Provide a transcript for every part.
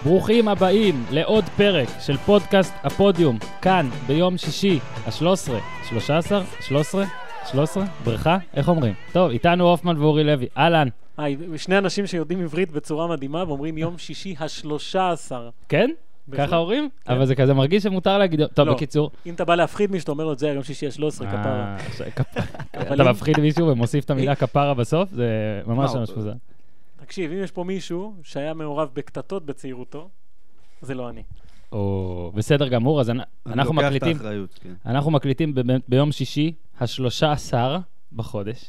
ברוכים הבאים לעוד פרק של פודקאסט הפודיום, כאן ביום שישי, ה-13, ברכה, איך אומרים? טוב, איתנו הופמן ואורי לוי, אהלן. שני אנשים שיודעים עברית בצורה מדהימה, ואומרים יום שישי ה-13. כן? ככה אומרים? אבל זה כזה מרגיש שמותר להגיד, טוב, בקיצור. אם אתה בא להפחיד מישהו, אתה אומר לו את זה, יום שישי ה-13, כפרה. אתה מפחיד מישהו ומוסיף את המילה כפרה בסוף, זה ממש מפוזר. תקשיב, אם יש פה מישהו שהיה מעורב בקטטות בצעירותו, זה לא אני. בסדר גמור, אז אנחנו מקליטים ביום שישי ה-13 בחודש,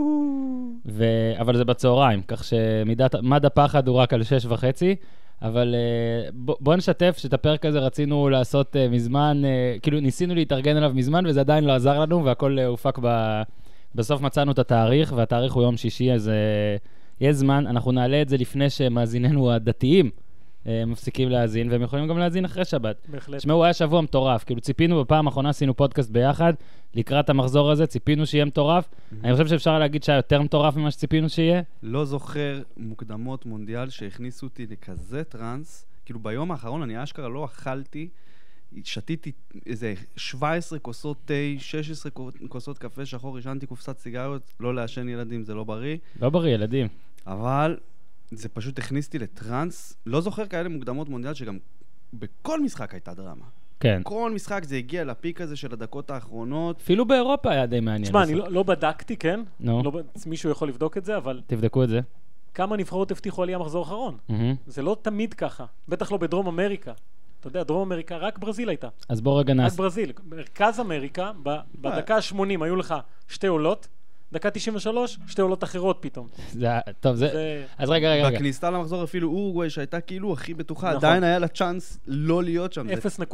אבל זה בצהריים, כך שמד הפחד הוא רק על 6:30, אבל בוא נשתף שאת הפרק הזה רצינו לעשות מזמן, כאילו ניסינו להתארגן עליו מזמן, וזה עדיין לא עזר לנו, והכל הופק בסוף מצאנו את התאריך, והתאריך הוא יום שישי, אז יש זמן, אנחנו נעלה את זה לפני שמאזיננו הדתיים מפסיקים להאזין, והם יכולים גם להאזין אחרי שבת. בהחלט. שמעו, היה שבוע מטורף, כאילו ציפינו בפעם האחרונה, עשינו פודקאסט ביחד, לקראת המחזור הזה, ציפינו שיהיה מטורף. אני חושב שאפשר להגיד שהיה יותר מטורף ממה שציפינו שיהיה. לא זוכר מוקדמות מונדיאל שהכניסו אותי לכזה טרנס, כאילו ביום האחרון אני אשכרה לא אכלתי, שתיתי איזה 17 כוסות תה, 16 כוסות קפה שחור, ישנתי קופסת סיגריות, לא לעשן ילדים, זה לא בריא. לא בריא, ילדים. אבל זה פשוט הכניסתי לטרנס, לא זוכר כאלה מוקדמות מונדיאל שגם בכל משחק הייתה דרמה. כן. כל משחק זה הגיע לפיק הזה של הדקות האחרונות. אפילו באירופה היה די מעניין. תשמע, אני לא בדקתי, כן? נו. מישהו יכול לבדוק את זה, אבל תבדקו את זה. כמה נבחרות הבטיחו עלייה מחזור אחרון? זה לא תמיד ככה. בטח לא בדרום אמריקה. אתה יודע, דרום אמריקה, רק ברזיל הייתה. אז בוא רגע רק ברזיל. מרכז אמריקה, בדקה ה-80 היו לך שתי עולות, דקה 93, שתי עולות אחרות פתאום. טוב, זה... אז רגע. בכניסה למחזור אפילו אורוגוואי שהייתה כאילו הכי בטוחה, עדיין היה לה צ'אנס לא להיות שם.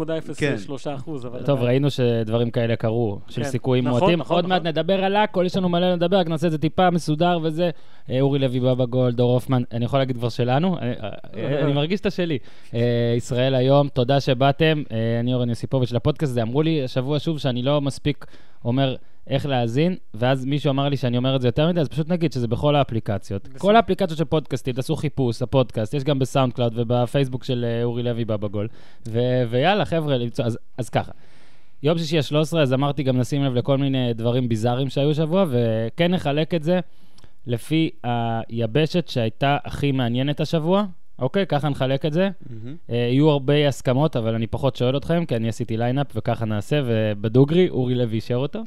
0.03%. טוב, ראינו שדברים כאלה קרו, של סיכויים מועטים. עוד מעט נדבר על הכל, יש לנו מלא לדבר, רק נעשה את זה טיפה מסודר וזה. אורי לוי, בבא גולד, דור הופמן, אני יכול להגיד כבר שלנו, אני מרגיש את השלי. ישראל היום, תודה שבאתם, אני אורן יוסיפוביץ' לפודקאסט הזה, אמרו לי השבוע שוב שאני לא מספיק אומר איך להאזין, ואז מישהו אמר לי שאני אומר את זה יותר מדי, אז פשוט נגיד שזה בכל האפליקציות. כל האפליקציות של פודקאסטים, תעשו חיפוש, הפודקאסט, יש גם בסאונד קלאוד ובפייסבוק של אורי לוי בבא גולד. ויאללה, חבר'ה, אז ככה. יום שישי ה-13, אז אמרתי גם נשים לב לכל מיני דברים ביזאריים שהיו שבוע, וכן נחלק את זה לפי היבשת שהייתה הכי מעניינת השבוע. אוקיי, ככה נחלק את זה. יהיו הרבה הסכמות, אבל אני פחות שואל אתכם, כי אני עשיתי ליינאפ וככה נעשה, ובדוגרי, אורי לוי אישר אותו.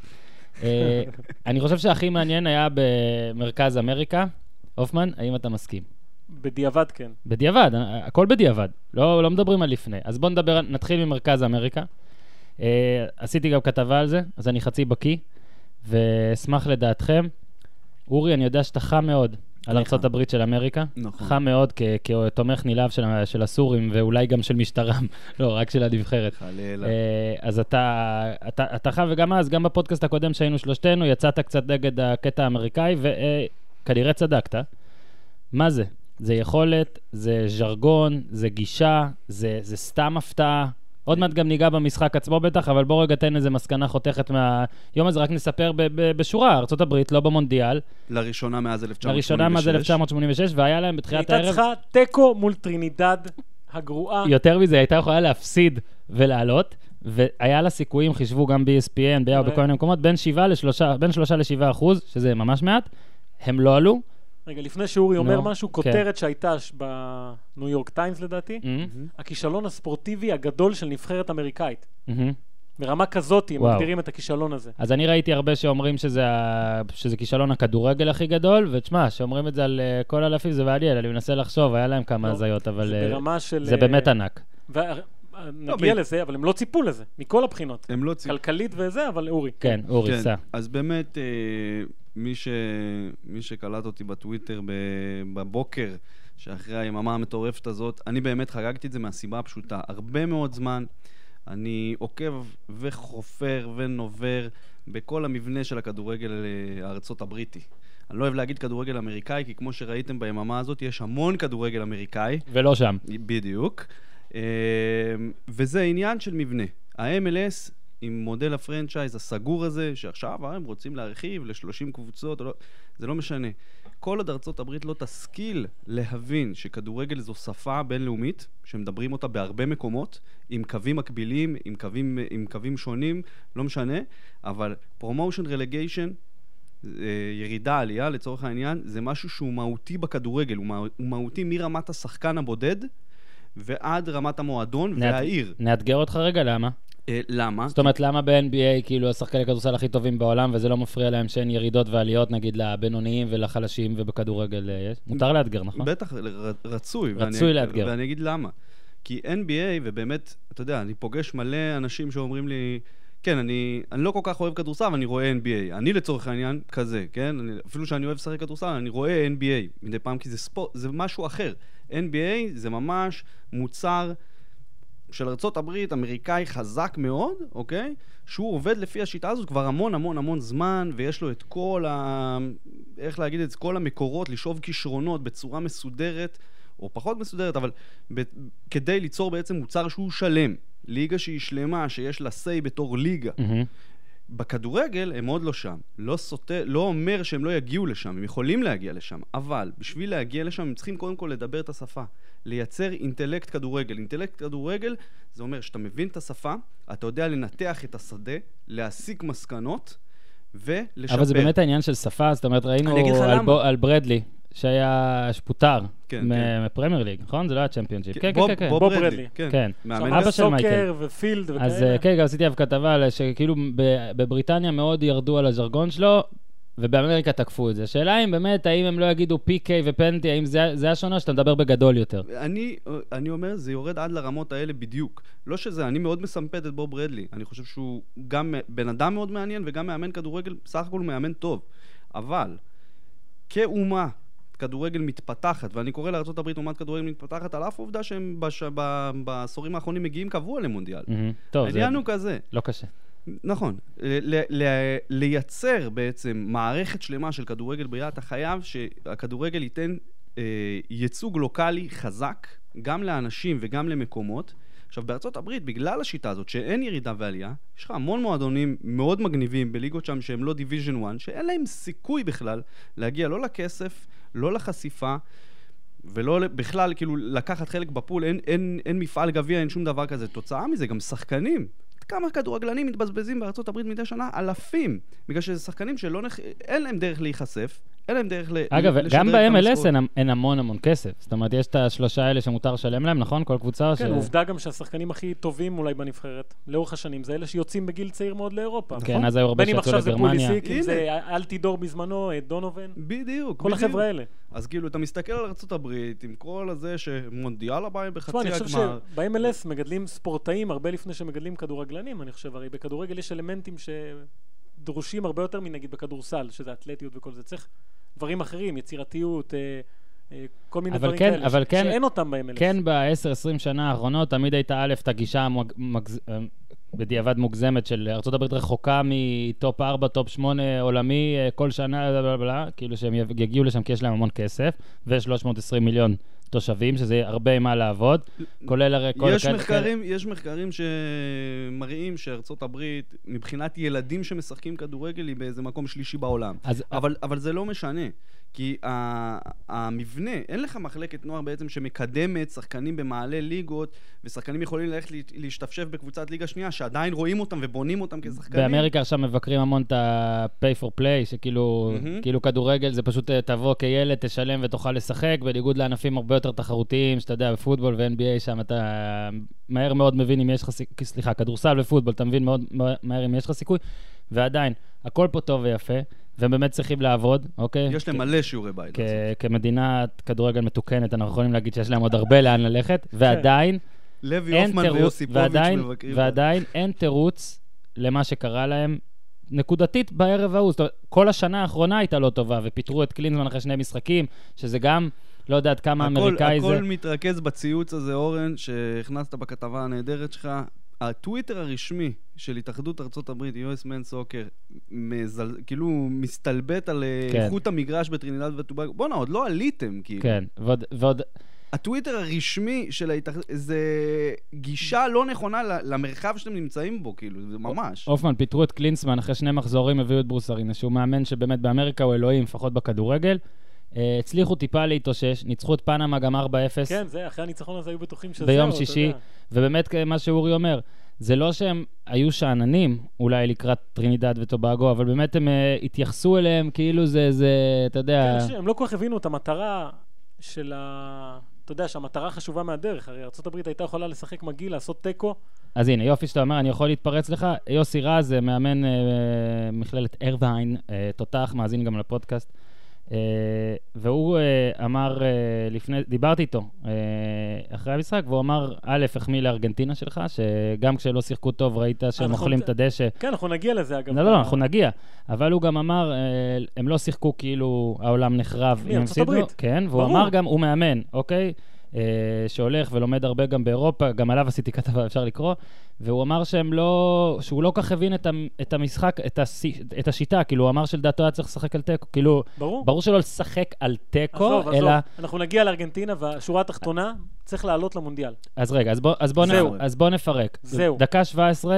אני חושב שהכי מעניין היה במרכז אמריקה. הופמן, האם אתה מסכים? בדיעבד, כן. בדיעבד, הכל בדיעבד. לא מדברים על לפני. אז בואו נתחיל ממרכז אמריקה. עשיתי גם כתבה על זה, אז אני חצי בקי, ואשמח לדעתכם. אורי, אני יודע שאתה חם מאוד על ארצות הברית של אמריקה. נכון. חם מאוד כתומך נילב של הסורים, ואולי גם של משטרם, לא, רק של הנבחרת. חלילה. אז אתה חם, וגם אז, גם בפודקאסט הקודם שהיינו שלושתנו, יצאת קצת נגד הקטע האמריקאי, וכנראה צדקת. מה זה? זה יכולת, זה ז'רגון, זה גישה, זה סתם הפתעה. עוד מעט גם ניגע במשחק עצמו בטח, אבל בוא רגע תן איזה מסקנה חותכת מהיום הזה, רק נספר בשורה, ארצות הברית, לא במונדיאל. לראשונה מאז 1986. לראשונה מאז 1986, והיה להם בתחילת הערב... הייתה צריכה טקו מול טרינידד הגרועה. יותר מזה, הייתה יכולה להפסיד ולעלות, והיה לה סיכויים, חישבו גם ב-ESPN, בכל מיני מקומות, בין 3-7%, שזה ממש מעט, הם לא עלו. רגע, לפני שאורי אומר משהו, כותרת שהייתה בניו יורק טיימס לדעתי, הכישלון הספורטיבי הגדול של נבחרת אמריקאית. ברמה כזאת הם מגדירים את הכישלון הזה. אז אני ראיתי הרבה שאומרים שזה כישלון הכדורגל הכי גדול, ותשמע, שאומרים את זה על כל אלפים, זה מעניין, אני מנסה לחשוב, היה להם כמה הזיות, אבל זה באמת ענק. נגיע לזה, אבל הם לא ציפו לזה, מכל הבחינות. הם לא ציפו. כלכלית וזה, אבל אורי. כן, אורי, סע. אז באמת... מי שקלט אותי בטוויטר בבוקר, שאחרי היממה המטורפת הזאת, אני באמת חגגתי את זה מהסיבה הפשוטה. הרבה מאוד זמן אני עוקב וחופר ונובר בכל המבנה של הכדורגל הארצות הבריטי. אני לא אוהב להגיד כדורגל אמריקאי, כי כמו שראיתם ביממה הזאת, יש המון כדורגל אמריקאי. ולא שם. בדיוק. וזה עניין של מבנה. ה-MLS עם מודל הפרנצ'ייז הסגור הזה, שעכשיו הם רוצים להרחיב ל-30 קבוצות, לא, זה לא משנה. כל עוד ארצות הברית לא תשכיל להבין שכדורגל זו שפה בינלאומית, שמדברים אותה בהרבה מקומות, עם קווים מקבילים, עם קווים שונים, לא משנה, אבל promotion relegation, ירידה, עלייה לצורך העניין, זה משהו שהוא מהותי בכדורגל, הוא מהותי מרמת השחקן הבודד, ועד רמת המועדון והעיר. נאתגר אותך רגע, למה? למה? זאת אומרת, למה ב-NBA כאילו השחקני כדורסל הכי טובים בעולם, וזה לא מפריע להם שאין ירידות ועליות, נגיד, לבינוניים ולחלשים, ובכדורגל יש? מותר לאתגר, נכון? בטח, רצוי. רצוי לאתגר. ואני אגיד למה. כי NBA, ובאמת, אתה יודע, אני פוגש מלא אנשים שאומרים לי, כן, אני לא כל כך אוהב כדורסל, אבל אני רואה NBA. אני לצורך העניין כזה, כן? אפילו שאני אוהב לשחק כדורסל, אני רואה NBA מדי פעם, כי זה ספורט, זה משהו אחר. NBA זה ממש מוצר של ארצות הברית, אמריקאי חזק מאוד, אוקיי? שהוא עובד לפי השיטה הזאת כבר המון זמן, ויש לו את כל איך להגיד את זה, כל המקורות, לשאוב כישרונות בצורה מסודרת, או פחות מסודרת, אבל כדי ליצור בעצם מוצר שהוא שלם. ליגה שהיא שלמה, שיש לה סי בתור ליגה. בכדורגל הם עוד לא שם. לא אומר שהם לא יגיעו לשם, הם יכולים להגיע לשם, אבל בשביל להגיע לשם הם צריכים קודם כל לדבר את השפה, לייצר אינטלקט כדורגל. אינטלקט כדורגל זה אומר שאתה מבין את השפה, אתה יודע לנתח את השדה, להסיק מסקנות ולשפר. אבל זה באמת העניין של שפה, זאת אומרת ראינו על ברדלי, שהיה שפוטר מפרמייר ליג, נכון? זה לא היה צ'מפיונשיפ. כן, כן, כן. בוב ברדלי. כן. אבא של מייקל. סוקר ופילד וכאלה. אז כן, גם עשיתי כתבה שכאילו בבריטניה מאוד ירדו על הז'רגון שלו, ובאמריקה תקפו את זה. השאלה אם באמת, האם הם לא יגידו PK ופנטי, האם זה השונה שאתה מדבר בגדול יותר? אני אומר, זה יורד עד לרמות האלה בדיוק. לא שזה, אני מאוד מסמפת את בוב ברדלי. אני חושב שהוא גם בן אדם מאוד מעניין, וגם מאמן כדורגל, בסך הכל מאמן טוב. אבל, כאומה, כדורגל מתפתחת, ואני קורא לארצות הברית אומת כדורגל מתפתחת, על אף עובדה שהם בעשורים האחרונים מגיעים קבוע למונדיאל. העניין הוא כזה. לא קשה. נכון. לייצר בעצם מערכת שלמה של כדורגל בריאה, אתה חייב שהכדורגל ייתן ייצוג לוקלי חזק, גם לאנשים וגם למקומות. עכשיו, בארצות הברית, בגלל השיטה הזאת, שאין ירידה ועלייה, יש לך המון מועדונים מאוד מגניבים בליגות שם שהם לא דיוויז'ן 1, שאין להם סיכוי בכלל להגיע לא לכסף, לא לחשיפה, ולא בכלל, כאילו, לקחת חלק בפול, אין מפעל גביע, אין שום דבר כזה. תוצאה מזה, גם שחקנים. כמה כדורגלנים מתבזבזים בארצות הברית מדי שנה? אלפים. בגלל שזה שחקנים אין להם דרך להיחשף, אין להם דרך אגב, גם ב-MLS אין המון כסף. זאת אומרת, יש את השלושה האלה שמותר לשלם להם, נכון? כל קבוצה כן, עובדה גם שהשחקנים הכי טובים אולי בנבחרת, לאורך השנים, זה אלה שיוצאים בגיל צעיר מאוד לאירופה. כן, אז היו הרבה שיצאו לגרמניה. בין אם עכשיו זה פוליסיק, אם זה אלטידור בזמנו, דונובן. בדיוק. כל החבר'ה האלה. אז כאילו, אתה מסתכל על ארצות הברית, עם כל הזה שמונדיאל הבא בחצי הגמר. אני חושב שב-MLS מגדלים ספורטאים הרבה לפני שמגדלים כדורגלנים, אני חושב, הרי בכדורגל יש אלמנטים שדרושים הרבה יותר מנגיד בכדורסל, שזה אתלטיות וכל זה. צריך דברים אחרים, יצירתיות, כל מיני דברים כאלה, שאין אותם ב-MLS. כן, ב-10-20 שנה האחרונות, תמיד הייתה א' את הגישה בדיעבד מוגזמת של ארצות הברית רחוקה מטופ 4, טופ 8 עולמי, כל שנה, כאילו שהם יגיעו לשם כי יש להם המון כסף, ו-320 מיליון תושבים, שזה הרבה מה לעבוד, כולל הרי כל... יש מחקרים שמראים שארצות הברית, מבחינת ילדים שמשחקים כדורגל, היא באיזה מקום שלישי בעולם. אבל זה לא משנה, כי המבנה, אין לך מחלקת נוער בעצם שמקדמת שחקנים במעלה ליגות, ושחקנים יכולים ללכת להשתפשף בקבוצת ליגה שנייה, שעדיין רואים אותם ובונים אותם כשחקנים. באמריקה עכשיו מבקרים המון את ה-pay for play, שכאילו כדורגל זה פשוט תבוא כילד, תשלם ותוכל לשחק, בניגוד לענפים הרבה יותר תחרותיים, שאתה יודע, בפוטבול ו-NBA שם אתה מהר מאוד מבין אם יש לך סיכוי, סליחה, כדורסל ופוטבול, אתה מבין מאוד מהר אם יש לך סיכוי, ועדיין, הכל פה טוב ויפה, והם באמת צריכים לעבוד, אוקיי? יש להם מלא שיעורי בית. כמדינת כדורגל מתוקנת, אנחנו יכולים להגיד שיש להם עוד הרבה לאן ללכת, ועדיין, ועדיין אין תירוץ למה שקרה להם נקודתית בערב ההוא. זאת אומרת, כל השנה האחרונה הייתה לא טובה, ופיתרו את קלינזמן אחרי 2 משחקים, שזה גם, לא יודעת כמה אמריקאי זה. הכל מתרכז בציוץ הזה, אורן, שהכנסת בכתבה הנהדרת שלך. הטוויטר הרשמי של התאחדות ארצות הברית, US Men Soccer, כאילו מסתלבט על איכות המגרש בטרינדד וטובגו. בוא'נה, עוד לא עליתם, כאילו. כן, ועוד הטוויטר הרשמי של זה גישה לא נכונה למרחב שאתם נמצאים בו, כאילו, זה ממש. אופמן, פיתרו את קלינסמן, אחרי 2 מחזורים הביאו את ברוס ארינה, שהוא מאמן שבאמת באמריקה הוא אלוהים, לפחות בכדורגל. הצליחו טיפה להתאושש, ניצחו את פנמה גם 4-0. כן, זה, אחרי הניצחון הזה היו בטוחים שזה... ביום שישי, ובאמת מה שאורי אומר, זה לא שהם היו שעננים, אולי לקראת טרינידד וטובאגו, אבל באמת הם התייחסו אליהם כאילו זה, אתה יודע... כן, הם לא כל כך הבינו את המטרה של אתה יודע, שהמטרה חשובה מהדרך, הרי ארצות הברית הייתה יכולה לשחק מגיל, לעשות טקו. אז הנה, יופי שאתה אומר, אני יכול להתפרץ לך. יוסי רז, מאמן מכללת ארווין, תותח, מאזין גם לפודקאסט. והוא אמר דיברתי איתו אחרי המשחק, והוא אמר, א', החמיא לארגנטינה שלך, שגם כשלא שיחקו טוב ראית שהם אוכלים את הדשא. כן, אנחנו נגיע לזה אגב. לא, אנחנו נגיע. אבל הוא גם אמר, הם לא שיחקו כאילו העולם נחרב. ארצות הברית. כן, והוא אמר גם, הוא מאמן, אוקיי? שהולך ולומד הרבה גם באירופה, גם עליו עשיתי כתבה, אפשר לקרוא, והוא אמר שהוא לא כך הבין את המשחק, את השיטה, כאילו הוא אמר שלדעתו היה צריך לשחק על טקו, כאילו, ברור שלא לשחק על טקו, אלא... אנחנו נגיע לארגנטינה, והשורה התחתונה צריך לעלות למונדיאל. אז רגע, אז בוא נפרק. זהו. דקה 17,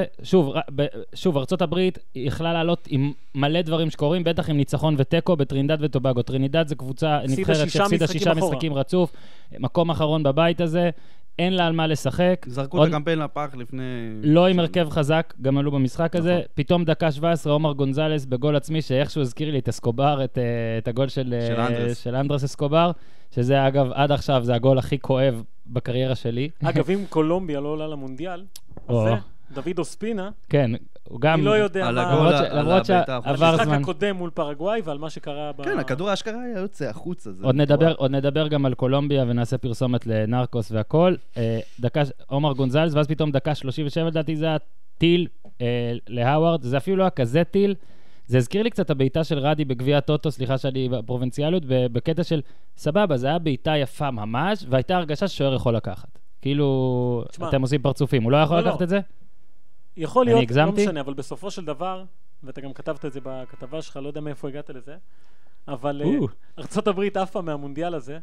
שוב, ארצות הברית יכלה לעלות עם מלא דברים שקורים, בטח עם ניצחון וטקו בטרינידד וטובאגו. טרינידד זה קבוצה נבחרת שהפסידה 6 משחקים רצוף, מקום אחרון בבית הזה, אין לה על מה לשחק. זרקו את הקמפיין לפח לפני... לא עם הרכב חזק, גם עלו במשחק הזה. פתאום דקה 17, עומר גונזלס בגול עצמי, שאיכשהו הזכיר לי את אסקובר, את הגול של אנדרס אסקובר, שזה אגב, עד עכשיו, זה הגול הכי כואב בקריירה שלי. אגב, אם קולומביה לא עולה למונדיאל, אז זה, דוד אוספינה, כן, הוא גם... אני לא יודע מה... למרות שעבר המשחק זמן... הקודם מול פרגוואי ועל מה שקרה כן, הכדור האשכרה היה יוצא החוצה. עוד נדבר גם על קולומביה ונעשה פרסומת לנרקוס והכל. עומר גונזלס, ואז פתאום דקה 37, לדעתי זה הטיל להאווארד. זה אפילו לא היה כזה טיל. זה הזכיר לי קצת הביתה של רדי בגביע הטוטו, סליחה שלי בפרובינציאליות, בקטע של סבבה, זה היה ביתה יפה ממש, והייתה הרגשה ששוער יכול לקחת. כאילו, אתם עושים פרצופים, הוא לא יכול לקחת את זה? יכול להיות, לא משנה, אבל בסופו של דבר, ואתה גם כתבת את זה בכתבה שלך, לא יודע מאיפה הגעת לזה, אבל ארצות הברית עפה מהמונדיאל הזה,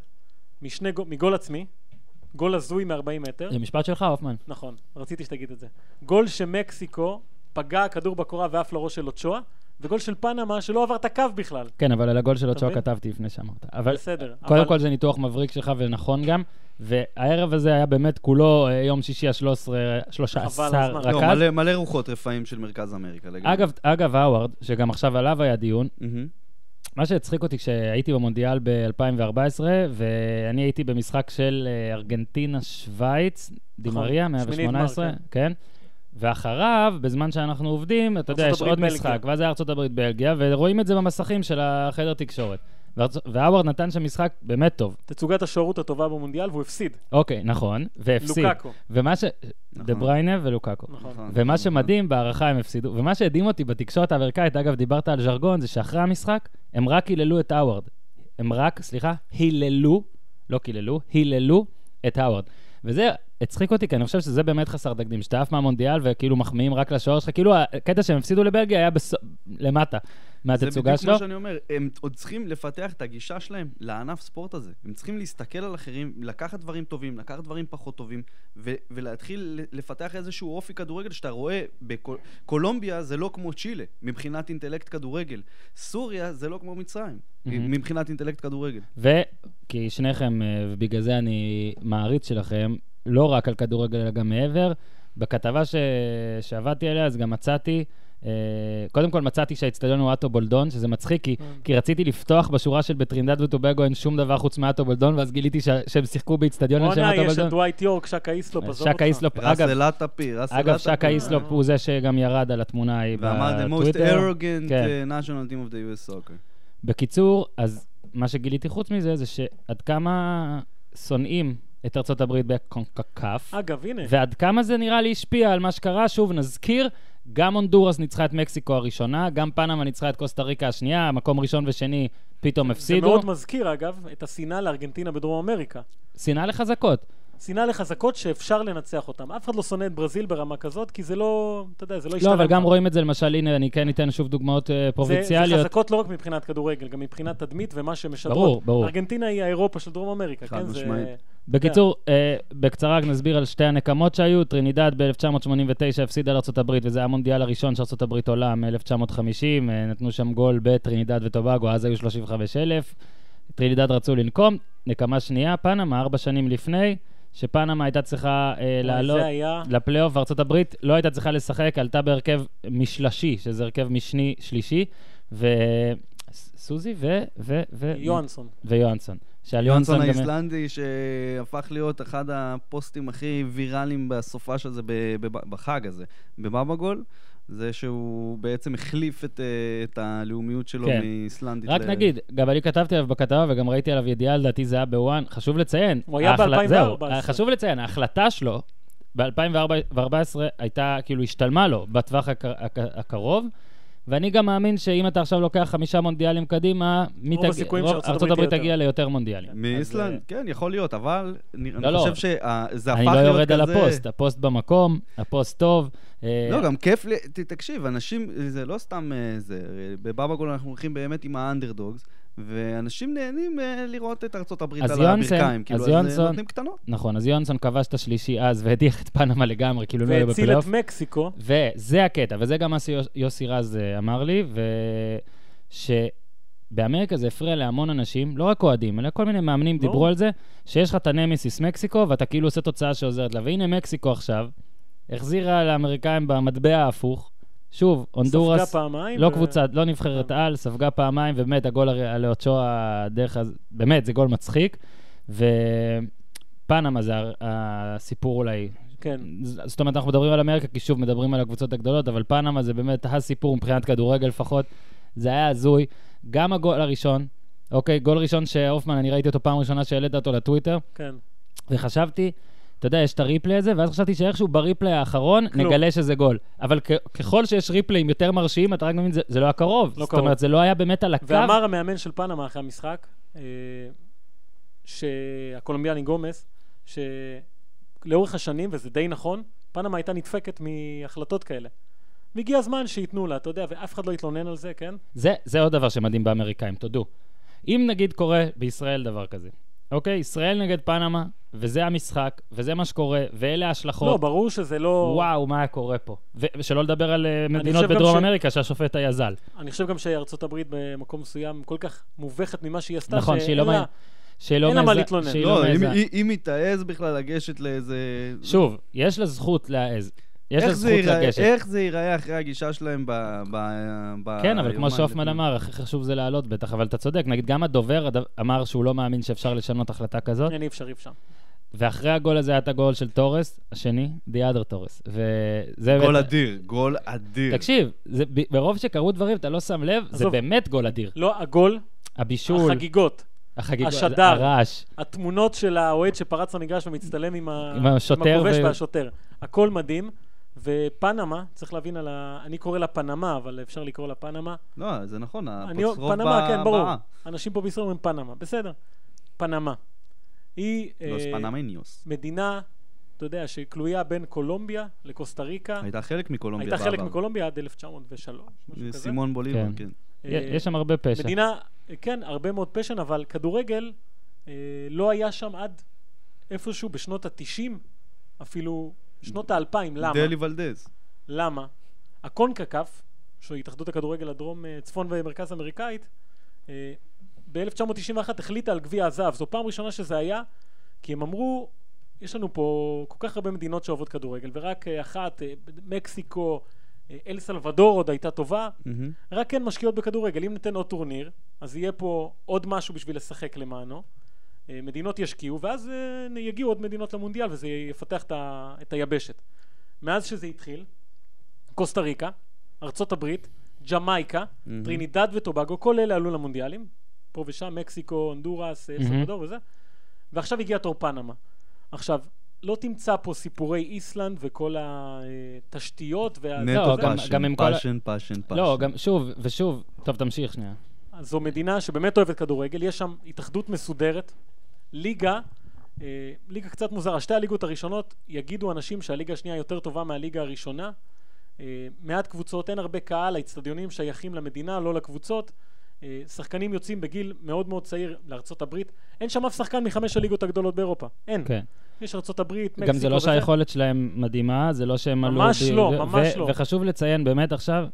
מגול עצמי, גול הזוי מ-40 מטר. זה משפט שלך, אופמן. נכון, רציתי שתגיד את זה. גול שמקסיקו פגע כדור בקורה ואף לראש של אוצ'ואה, וגול של פנמה שלא עבר את הקו בכלל. כן, אבל על הגול של אוצ'ואה כתבתי לפני שאמרת. בסדר. קודם כל זה ניתוח מבריק שלך ונכון גם, והערב הזה היה באמת כולו יום שישי ה-13 רכז. מלא רוחות רפאים של מרכז אמריקה. אגב, האווארד, שגם עכשיו עליו היה דיון, מה שהצחיק אותי כשהייתי במונדיאל ב-2014, ואני הייתי במשחק של ארגנטינה שווייץ, דימריה, 118, כן? ואחריו, בזמן שאנחנו עובדים, אתה יודע, יש עוד משחק, ואז היה ארצות הברית בלגיה, ורואים את זה במסכים של החדר תקשורת. והאווארד נתן שם משחק באמת טוב. תצוגת השוערות הטובה במונדיאל, והוא הפסיד. אוקיי, נכון, והפסיד. לוקאקו. דה בריינה ולוקאקו. ומה שמדהים, בהערכה הם הפסידו. ומה שהדהים אותי בתקשורת האמריקאית, אגב, דיברת על ז'רגון, זה שאחרי המשחק, הם רק היללו את האווארד. היללו את האווארד. וזה הצחיק אותי, כי אני חושב שזה באמת חסר תקדים, שאתה אף מהמונדיאל וכאילו מחמיאים רק לשוער שלך, כאילו הקטע שהם הפסידו לבלגיה היה למטה מהתצוגה שלו. זה בדיוק מה שאני אומר, הם עוד צריכים לפתח את הגישה שלהם לענף ספורט הזה. הם צריכים להסתכל על אחרים, לקחת דברים טובים, לקחת דברים פחות טובים, ולהתחיל לפתח איזשהו אופי כדורגל שאתה רואה בקולומביה זה לא כמו צ'ילה, מבחינת אינטלקט כדורגל. סוריה זה לא כמו מצרים, מבחינת אינטלקט כדורגל. וכי שניכם, ובגלל זה אני מעריץ שלכם, לא רק על כדורגל, אלא גם מעבר. בכתבה שעבדתי עליה, אז גם מצאתי, קודם כל מצאתי שהאצטדיון הוא אטו בולדון, שזה מצחיק, כי רציתי לפתוח בשורה של בטרינידד וטובאגו, אין שום דבר חוץ מאטו בולדון, ואז גיליתי שהם שיחקו באצטדיון על שם אטו בולדון. יש את דווייט יורק, שקה איסלופ, עזוב אותך. אגב, שקה איסלופ הוא זה שגם ירד על התמונה ההיא בטוויטר. ואמר, the most arrogant national team of the US soccer. בקיצור, אז מה שגיליתי חוץ מזה, זה שעד כמה שונאים את ארצות הברית בקונקקף. אגב, הנה. ועד כמה זה נראה לי השפיע על מה שקרה, שוב נזכיר, גם הונדורס ניצחה את מקסיקו הראשונה, גם פנמה ניצחה את קוסטה ריקה השנייה, מקום ראשון ושני פתאום הפסידו. זה מאוד מזכיר, אגב, את השנאה לארגנטינה בדרום אמריקה. שנאה לחזקות. שנאה לחזקות שאפשר לנצח אותם. אף אחד לא שונא את ברזיל ברמה כזאת, כי זה לא, אתה יודע, זה לא ישתלם. לא, אבל גם רואים את זה, למשל, הנה, אני כן ניתן שוב דוגמאות פרובינציאליות. זה חזקות לא רק מבחינת כדורגל, גם מבחינת תדמית ומה שמשדרות. ברור, ברור. ארגנטינה היא האירופה של דרום אמריקה, כן? בקיצור, בקצרה נסביר על שתי הנקמות שהיו. טרינידד ב-1989 הפסידה לארצות הברית, וזה היה המונדיאל הראשון שארצות הברית עולה מ-1950, נתנו שם גול בטרינידד וטובגו, אז היו 35,000. טרינידד רצו לנקום. נקמה שנייה, פנמה, 4 שנים לפני, שפנמה הייתה צריכה לעלות לפלייאוף, וארצות הברית לא הייתה צריכה לשחק, עלתה בהרכב משלשי, שזה הרכב משני שלישי, וסוזי יוהנסון. ויוהנסון האיסלנדי שהפך להיות אחד הפוסטים הכי ויראליים בסופה של זה בחג הזה, בבאבא גול, זה שהוא בעצם החליף את הלאומיות שלו מאיסלנדית. רק נגיד, גם אני כתבתי עליו בכתבה וגם ראיתי עליו ידיעה, לדעתי זה היה בוואן, חשוב לציין. הוא היה ב-2014. חשוב לציין, ההחלטה שלו ב-2014 הייתה, כאילו השתלמה לו בטווח הקרוב, ואני גם מאמין שאם אתה עכשיו לוקח 5 מונדיאלים קדימה, ארצות הברית תגיע ליותר מונדיאלים. מאיסלנד, כן, יכול להיות, אבל אני חושב שזה הפך להיות כזה... אני לא יורד על הפוסט, הפוסט במקום, הפוסט טוב. לא, גם כיף לי, תקשיב, אנשים, זה לא סתם זה, בבאבא גול אנחנו הולכים באמת עם האנדרדוגס, ואנשים נהנים לראות את ארצות הברית על הברכיים, כאילו, אז נותנים קטנות. נכון, אז יונסון כבש את השלישי אז, והדיח את פנמה לגמרי, כאילו לא היה בפלייאוף. והציל את מקסיקו. וזה הקטע, וזה גם מה שיוסי רז אמר לי, שבאמריקה זה הפריע להמון אנשים, לא רק אוהדים, אלא כל מיני מאמנים דיברו על זה, שיש לך את הנמיסיס מקסיקו, ואתה כאילו עושה תוצאה שעוזרת לה, והנה מקסיקו עכשיו, החזירה לאמריקאים במטבע ההפוך, שוב, הונדורס, לא קבוצה, לא נבחרת על, ספגה פעמיים, ובאמת הגול על אוצ'ואה דרך, באמת זה גול מצחיק, ופנמה זה הסיפור אולי. כן. זאת אומרת, אנחנו מדברים על אמריקה, כי שוב מדברים על הקבוצות הגדולות, אבל פנמה זה באמת הסיפור מבחינת כדורגל לפחות, זה היה הזוי, גם הגול הראשון, אוקיי, גול ראשון שאופמן, אני ראיתי אותו פעם ראשונה שהעלית אותו לטוויטר, כן. וחשבתי, אתה יודע, יש את הריפלי הזה, ואז חשבתי שאיכשהו בריפלי האחרון נגלה שזה גול. אבל ככל שיש ריפליים יותר מרשיעים, אתה רק מבין, זה לא היה קרוב. זאת אומרת, זה לא היה באמת על הקו. ואמר המאמן של פנמה אחרי המשחק, שהקולומביאני גומס, שלאורך השנים, וזה די נכון, פנמה הייתה נדפקת מהחלטות כאלה. והגיע הזמן שיתנו לה, אתה יודע, ואף אחד לא יתלונן על זה, כן? זה עוד דבר שמדהים באמריקאים, תודו. אם נגיד קורה בישראל דבר כזה, אוקיי, ישראל נגד פנמה, וזה המשחק, וזה מה שקורה, ואלה ההשלכות. לא, ברור שזה לא... וואו, מה קורה פה. ושלא לדבר על מדינות בדרום אמריקה, שהשופט היה זל. אני חושב גם שארצות הברית במקום מסוים כל כך מובכת ממה שהיא עשתה, נכון, אין לה מה להתלונן. לא, אם היא תעז בכלל לגשת לאיזה... שוב, יש לה זכות להעז. איך זה ייראה אחרי הגישה שלהם כן, אבל כמו שופמן אמר, הכי חשוב זה לעלות בטח, אבל אתה צודק, נגיד גם הדובר אמר שהוא לא מאמין שאפשר לשנות החלטה כזאת. אין, אפשר. ואחרי הגול הזה היה את הגול של טורס, השני, דיאדר טורס. גול אדיר. תקשיב, ברוב שקרו דברים, אתה לא שם לב, זה באמת גול אדיר. לא, הגול, הבישול, החגיגות, השדר, הרעש, התמונות של האוהד שפרץ למגרש ומצטלם עם הכובש והשוטר. הכל מדהים, ופנמה, צריך להבין על אני קורא לה פנמה, אבל אפשר לקרוא לה פנמה. לא, זה נכון, פנמה, כן, ברור. אנשים פה בישראל אומרים פנמה, בסדר. פנמה. היא מדינה, אתה יודע, שכלויה בין קולומביה לקוסטה ריקה. הייתה חלק מקולומביה בעבר. הייתה חלק מקולומביה עד 1903. סימון בוליבר, כן. יש שם הרבה פשע. מדינה, כן, הרבה מאוד פשע, אבל כדורגל לא היה שם עד איפשהו בשנות ה-90, אפילו שנות ה-2000. למה? דלי ולדז. למה? הקונקקף, שהוא התאחדות הכדורגל הדרום, צפון ומרכז אמריקאית, ב-1991 החליטה על גביע הזהב. זו פעם ראשונה שזה היה, כי הם אמרו, יש לנו פה כל כך הרבה מדינות שאוהבות כדורגל, ורק אחת, מקסיקו, אל סלבדור עוד הייתה טובה, רק כן משקיעות בכדורגל. אם ניתן עוד טורניר, אז יהיה פה עוד משהו בשביל לשחק למענו. מדינות ישקיעו, ואז יגיעו עוד מדינות למונדיאל, וזה יפתח את היבשת. מאז שזה התחיל, קוסטה ריקה, ארצות הברית, ג'מייקה, טרינידד וטובגו, כל אלה עלו למונדיאלים, פה ושם, מקסיקו, הונדורס, אל סלבדור וזה, ועכשיו הגיע תור פנמה. עכשיו, לא תמצא פה סיפורי איסלנד וכל התשתיות נטו פאשן. לא, גם שוב, טוב, תמשיך שנייה. זו מדינה שבאמת אוהבת כדורגל, יש שם התאחדות מסודרת, ליגה קצת מוזרה. שתי הליגות הראשונות, יגידו אנשים שהליגה השנייה יותר טובה מהליגה הראשונה, מעט קבוצות, אין הרבה קהל, האצטדיונים שייכים למדינה, לא לקבוצות, שחקנים יוצאים בגיל מאוד מאוד צעיר לארצות הברית. אין שם אף שחקן מ5 הליגות הגדולות באירופה. אין. כן. יש ארצות הברית, מקסיקו. גם זה לא שהיכולת שלהם מדהימה, זה לא שהם עלו... ממש לא, ממש לא. וחשוב לציין באמת עכשיו,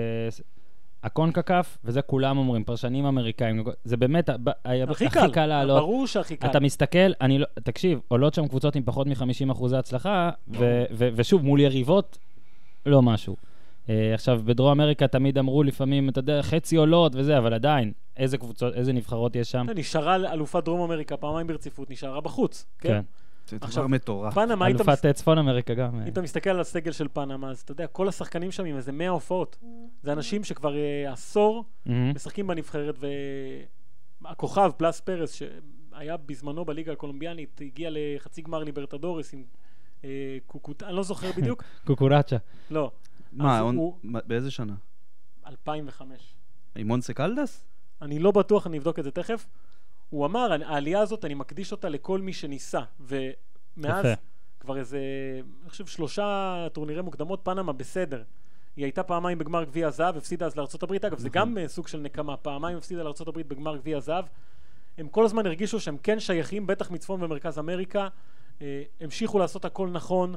הקונקקף, וזה כולם אומרים, פרשנים אמריקאים, זה באמת הכי קל לעלות. ברור שהכי קל. אתה מסתכל, תקשיב, עולות שם קבוצות עם פחות מ50% הצלחה, ושוב, מול יריבות, לא משהו. עכשיו, בדרום אמריקה תמיד אמרו לפעמים, אתה יודע, חצי עולות וזה, אבל עדיין, איזה קבוצות, איזה נבחרות יש שם? נשארה אלופת דרום אמריקה, פעמיים ברציפות, נשארה בחוץ, כן? זה דבר מטורף. אלופת צפון אמריקה גם. אם אתה מסתכל על הסגל של פנמה, אז אתה יודע, כל השחקנים שם עם איזה 100 הופעות. זה אנשים שכבר עשור משחקים בנבחרת, והכוכב, פלס פרס, שהיה בזמנו בליגה הקולומביאנית, הגיע לחצי גמר ליברטדורס עם אני לא זוכר בדיוק. קוקורצ'ה. לא. מה, באיזה שנה? 2005. עם מונסה קלדס? אני לא בטוח, אני אבדוק את זה תכף. הוא אמר, העלייה הזאת, אני מקדיש אותה לכל מי שניסה. ומאז כבר איזה, אני חושב, 3 טורנירי מוקדמות, פנמה בסדר. היא הייתה פעמיים בגמר גביע הזהב, הפסידה אז לארצות הברית. אגב, זה גם סוג של נקמה. פעמיים הפסידה לארצות הברית בגמר גביע הזהב. הם כל הזמן הרגישו שהם כן שייכים, בטח מצפון ומרכז אמריקה. המשיכו לעשות הכל נכון.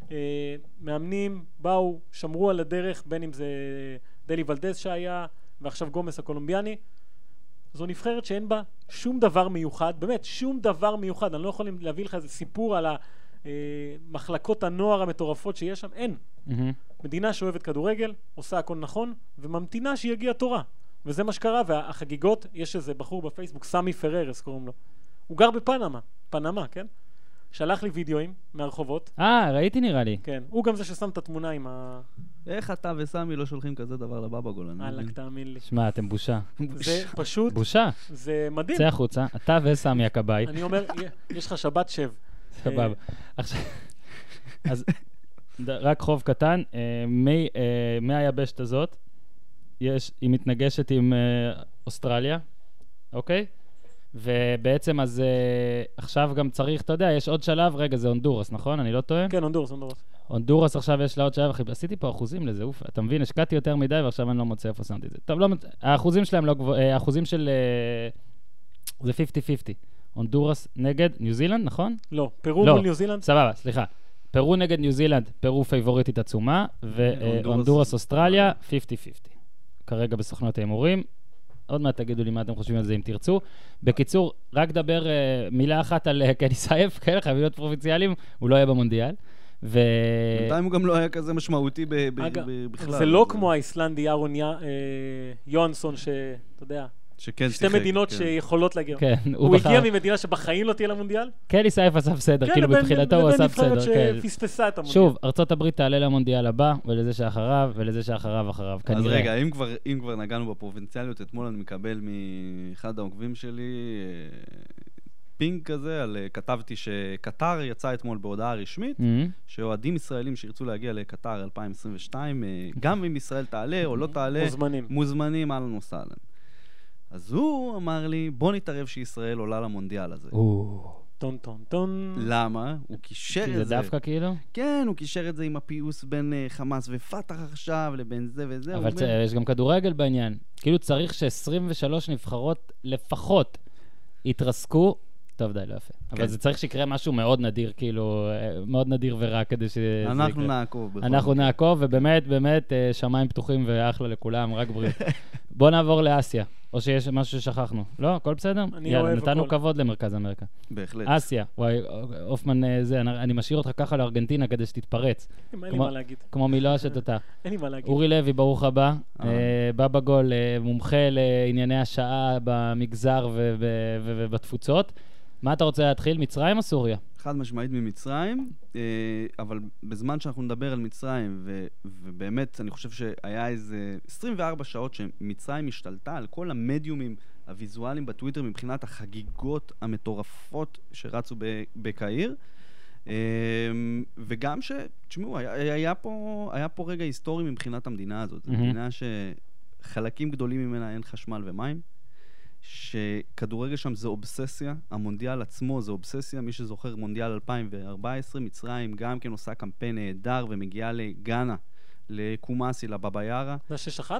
מאמנים באו, שמרו על הדרך, בין אם זה דלי ולדז שהיה, ועכשיו גומס הקולומביאני. זו נבחרת שאין בה שום דבר מיוחד, באמת שום דבר מיוחד. אני לא יכול להביא לך איזה סיפור על המחלקות הנוער המטורפות שיש שם, אין. מדינה שאוהבת כדורגל, עושה הכל נכון, וממתינה שיגיע תורה. וזה מה שקרה, והחגיגות, יש איזה בחור בפייסבוק, סמי פררס קוראים לו. הוא גר פנמה, כן? שלח לי וידאוים מהרחובות. ראיתי נראה לי. כן, הוא גם זה ששם את התמונה עם איך אתה וסמי לא שולחים כזה דבר לבבא גול? אלק, תאמין לי. שמע, אתם בושה. זה פשוט... בושה. זה מדהים. צא החוצה, אתה וסמי הקבאי. אני אומר, יש לך שבת שב. סבבה. עכשיו, אז רק חוב קטן, מהיבשת הזאת, היא מתנגשת עם אוסטרליה, אוקיי? ובעצם אז עכשיו גם צריך, אתה יודע, יש עוד שלב, רגע, זה הונדורס, נכון? אני לא טועה? כן, הונדורס. הונדורס עכשיו יש לה עוד שלב, עשיתי פה אחוזים לזה, אוף, אתה מבין, השקעתי יותר מדי ועכשיו אני לא מוצא איפה שמתי את זה. טוב, לא, האחוזים שלהם לא גבוה, האחוזים של, זה 50-50. הונדורס נגד ניו זילנד, נכון? לא, פרו מול ניו זילנד. סבבה, סליחה. פרו נגד ניו זילנד, פרו פייבוריטית עצומה, והונדורס אוסטרליה, 50-50. כרגע בסוכנות ההימורים. עוד מעט תגידו לי מה אתם חושבים על זה אם תרצו. בקיצור, רק דבר מילה אחת על קני סייף, כאלה חייבים להיות פרובינציאליים, הוא לא יהיה במונדיאל. בינתיים הוא גם לא היה כזה משמעותי בכלל. זה לא כמו האיסלנדי ירון יוהנסון, שאתה יודע, שתי מדינות שיכולות להגיע. הוא הגיע ממדינה שבחיים לא תהיה למונדיאל? קני סייף עשה בסדר, כאילו בתחילתו הוא עשה בסדר. נבחרת שפספסה את המונדיאל. שוב, ארצות הברית תעלה למונדיאל הבא, ולזה שאחריו, ולזה שאחריו אחריו, כנראה. אז רגע, אם כבר נגענו בפרובינציאליות, אתמול אני מקבל מאחד העוקבים שלי פינג כזה, כתבתי שקטר יצא אתמול בהודעה רשמית, שאוהדים ישראלים שירצו להגיע לקטר 2022, גם אם ישראל תעלה או לא תעלה, מוזמנים, אהלן וסהלן. אז הוא אמר לי, בוא נתערב שישראל עולה למונדיאל הזה. טון טון טון. למה? הוא קישר את זה. זה דווקא כאילו? כן, הוא קישר את זה עם הפיוס בין חמאס ופתח עכשיו, לבין זה וזה. אבל יש גם כדורגל בעניין. כאילו צריך ש23 נבחרות לפחות יתרסקו. טוב, די, לא יפה. אבל זה צריך שיקרה משהו מאוד נדיר, כאילו, מאוד נדיר ורע כדי שזה יקרה. אנחנו נעקוב. אנחנו נעקוב, ובאמת, באמת, שמיים פתוחים ואחלה לכולם, רק בריאות. בוא נעבור לאסיה, או שיש משהו ששכחנו. לא, הכל בסדר? יאללה, נתנו כבוד למרכז אמריקה. בהחלט. אסיה, וואי, אופמן, זה, אני משאיר אותך ככה לארגנטינה כדי שתתפרץ. אין לי מה להגיד. כמו מילה שתתה. אין לי מה להגיד. אורי לוי, ברוך הבא. בבא גול, מומחה לענייני השעה במגזר ובתפוצות. מה אתה רוצה להתחיל? מצרים או סוריה? חד משמעית ממצרים, אבל בזמן שאנחנו נדבר על מצרים, ובאמת אני חושב שהיה איזה 24 שעות שמצרים השתלטה על כל המדיומים הוויזואליים בטוויטר מבחינת החגיגות המטורפות שרצו בקהיר, וגם תשמעו, היה פה רגע היסטורי מבחינת המדינה הזאת. זו מדינה שחלקים גדולים ממנה אין חשמל ומים, שכדורגל שם זה אובססיה, המונדיאל עצמו זה אובססיה, מי שזוכר מונדיאל 2014, מצרים גם כן עושה קמפיין נהדר ומגיעה לגאנה, לקומאסי, לבאבא יארה. זה 6-1?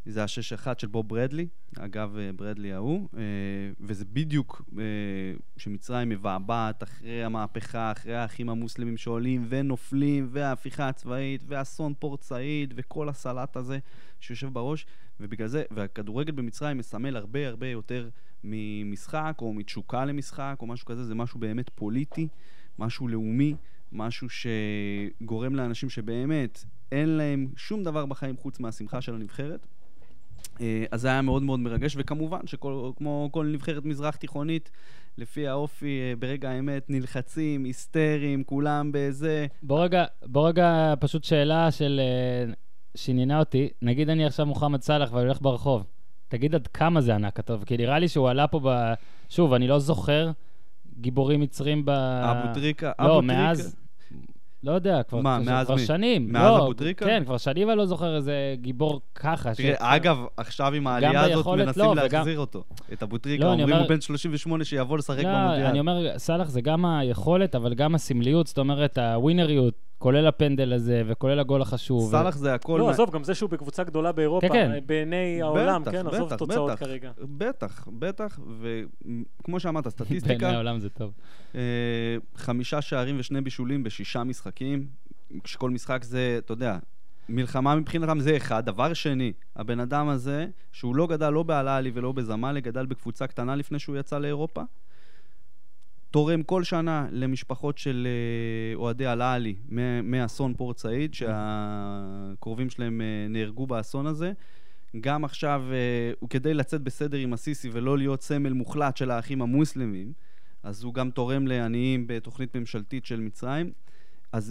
זה ה-6-1 של בוב ברדלי, אגב ברדלי ההוא, וזה בדיוק שמצרים מבעבעת אחרי המהפכה, אחרי האחים המוסלמים שעולים ונופלים, וההפיכה הצבאית, והאסון פורט סעיד, וכל הסלט הזה שיושב בראש, ובגלל זה, והכדורגל במצרים מסמל הרבה הרבה יותר ממשחק, או מתשוקה למשחק, או משהו כזה, זה משהו באמת פוליטי, משהו לאומי, משהו שגורם לאנשים שבאמת אין להם שום דבר בחיים חוץ מהשמחה של הנבחרת. אז זה היה מאוד מאוד מרגש, וכמובן שכמו כל נבחרת מזרח תיכונית, לפי האופי, ברגע האמת, נלחצים, היסטריים, כולם באיזה... בוא רגע פשוט שאלה של... שעניינה אותי, נגיד אני עכשיו מוחמד סלאח ואני הולך ברחוב, תגיד עד כמה זה ענק הטוב, כי נראה לי שהוא עלה פה שוב, אני לא זוכר גיבורים מצרים אבו טריקה? לא, מאז... לא יודע, כבר שנים. מאז אבו טריקה? כן, כבר שנים אני לא זוכר איזה גיבור ככה. תראה, אגב, עכשיו עם העלייה הזאת מנסים להחזיר אותו. את אבו טריקה, אומרים הוא בן 38 שיבוא לשחק במונדיאל. לא, אני אומר, סלאח זה גם היכולת, אבל גם הסמליות, זאת אומרת, הווינריות, כולל הפנדל הזה, וכולל הגול החשוב. סלאח זה הכל... לא, עזוב, גם זה שהוא בקבוצה גדולה באירופה, בעיני העולם, כן, עזוב תוצאות כרגע. בטח, וכמו שאמרת, סטטיסטיקה... בעיני העולם זה טוב. 5 שערים ו2 בישולים ב6 משחקים, כשכל משחק זה, אתה יודע, מלחמה מבחינתם זה אחד. דבר שני, הבן אדם הזה, שהוא לא גדל לא באל-אהלי ולא בזמאלה, גדל בקבוצה קטנה לפני שהוא יצא לאירופה, תורם כל שנה למשפחות של אוהדי אל-אהלי מאסון פורט סעיד, שהקרובים שלהם נהרגו באסון הזה. גם עכשיו, הוא כדי לצאת בסדר עם הסיסי ולא להיות סמל מוחלט של האחים המוסלמים, אז הוא גם תורם לעניים בתוכנית ממשלתית של מצרים. אז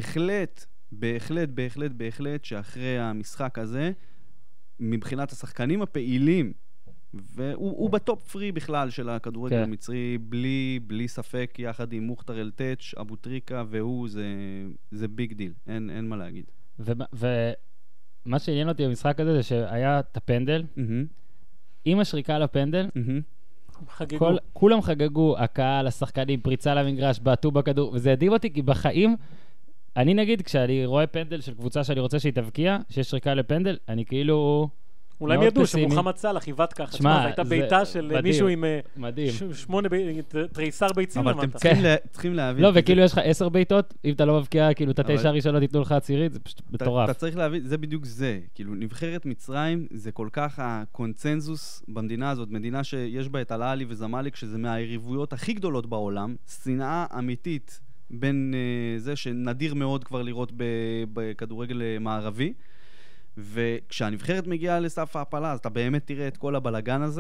בהחלט שאחרי המשחק הזה, מבחינת השחקנים הפעילים, והוא בטופ פרי בכלל של הכדורגל המצרי, בלי ספק, יחד עם מוכתר אל-תץ', אבו טריקה, והוא, זה ביג דיל, אין מה להגיד. ומה שעניין אותי במשחק הזה, זה שהיה את הפנדל, עם השריקה לפנדל, כולם חגגו, הקהל, השחקנים, פריצה למגרש, בעטו בכדור, וזה הדהים אותי, כי בחיים, אני נגיד, כשאני רואה פנדל של קבוצה שאני רוצה שהיא תבקיע, שיש שריקה לפנדל, אני כאילו... אולי הם ידעו שמוחמד סלאח היבט ככה. תשמע, זו הייתה ביתה של מישהו עם 8 תריסר ביצים למטה. אבל אתם צריכים להבין... לא, וכאילו יש לך 10 ביתות, אם אתה לא מבקיע, כאילו את 9 הראשונות ייתנו לך עצירית, זה פשוט מטורף. אתה צריך להבין, זה בדיוק זה. כאילו, נבחרת מצרים זה כל כך הקונצנזוס במדינה הזאת, מדינה שיש בה את אל-אהלי וזמאלה, שזה מהיריבויות הכי גדולות בעולם, שנאה אמיתית בין זה שנדיר מאוד כבר לראות בכדורגל מערבי, וכשהנבחרת מגיעה לסף ההפלה, אז אתה באמת תראה את כל הבלגן הזה,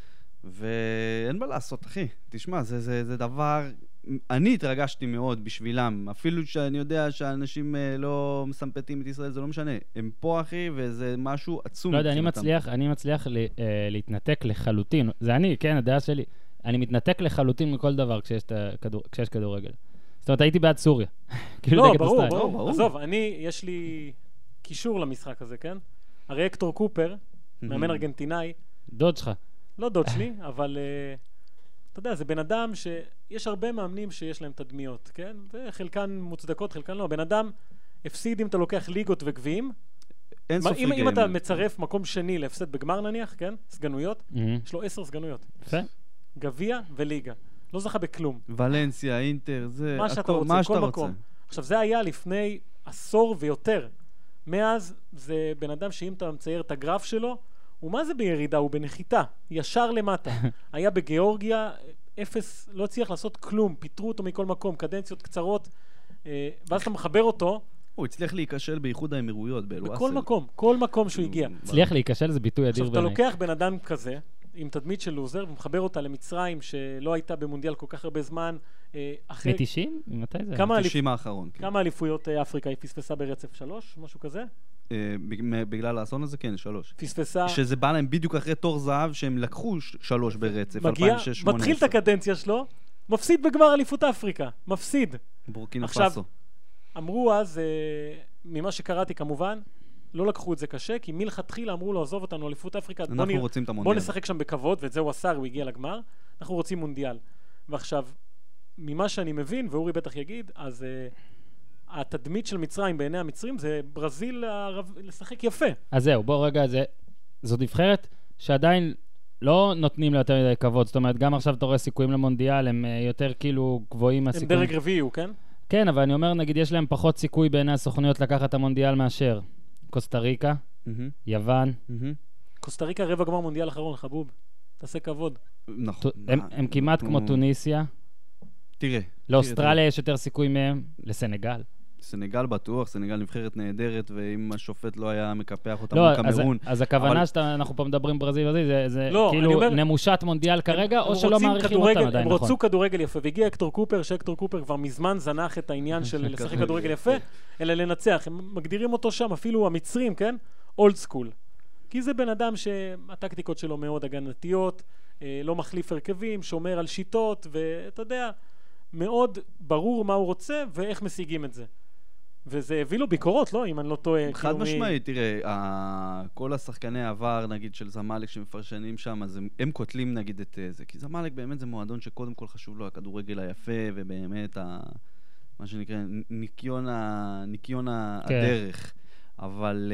ואין מה לעשות, אחי. תשמע, זה דבר... אני התרגשתי מאוד בשבילם, אפילו שאני יודע שאנשים לא מסמפטים את ישראל, זה לא משנה. הם פה, אחי, וזה משהו עצום. לא יודע, אני מצליח להתנתק לחלוטין. זה אני, כן, הדעה שלי. אני מתנתק לחלוטין מכל דבר כשיש כדורגל. זאת אומרת, הייתי בעד סוריה. לא, ברור. עזוב, יש לי... קישור למשחק הזה, כן? הרי אקטור קופר, מאמן ארגנטינאי. דוד שלך. לא דוד שלי, אבל אתה יודע, זה בן אדם שיש הרבה מאמנים שיש להם תדמיות, כן? וחלקן מוצדקות, חלקן לא. בן אדם הפסיד אם אתה לוקח ליגות וגביעים. אם אתה מצרף מקום שני להפסד בגמר נניח, כן? סגנויות, יש לו 10 סגנויות. גביע וליגה. לא זכה בכלום. ולנסיה, אינטר, זה... מה שאתה רוצה, כל מקום. עכשיו, זה היה לפני עשור ויותר. מאז זה בן אדם שאם אתה מצייר את הגרף שלו, הוא מה זה בירידה? הוא בנחיתה, ישר למטה. היה בגיאורגיה, 0, לא הצליח לעשות כלום, פיטרו אותו מכל מקום, קדנציות קצרות, ואז אתה מחבר אותו. הוא הצליח להיכשל באיחוד האמירויות, באלואסל. בכל מקום, כל מקום שהוא הגיע. הצליח להיכשל זה ביטוי אדיר בעיניי. עכשיו אתה לוקח בן אדם כזה, עם תדמית של לוזר, ומחבר אותה למצרים, שלא הייתה במונדיאל כל כך הרבה זמן. מ-90? מתי זה? מ-90 האחרון. כמה אליפויות אפריקה היא פספסה ברצף? 3? משהו כזה? בגלל האסון הזה, כן, 3. פספסה... שזה בא להם בדיוק אחרי תור זהב, שהם לקחו 3 ברצף, 2006-2018. מתחיל את הקדנציה שלו, מפסיד בגמר אליפות אפריקה. מפסיד. בורקינה פאסו. עכשיו, אמרו אז, ממה שקראתי כמובן, לא לקחו את זה קשה, כי מלכתחילה אמרו לו, עזוב אותנו, אליפות אפריקה, בוא נשחק שם בכבוד, ואת זה הוא עשה, הוא הגיע לגמר, אנחנו רוצים מונדיאל. ועכשיו, ממה שאני מבין, ואורי בטח יגיד, אז התדמית של מצרים בעיני המצרים, זה ברזיל לשחק יפה. אז זהו, בוא רגע, זו נבחרת שעדיין לא נותנים לה יותר מדי כבוד, זאת אומרת, גם עכשיו אתה רואה סיכויים למונדיאל, הם יותר כאילו גבוהים מהסיכויים. הם דרג רביעי, כן? כן, אבל אני אומר, נגיד, יש להם פחות סיכוי בעיני הסוכניות לקחת את המונדיאל מאשר קוסטה ריקה, יוון. קוסטה ריקה רבע גמר מונדיאל אחרון, חבוב. תעשה כבוד. נכון. הם כמעט כמו טוניסיה. תראה. לאוסטרליה יש יותר סיכוי מהם, לסנגל. סנגל בטוח, סנגל נבחרת נהדרת, ואם השופט לא היה מקפח אותם בקמרון. אז הכוונה שאנחנו פה מדברים ברזיל וזה, זה כאילו נמושת מונדיאל כרגע, או שלא מעריכים אותם עדיין, נכון. הם רוצו כדורגל יפה, והגיע אקטור קופר, שאקטור קופר כבר מזמן זנח את העניין של לשחק כדורגל יפה, אלא לנצח. הם מגדירים אותו שם, אפילו המצרים, כן? אולד סקול. כי זה בן אדם שהטקטיקות שלו מאוד הגנתיות, לא מחליף הרכבים, שומר על שיטות, ואתה יודע, מאוד ברור מה הוא רוצה ואיך משיגים את זה. וזה הביא לו ביקורות, לא? אם אני לא טועה. חד משמעית, תראה, כל השחקני העבר, נגיד, של זמלק שמפרשנים שם, אז הם קוטלים, נגיד, את זה. כי זמלק באמת זה מועדון שקודם כל חשוב לו הכדורגל היפה, ובאמת, מה שנקרא, ניקיון הדרך. אבל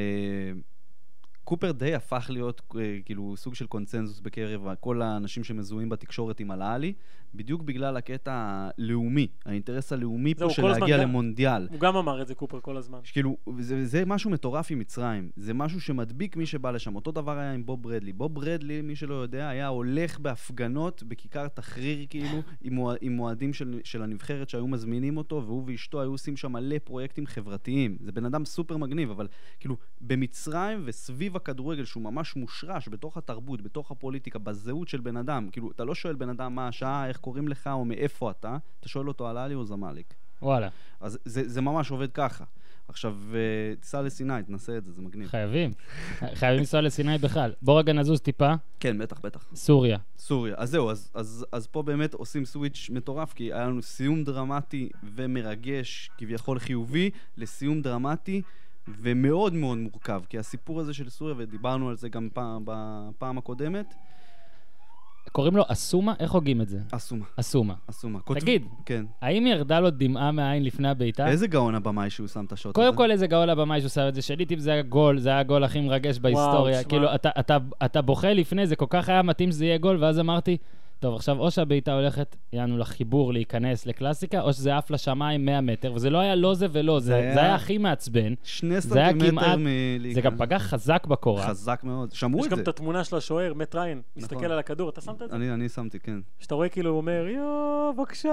קופר די הפך להיות כאילו סוג של קונצנזוס בקרב כל האנשים שמזוהים בתקשורת עם הלאלי, בדיוק בגלל הקטע הלאומי, האינטרס הלאומי פה של להגיע למונדיאל. הוא גם אמר את זה קופר כל הזמן. כאילו, זה משהו מטורף עם מצרים, זה משהו שמדביק מי שבא לשם. אותו דבר היה עם בוב ברדלי. בוב ברדלי, מי שלא יודע, היה הולך בהפגנות בכיכר תחריר כאילו, עם מועדים של הנבחרת שהיו מזמינים אותו, והוא ואשתו היו עושים שם מלא פרויקטים חברתיים. זה בן אדם סופר מגניב, אבל כאילו, במצרים וסביב הכדורגל שהוא ממש מושרש בתוך התרבות, בתוך הפוליטיקה, בזהות של בן אדם. כאילו, אתה לא שואל בן אדם מה השעה, איך קוראים לך או מאיפה אתה שואל אותו על עלי או זמלק. וואלה. אז זה ממש עובד ככה. עכשיו, תיסע לסיני, תנסה את זה, זה מגניב. חייבים לנסוע לסיני בכלל. בוא רגע נזוז טיפה. כן, בטח. סוריה. אז זהו, אז פה באמת עושים סוויץ' מטורף, כי היה לנו סיום דרמטי ומרגש, כביכול חיובי, לסיום דרמטי ומאוד מאוד מורכב, כי הסיפור הזה של סוריה, ודיברנו על זה גם בפעם הקודמת, קוראים לו אסומה? איך הוגים את זה? אסומה. תגיד, כן. האם ירדה לו דמעה מהעין לפני הביתה? איזה גאון הבמאי שהוא שם את השוט הזה? קודם כל איזה גאון הבמאי שהוא שם את זה. שלי אם זה היה גול, זה היה הגול הכי מרגש בהיסטוריה. כאילו, אתה בוכה לפני, זה כל כך היה מתאים שזה יהיה גול, ואז אמרתי, טוב, עכשיו או שהביתה הולכת, יענו לחיבור להיכנס לקלאסיקה, או שזה עף לשמיים 100 מטר, וזה לא היה לא זה ולא, זה היה הכי מעצבן. 2 סנטימטר זה גם פגע חזק בקורה. חזק מאוד, שמעו את זה. יש גם את התמונה של השוער, מט ריין, מסתכל על הכדור, אתה שמת את זה? אני שמתי, כן. שאתה רואה כאילו הוא אומר, בבקשה.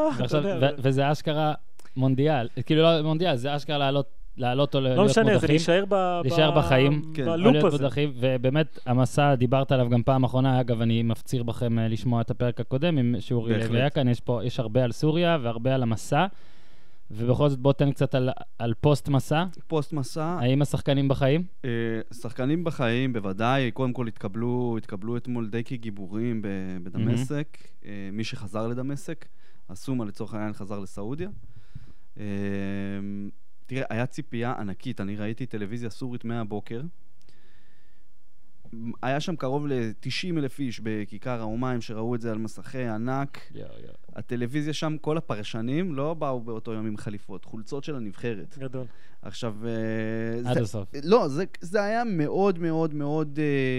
וזה אשכרה מונדיאל, כאילו לא מונדיאל, זה אשכרה לעלות או להיות מודחים. לא משנה, זה להישאר בחיים. בלופ הזה. ובאמת, המסע, דיברת עליו גם פעם אחרונה, אגב, אני מפציר בכם לשמוע את הפרק הקודם, עם שאורי לוי היה כאן, יש הרבה על סוריה והרבה על המסע, ובכל זאת בוא תן קצת על פוסט מסע. פוסט מסע. האם השחקנים בחיים? שחקנים בחיים, בוודאי, קודם כל התקבלו אתמול די כגיבורים בדמשק, מי שחזר לדמשק, אסומה לצורך העניין חזר לסעודיה. תראה, היה ציפייה ענקית, אני ראיתי טלוויזיה סורית מהבוקר, היה שם קרוב ל-90,000 איש בכיכר האומיים שראו את זה על מסכי ענק. הטלוויזיה שם, כל הפרשנים לא באו באותו יום עם חליפות, חולצות של הנבחרת. גדול. עכשיו, עד הסוף. לא, זה היה מאוד מאוד מאוד,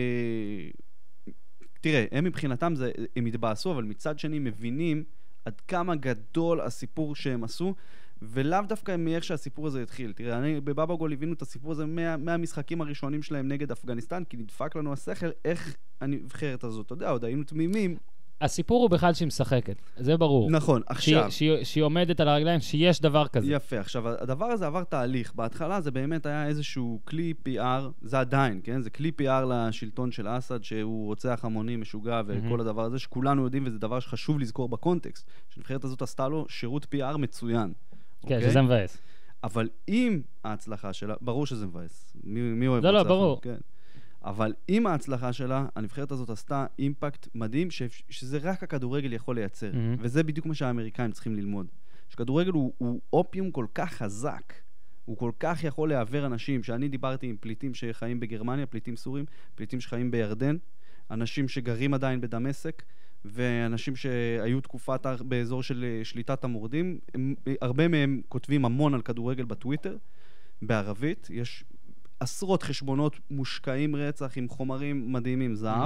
תראה, הם מבחינתם, הם התבאסו, אבל מצד שני מבינים עד כמה גדול הסיפור שהם עשו, ולאו דווקא מאיך שהסיפור הזה התחיל. תראה, אני בבאבא גול הבינו את הסיפור הזה מהמשחקים הראשונים שלהם נגד אפגניסטן, כי נדפק לנו השכל איך הנבחרת הזאת, אתה יודע, עוד היינו תמימים. הסיפור הוא בכלל שהיא משחקת, זה ברור. נכון, עכשיו. שהיא עומדת על הרגליים, שיש דבר כזה. יפה, עכשיו, הדבר הזה עבר תהליך. בהתחלה זה באמת היה איזשהו כלי PR, זה עדיין, כן? זה כלי PR לשלטון של אסד, שהוא רוצח המוני, משוגע וכל הדבר הזה, שכולנו יודעים, וזה דבר שחשוב לזכור בקונטקסט. שהנבחרת הזאת עשתה לו שירות PR מצוין. כן, שזה מבאס. אבל אם ההצלחה שלה, ברור שזה מבאס. מי אוהב הצלחה? לא, ברור. כן. אבל אם ההצלחה שלה, הנבחרת הזאת עשתה אימפקט מדהים, שזה רק הכדורגל יכול לייצר. וזה בדיוק מה שהאמריקאים צריכים ללמוד. שכדורגל הוא אופיום כל כך חזק, הוא כל כך יכול לעבר אנשים, שאני דיברתי עם פליטים שחיים בגרמניה, פליטים סורים, פליטים שחיים בירדן, אנשים שגרים עדיין בדמשק, ואנשים שהיו תקופת באזור של שליטת המורדים, הרבה מהם כותבים המון על כדורגל בטוויטר, בערבית, יש עשרות חשבונות מושקעים רצח עם חומרים מדהימים, זהב.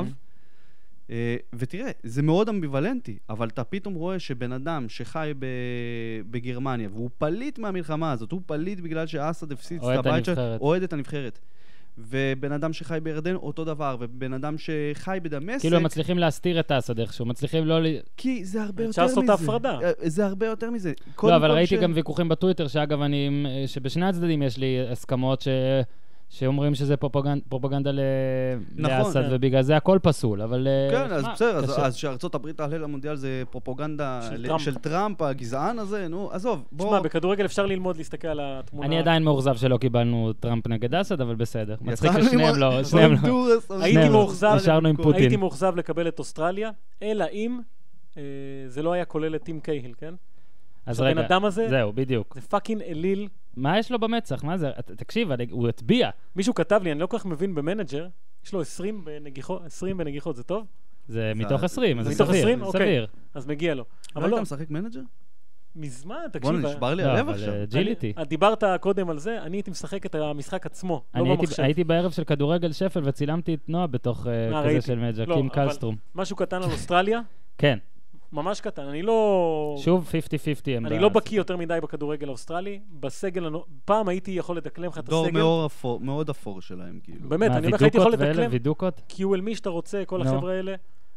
ותראה, זה מאוד אמביוולנטי, אבל אתה פתאום רואה שבן אדם שחי בגרמניה, והוא פליט מהמלחמה הזאת, הוא פליט בגלל שאסד הפסיד את הבית שלו, אוהד את הנבחרת. ובן אדם שחי בירדן, אותו דבר, ובן אדם שחי בדמשק... כאילו הם מצליחים להסתיר את אסד איכשהו, מצליחים לא... כי זה הרבה יותר מזה. אפשר לעשות את ההפרדה. זה הרבה יותר מזה. לא, אבל ראיתי גם ויכוחים בטוויטר, שאגב, שבשני הצדדים יש לי הסכמות שאומרים שזה פרופגנדה לאסד, ובגלל זה הכל פסול, אבל... כן, אז בסדר, אז שארצות הברית תעלה למונדיאל זה פרופגנדה של טראמפ, הגזען הזה, נו, עזוב, בוא... תשמע, בכדורגל אפשר ללמוד להסתכל על התמונה... אני עדיין מאוכזב שלא קיבלנו טראמפ נגד אסד, אבל בסדר. מצחיק ששניהם לא... נשארנו עם פוטין. הייתי מאוכזב לקבל את אוסטרליה, אלא אם זה לא היה כולל את טים קייהיל, כן? אז רגע, הבן אדם הזה, זהו, בדיוק. זה פאקינג אליל. מה יש לו במצח? מה זה? תקשיב, הוא הצביע. מישהו כתב לי, אני לא כל כך מבין במנג'ר, יש לו 20 בנגיחות, זה טוב? זה מתוך 20, אז זה מתוך 20? סביר. אז מגיע לו. אבל לא, אתה משחק מנג'ר? מזמן, תקשיב. בוא נשבר לי הלב עכשיו. ג'יליטי. דיברת קודם על זה, אני הייתי משחק את המשחק עצמו, לא במחשב. הייתי בערב של כדורגל שפל וצילמתי את נועה בתוך כזה של מנג'ר, קים קלסטרום. משהו קטן על אוסטרליה? כן. ממש קטן, אני לא... שוב 50-50. אני לא בקיא יותר מדי בכדורגל האוסטרלי, בסגל... פעם הייתי יכול לדקלם לך את הסגל. דור מאוד אפור שלהם, כאילו. באמת, אני אומר לך, הייתי יכול לדקלם... וידוקות? קיואל מי שאתה רוצה, כל החבר'ה האלה.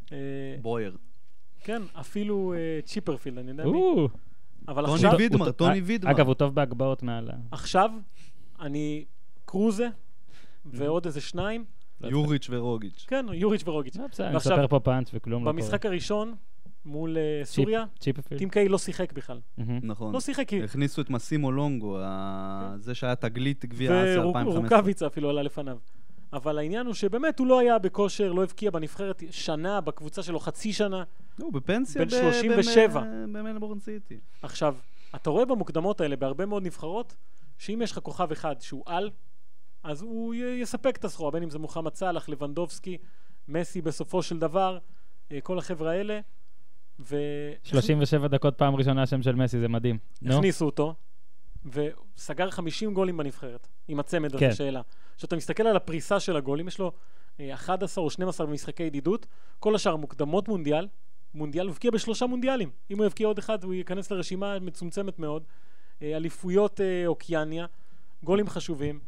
בויר. כן, אפילו צ'יפרפילד, אני יודע מי. אבל עכשיו... טוני וידמר. אגב, הוא טוב בהגבהות מעל... עכשיו, אני קרוזה, ועוד איזה שניים. יוריץ' ורוגיץ'. כן, יוריץ' ורוגיץ'. אני מספר פה פאנץ' וכלום לא קורה. במשחק הראשון, מול סוריה, טים קיי לא שיחק בכלל. נכון. לא שיחק. הכניסו את מסימו לונגו, זה שהיה תגלית גביע אסיה 2015. ורוקביצה אפילו עלה לפניו. אבל העניין הוא שבאמת הוא לא היה בכושר, לא הבקיע בנבחרת שנה, בקבוצה שלו חצי שנה. הוא בפנסיה בין 37. במלבורן סיטי. עכשיו, אתה רואה במוקדמות האלה, בהרבה מאוד נבחרות, שאם יש לך כוכב אחד שהוא על, אז הוא יספק את הסחורה, בין אם זה מוחמד סלאח, לבנדובסקי, מסי בסופו של דבר, כל החבר'ה האלה. 37 דקות פעם ראשונה השם של מסי, זה מדהים. הכניסו אותו, וסגר 50 גולים בנבחרת, עם הצמד הזה שאלה. כשאתה מסתכל על הפריסה של הגולים, יש לו 11 או 12 במשחקי ידידות, כל השאר מוקדמות מונדיאל, הוא הבקיע ב3 מונדיאלים. אם הוא יבקיע עוד אחד, הוא ייכנס לרשימה מצומצמת מאוד. אליפויות אוקיאניה, גולים חשובים,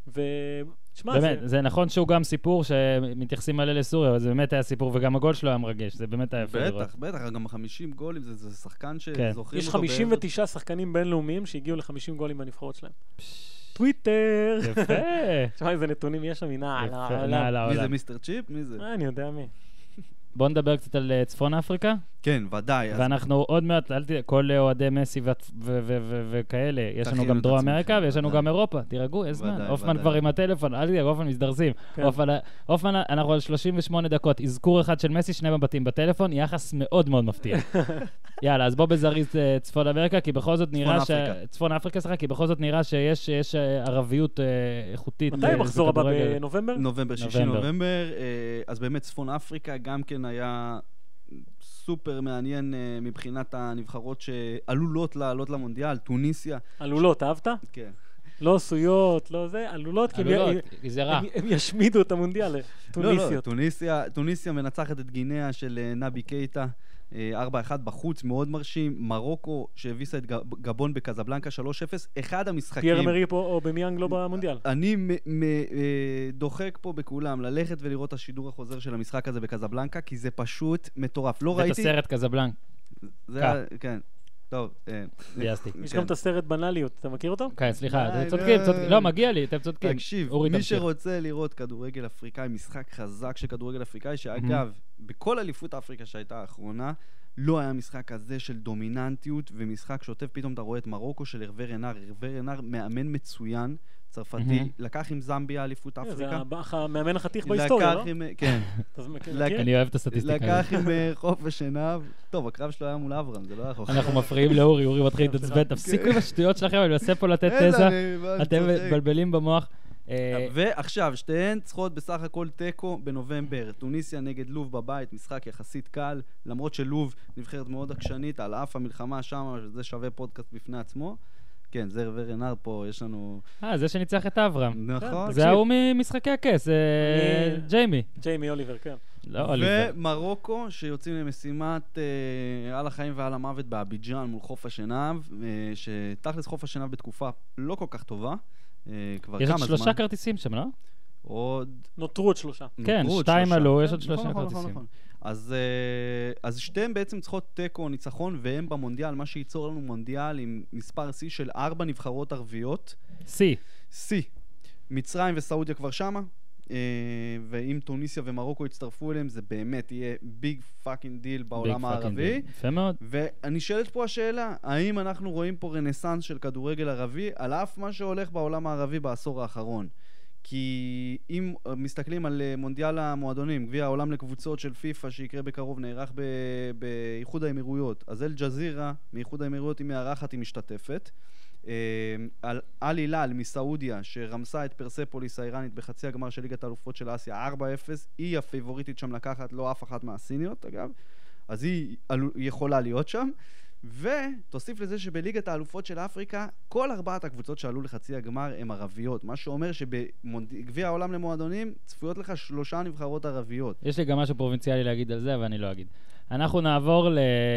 באמת, זה נכון שהוא גם סיפור שמתייחסים מלא לסוריה, אבל זה באמת היה סיפור, וגם הגול שלו היה מרגש, זה באמת היה יפה לראות. בטח, גם 50 גולים, זה שחקן שזוכרים אותו. יש 59 שחקנים בינלאומיים שהגיעו ל50 גולים בנבחרות שלהם. טוויטר! יפה! תשמע, איזה נתונים יש שם, מי זה מיסטר צ'יפ? מי זה? אני יודע מי. בואו נדבר קצת על צפון אפריקה. כן, ודאי. ואנחנו עוד מעט, כל אוהדי מסי וכאלה, יש לנו גם דרום אמריקה ויש לנו גם אירופה. תירגעו, יש זמן. אופמן כבר עם הטלפון, אל תדאג, אופמן מזדרזים. אופמן, אנחנו על 38 דקות, אזכור אחד של מסי, 2 מבטים בטלפון, יחס מאוד מאוד מפתיע. יאללה, אז בוא בזריז צפון אמריקה, כי בכל זאת נראה צפון אפריקה, כי בכל זאת נראה שיש ערביות איכותית. מתי המחזור הבא בנובמבר? נובמבר, 6 נובמבר. אז באמת צפון אפריקה גם כן היה סופר מעניין מבחינת הנבחרות שעלולות לעלות למונדיאל, טוניסיה. עלולות, אהבת? כן. לא עשויות, לא זה, עלולות, כי הם ישמידו את המונדיאל, טוניסיות. לא, טוניסיה מנצחת את גינאה של נבי קייטה, 4-1 בחוץ, מאוד מרשים. מרוקו שהביסה את גבון בקזבלנקה 3-0, אחד המשחקים... פייר אמרי פה או במיאנג לא במונדיאל. אני דוחק פה בכולם ללכת ולראות את השידור החוזר של המשחק הזה בקזבלנקה, כי זה פשוט מטורף. לא ראיתי... זה את הסרט קזבלנק. כן. טוב, ביאסתי. יש גם את הסרט בנאליות, אתה מכיר אותו? כן, סליחה, אתם צודקים, לא, מגיע לי, אתם צודקים. תקשיב, מי שרוצה לראות כדורגל אפריקאי, משחק חזק של כדורגל אפריקאי, שאגב, בכל אליפות אפריקה שהייתה האחרונה, לא היה משחק כזה של דומיננטיות ומשחק שוטף. פתאום אתה רואה את מרוקו של הרווה רנאר, מאמן מצוין, צרפתי, לקח עם זמביה אליפות אפריקה. זה המאמן החתיך בהיסטוריה, לא? כן. אני אוהב את הסטטיסטיקה. לקח עם חופש עיניו. טוב, הקרב שלו היה מול אברהם, זה לא היה חוכם. אנחנו מפריעים לאורי, אורי מתחיל להתעצבן. תפסיקו עם השטויות שלכם, אני מנסה פה לתת תזה. אתם מבלבלים במוח. ועכשיו, שתיהן צריכות בסך הכל טקו בנובמבר. טוניסיה נגד לוב בבית, משחק יחסית קל, למרות שלוב נבחרת מאוד עקשנית, על אף המלחמה שם, שזה שווה פודקאסט בפני עצמו. כן, זר ורנארד פה, יש לנו... זה שניצח את אברהם. נכון. זה ההוא ממשחקי הכס, ג'יימי. ג'יימי אוליבר, כן. לא אוליבר. ומרוקו, שיוצאים למשימת על החיים ועל המוות באביג'אן מול חוף השנהב, שתכלס חוף השנהב בתקופה לא כל כך טובה, כבר כמה זמן. יש עוד 3 כרטיסים שם, לא? עוד... נותרו עוד 3. כן, 2 עלו, יש עוד 3 כרטיסים. נכון. אז שתיהם בעצם צריכות טקו או ניצחון, והם במונדיאל, מה שייצור לנו מונדיאל עם מספר C של 4 נבחרות ערביות. C. מצרים וסעודיה כבר שמה, ואם טוניסיה ומרוקו יצטרפו אליהם, זה באמת יהיה ביג פאקינג דיל בעולם הערבי. יפה מאוד. ואני שואלת פה השאלה, האם אנחנו רואים פה רנסנס של כדורגל ערבי, על אף מה שהולך בעולם הערבי בעשור האחרון? כי אם מסתכלים על מונדיאל המועדונים, גביע העולם לקבוצות של פיפה שיקרה בקרוב, נערך באיחוד האמירויות, אז אל-ג'זירה מאיחוד האמירויות היא מארחת, היא משתתפת. על אל-הילאל מסעודיה שרמסה את פרספוליס האיראנית בחצי הגמר של ליגת האלופות של אסיה 4-0, היא הפייבוריטית שם לקחת, לא אף אחת מהסיניות אגב, אז היא יכולה להיות שם. ותוסיף לזה שבליגת האלופות של אפריקה כל 4 הקבוצות שעלו לחצי הגמר הן ערביות, מה שאומר שבגביע העולם למועדונים צפויות לך 3 נבחרות ערביות. יש לי גם משהו פרובינציאלי להגיד על זה, אבל אני לא אגיד. אנחנו נעבור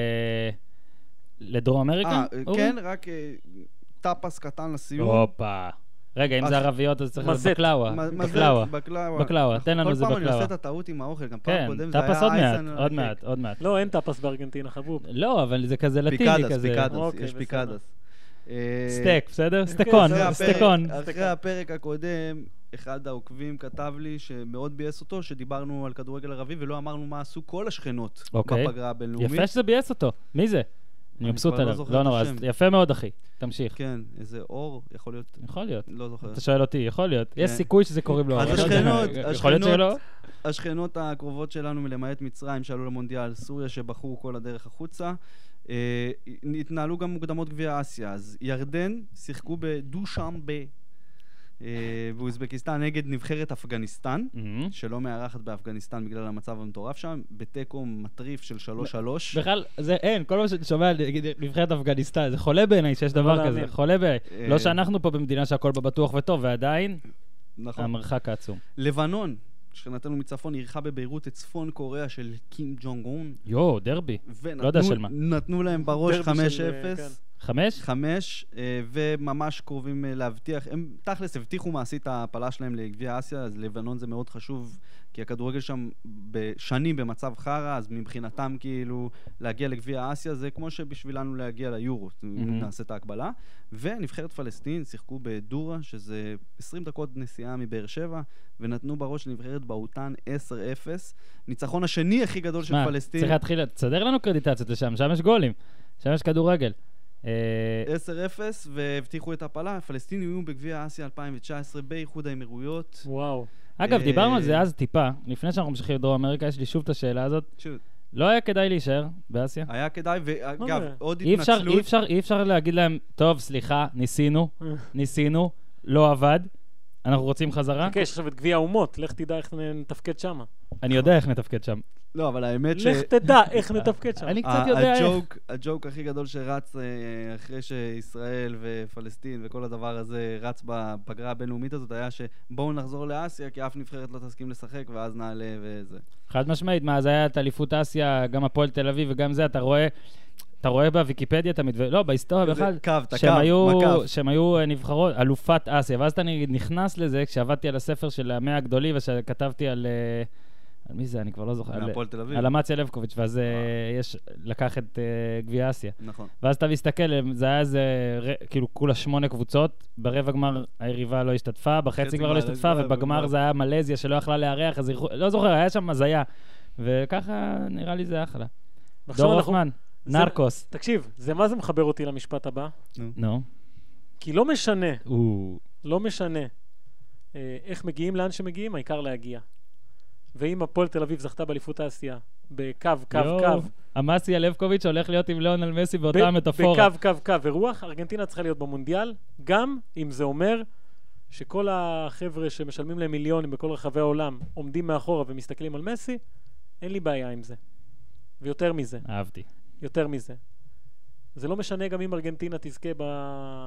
לדרום אמריקה? כן, רק טאפס קטן לסיום. הופה. רגע, אם זה ערביות אז צריך להיות בקלאווה. תן לנו זה בקלאווה. כל פעם אני עושה את הטעות עם האוכל, גם פעם קודם זה היה טאפס עוד מעט. לא, אין טאפס בארגנטינה, חבוב. לא, אבל זה כזה לטיני כזה. פיקדס, יש פיקדס. סטייק, בסדר? סטיקון. אחרי הפרק הקודם, אחד העוקבים כתב לי שמאוד בייס אותו, שדיברנו על כדורגל ערבי ולא אמרנו מה עשו כל השכנות בפגרה הבינלאומית. יפה שזה בייס אותו. מי זה? אני מבסוט עליו, לא נורא, אז יפה מאוד אחי, תמשיך. כן, איזה אור, יכול להיות. יכול להיות. לא זוכר. אתה שואל אותי, יכול להיות. יש סיכוי שזה קוראים לו. השכנות הקרובות שלנו מלמעט מצרים שעלו למונדיאל, סוריה שבחרו כל הדרך החוצה, התנהלו גם מוקדמות גביע אסיה, אז ירדן שיחקו בדושאמבה באוזבקיסטן נגד נבחרת אפגניסטן, שלא מארחת באפגניסטן בגלל המצב המטורף שם, בטקו מטריף של 3-3. בכלל, זה אין, כל מה ששומע נבחרת אפגניסטן, זה חולה בעיניי שיש דבר כזה, חולה בעיניי. לא שאנחנו פה במדינה שהכל בבטוח וטוב, ועדיין המרחק העצום. לבנון, שכנתנו מצפון, אירחה בביירות את צפון קוריאה של קים ג'ונג און. דרבי, לא יודע של מה. נתנו להם בראש 5-0. 5, וממש קרובים להבטיח, הם תכלס הבטיחו מעשית ההפלה שלהם לגביע אסיה, אז לבנון זה מאוד חשוב, כי הכדורגל שם בשנים במצב חרה, אז מבחינתם כאילו להגיע לגביע אסיה זה כמו שבשבילנו להגיע ליורו, נעשה את ההקבלה. ונבחרת פלסטין שיחקו בדורה, שזה 20 דקות נסיעה מבאר שבע, ונתנו בראש לנבחרת באותן 10-0, ניצחון השני הכי גדול של פלסטין. צריך להתחיל, תסדר לנו קרדיטציות לשם, שם יש גולים, שם יש כדורגל. 10-0 והבטיחו את הפלה. הפלסטינים היו בגביע אסיה 2019 באיחוד האמירויות. וואו. אגב, דיברנו על זה אז טיפה. לפני שאנחנו ממשיכים לדרום אמריקה, יש לי שוב את השאלה הזאת. לא היה כדאי להישאר באסיה? היה כדאי, ואגב, עוד התנצלות. אי אפשר להגיד להם, טוב, סליחה, ניסינו, לא עבד, אנחנו רוצים חזרה. יש עכשיו את גביע האומות, לך תדע איך נתפקד שם. אני יודע איך נתפקד שם. לא, אבל האמת לך תדע איך נתפקד שם. אני קצת יודע איך. הג'וק הכי גדול שרץ אחרי שישראל ופלסטין וכל הדבר הזה רץ בפגרה הבינלאומית הזאת, היה שבואו נחזור לאסיה, כי אף נבחרת לא תסכים לשחק, ואז נעלה וזה. חד משמעית, מה, זה היה את אליפות אסיה, גם הפועל תל אביב וגם זה, אתה רואה בוויקיפדיה תמיד, לא, בהיסטוריה בכלל, שהם היו נבחרות, אלופת אסיה, ואז אתה נכנס לזה, כשעבדתי על הספר של 100 הגדולים, ושכתבתי על מי זה? אני כבר לא זוכר. מהפועל תל אביב. על אמציה לבקוביץ', ואז לקח את גביע אסיה. נכון. ואז אתה מסתכל, זה היה איזה, כאילו כולה 8 קבוצות, ברבע גמר היריבה לא השתתפה, בחצי כבר לא השתתפה, ובגמר זה היה מלזיה שלא יכלה לארח, אז לא זוכר, היה שם מזיה. וככה נראה לי זה אחלה. דור הופמן, נרקוס. תקשיב, זה מה זה מחבר אותי למשפט הבא? נו. כי לא משנה איך מגיעים לאן שמגיעים, העיקר להגיע. ואם הפועל תל אביב זכתה באליפות אסיה, בקו, אמסיה לבקוביץ' הולך להיות עם ליאונל מסי באותה מטאפורה. בקו ורוח, ארגנטינה צריכה להיות במונדיאל, גם אם זה אומר שכל החבר'ה שמשלמים להם מיליונים בכל רחבי העולם, עומדים מאחורה ומסתכלים על מסי, אין לי בעיה עם זה. ויותר מזה. אהבתי. יותר מזה. זה לא משנה גם אם ארגנטינה תזכה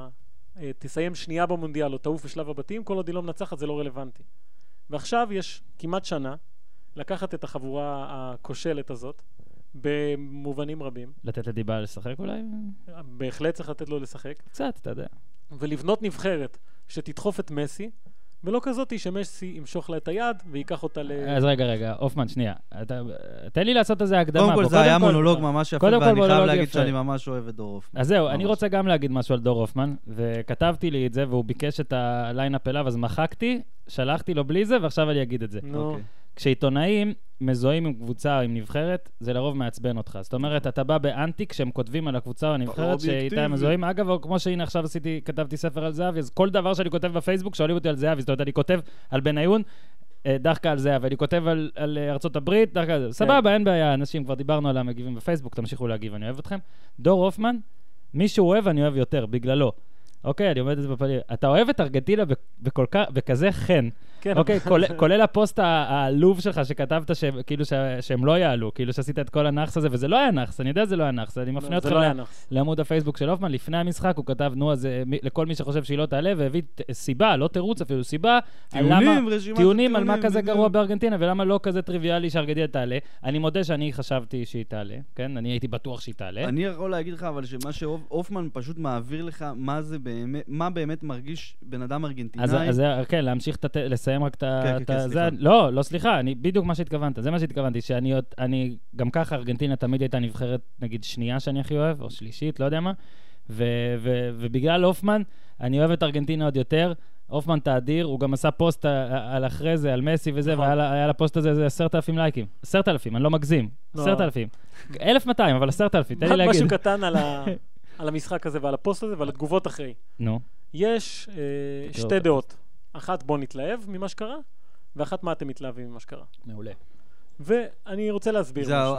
תסיים שנייה במונדיאל או תעוף בשלב הבתים, כל עוד היא לא מנצחת זה לא רלוונטי. ועכשיו יש כמעט שנה לקחת את החבורה הכושלת הזאת, במובנים רבים. לתת לדיבה לשחק אולי? בהחלט צריך לתת לו לשחק. קצת, אתה יודע. ולבנות נבחרת שתדחוף את מסי, ולא כזאת שמסי ימשוך לה את היד ויקח אותה אז רגע, אופמן, שנייה. תן לי לעשות איזה הקדמה. קודם כל זה היה מונולוג ממש יפה, ואני חייב להגיד שאני ממש אוהב את דור אופמן. אז זהו, אני רוצה גם להגיד משהו על דור אופמן, וכתבתי לי את זה, והוא ביקש את הליינאפ אליו, אז מחקתי, שלחתי לו בלי זה, ועכשיו אני אגיד את זה. כשעיתונאים מזוהים עם קבוצה או עם נבחרת, זה לרוב מעצבן אותך. זאת אומרת, אתה בא באנטי כשהם כותבים על הקבוצה או הנבחרת שאיתה הם מזוהים. אגב, כמו שהנה עכשיו כתבתי ספר על זהבי, אז כל דבר שאני כותב בפייסבוק, שואלים אותי על זהבי. זאת אומרת, אני כותב על בניון, דחקה על זהבי. אני כותב על ארצות הברית, דחקה על זה. סבבה, אין בעיה. אנשים כבר דיברנו עליהם, מגיבים בפייסבוק, תמשיכו להגיב, אני אוהב אתכם. דור אופמן, מי שהוא אוהב, אני אוהב יותר, בגללו. אוקיי, אני עומד את זה בפנים. אתה אוהב את ארגנטינה בכזה חן. אוקיי, כולל הפוסט העלוב שלך שכתבת כאילו שהם לא יעלו, כאילו שעשית את כל הנחס הזה, וזה לא היה נחס, אני יודע שזה לא היה נחס, אני מפנה אותך לעמוד הפייסבוק של אופמן, לפני המשחק הוא כתב, נו, אז לכל מי שחושב שהיא לא תעלה, והביא סיבה, לא תירוץ אפילו, סיבה, טיעונים על מה כזה גרוע בארגנטינה, ולמה לא כזה טריוויאלי שארגנטינה תעלה. אני מודה שאני חשבתי שהיא תעלה, כן? אני הייתי בטוח שהיא תעלה. אני יכול להגיד לך, אבל שמה שאופמן פשוט מעביר לך, מה באמת מרגיש בן אדם ארגנטינאי. אז כן, להמשיך לסיים רק את זה. לא, סליחה, אני בדיוק מה שהתכוונת. זה מה שהתכוונתי, שאני גם ככה ארגנטינה תמיד הייתה נבחרת, נגיד, שנייה שאני הכי אוהב, או שלישית, לא יודע מה. ובגלל אופמן, אני אוהב את ארגנטינה עוד יותר. אופמן תאדיר, הוא גם עשה פוסט על אחרי זה, על מסי וזה, והיה לפוסט הזה 10,000 לייקים. 10,000, אני לא מגזים. 10,000. 1,200, אבל 10,000, תן לי להגיד. משהו קטן על המשחק הזה ועל הפוסט הזה ועל התגובות אחרי. נו. יש שתי דעות. אחת, בוא נתלהב ממה שקרה, ואחת, מה אתם מתלהבים ממה שקרה. מעולה. ואני רוצה להסביר משהו.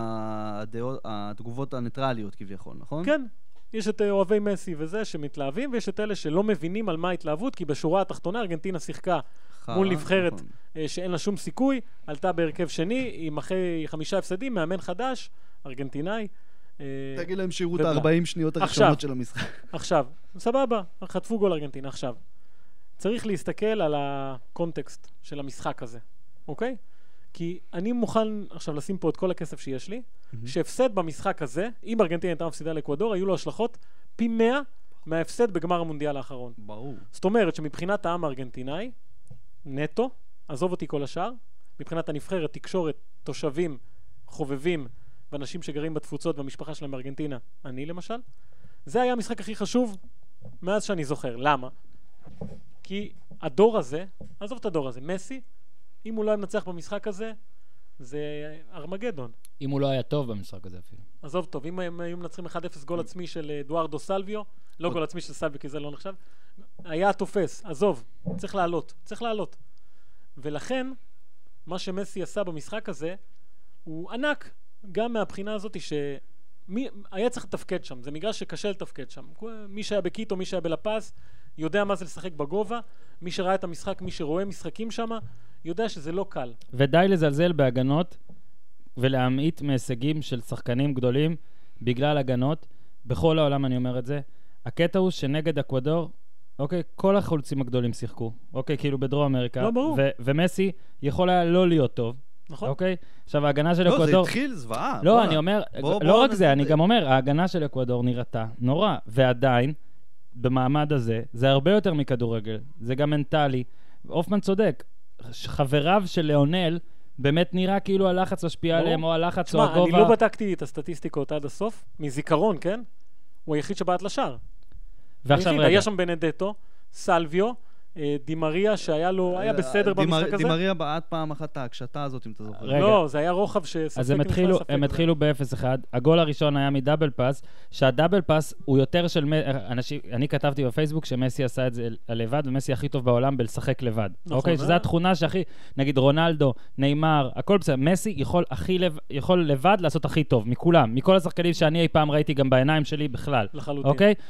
זה התגובות הניטרליות כביכול, נכון? כן. יש את אוהבי מסי וזה שמתלהבים, ויש את אלה שלא מבינים על מה ההתלהבות, כי בשורה התחתונה ארגנטינה שיחקה מול נבחרת שאין לה שום סיכוי, עלתה בהרכב שני, עם אחרי 5 הפסדים, מאמן חדש, ארגנטינאי. תגיד להם שירות ה-40 שניות הראשונות של המשחק. עכשיו, סבבה, חטפו גול ארגנטינה. עכשיו, צריך להסתכל על הקונטקסט של המשחק הזה, אוקיי? כי אני מוכן עכשיו לשים פה את כל הכסף שיש לי, שהפסד במשחק הזה, אם ארגנטינה הייתה מפסידה לאקוודור, היו לו השלכות פי 100 מההפסד בגמר המונדיאל האחרון. ברור. זאת אומרת שמבחינת העם הארגנטינאי, נטו, עזוב אותי כל השאר, מבחינת הנבחרת, תקשורת, תושבים, חובבים, ואנשים שגרים בתפוצות והמשפחה שלהם בארגנטינה, אני למשל, זה היה המשחק הכי חשוב מאז שאני זוכר. למה? כי הדור הזה, עזוב את הדור הזה, מסי, אם הוא לא היה מנצח במשחק הזה, זה ארמגדון. אם הוא לא היה טוב במשחק הזה אפילו. עזוב טוב, אם הם היו מנצחים 1-0 גול עצמי של אדוארדו סלביו, לא גול עצמי של סלביו כי זה לא נחשב, היה תופס, עזוב, צריך לעלות. ולכן, מה שמסי עשה במשחק הזה, הוא ענק, גם מהבחינה הזאת היה צריך לתפקד שם, זה מגרש שקשה לתפקד שם. מי שהיה בקיטו, מי שהיה בלפס, יודע מה זה לשחק בגובה, מי שראה את המשחק, מי שרואה משחקים שם, יודע שזה לא קל. ודי לזלזל בהגנות, ולהמעיט מהישגים של שחקנים גדולים, בגלל הגנות, בכל העולם אני אומר את זה. הקטע הוא שנגד אקוודור, אוקיי, כל החולצים הגדולים שיחקו, אוקיי, כאילו בדרום אמריקה. לא, ברור. ומסי יכול היה לא להיות טוב. נכון. אוקיי? עכשיו, ההגנה של אקוודור... לא, זה התחיל זוועה. לא, אני אומר, לא רק זה, אני גם אומר, ההגנה של אקוודור נראתה נורא, ועדיין, במעמד הזה, זה הרבה יותר מכדורגל, זה גם מנטלי. אופמן צודק, חבריו של ליאונל, באמת נראה כאילו הלחץ משפיע עליהם, או הלחץ או הגובה. אני לא בדקתי את הסטטיסטיקות עד הסוף, מזיכרון, כן? הוא היחיד שבעט לשער. ועכשיו רגע. היה שם בנדטו, סלביו, דימריה שהיה לו, היה בסדר במשחק הזה. דימריה בעט פעם אחת ההקשתה הזאת, אם אתה זוכר. לא, זה היה רוחב שספק. אז הם התחילו ב-0-1, הגול הראשון היה מדאבל פאס, שהדאבל פאס הוא יותר של אנשים, אני כתבתי בפייסבוק שמסי עשה את זה לבד, ומסי הכי טוב בעולם בלשחק לבד. אוקיי? שזו התכונה שהכי, נגיד רונלדו, ניימר, הכל בסדר, מסי יכול לבד לעשות הכי טוב, מכולם, מכל השחקנים שאני אי פעם ראיתי גם בעיניים שלי בכלל. לחלוטין. אוקיי?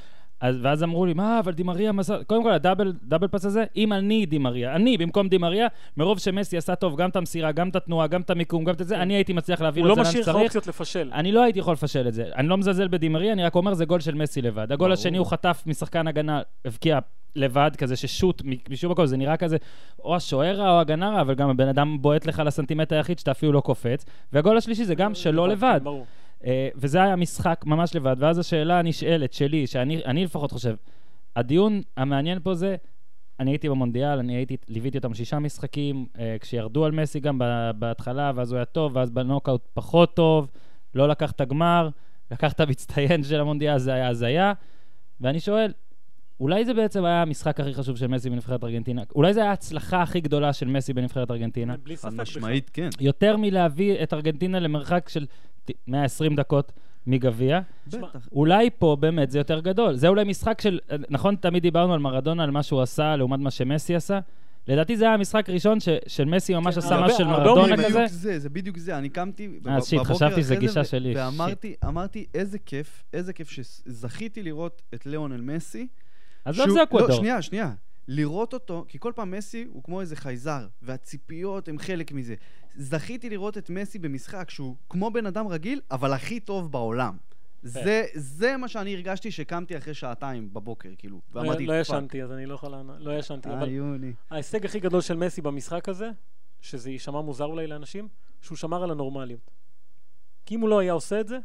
ואז אמרו לי, מה, אבל דימריה מסר... קודם כל, הדאבל פס הזה, אם אני דימריה, אני במקום דימריה, מרוב שמסי עשה טוב גם את המסירה, גם את התנועה, גם את המיקום, גם את זה, אני הייתי מצליח להעביר את זה לאן שצריך. הוא לא משאיר לך אופציות לפשל. אני לא הייתי יכול לפשל את זה. אני לא מזלזל בדימריה, אני רק אומר, זה גול של מסי לבד. הגול השני הוא חטף משחקן הגנה, הבקיע לבד, כזה ששוט משום מקום, זה נראה כזה, או השוער או הגנרה, אבל גם הבן אדם בועט לך לסנטימטר היחיד שאתה אפילו לא קופץ. והגול השלישי זה גם שלא לבד. וזה היה משחק ממש לבד, ואז השאלה הנשאלת שלי, שאני לפחות חושב, הדיון המעניין פה זה, אני הייתי במונדיאל, ליוויתי אותם 6 משחקים, כשירדו על מסי גם בהתחלה, ואז הוא היה טוב, ואז בנוקאוט פחות טוב, לא לקח את הגמר, לקח את המצטיין של המונדיאל, זה היה הזיה, ואני שואל, אולי זה בעצם היה המשחק הכי חשוב של מסי בנבחרת ארגנטינה? אולי זה היה ההצלחה הכי גדולה של מסי בנבחרת ארגנטינה? משמעית, כן. יותר מלהביא את ארגנטינה למרחק של 120 דקות מגביע. אולי פה באמת זה יותר גדול. זה אולי משחק של... נכון, תמיד דיברנו על מרדונה, על מה שהוא עשה, לעומת מה שמסי עשה. לדעתי זה היה המשחק ראשון של מסי ממש עשה משהו של מרדונה כזה. זה בדיוק זה. אני קמתי חשבתי שזה גישה שלי. ואמרתי, איזה כיף שזכיתי לראות את ליאונל מסי. אז לא זה אקוודור. שנייה. לראות אותו, כי כל פעם מסי הוא כמו איזה חייזר, והציפיות הם חלק מזה. זכיתי לראות את מסי במשחק שהוא כמו בן אדם רגיל, אבל הכי טוב בעולם. זה מה שאני הרגשתי שקמתי אחרי 2 בבוקר, כאילו. לא ישנתי, אז אני לא יכול לענות. לא ישנתי, אבל ההישג הכי גדול של מסי במשחק הזה, שזה יישמע מוזר אולי לאנשים, שהוא שמר על הנורמליות. כי אם הוא לא היה עושה את זה,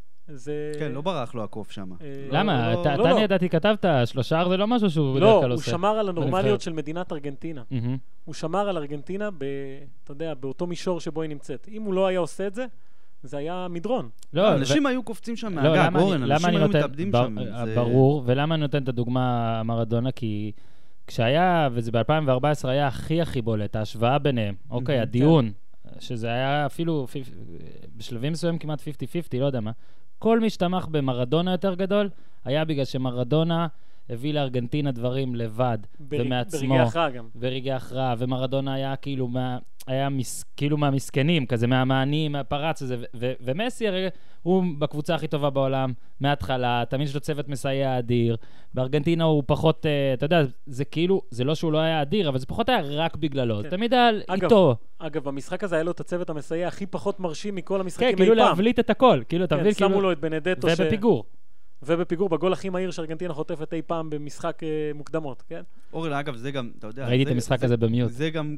כן, לא ברח לו הקוף שם. למה? אני ידעתי, כתבת, 3 זה לא משהו שהוא בדרך כלל עושה. לא, הוא שמר על הנורמליות של מדינת ארגנטינה. הוא שמר על ארגנטינה, אתה יודע, באותו מישור שבו היא נמצאת. אם הוא לא היה עושה את זה, זה היה מדרון. אנשים היו קופצים שם מהגג, אורן, אנשים היו מתאבדים שם. ברור, ולמה אני נותן את הדוגמה מרדונה? כי כשהיה, וזה ב-2014 היה הכי בולט, ההשוואה ביניהם, אוקיי, הדיון, שזה היה אפילו בשלבים מסוים כמעט 50-50, לא יודע מה. כל מי שתמך במרדונה יותר גדול, היה בגלל שמרדונה הביא לארגנטינה דברים לבד, ומעצמו. ברגעי הכרעה גם. ברגעי הכרעה, ומרדונה היה כאילו מהמסכנים, כזה מהמענים, מהפרץ הזה, ומסי הרי הוא בקבוצה הכי טובה בעולם, מההתחלה, תמיד יש לו צוות מסייע אדיר, בארגנטינה הוא פחות, אתה יודע, זה כאילו, זה לא שהוא לא היה אדיר, אבל זה פחות היה רק בגללו, זה תמיד היה איתו. אגב, במשחק הזה היה לו את הצוות המסייע הכי פחות מרשים מכל המשחקים אי פעם. פעם. כן, כאילו להבליט את הכל, כאילו תבליט, כאילו... שמו לו את בנדטו ובפיגור. בגול הכי מהיר שארגנטינה חוטפת אי פעם במשחק מוקדמות, כן? אורן, אגב, זה גם, אתה יודע... ראיתי את המשחק הזה במיוט. זה גם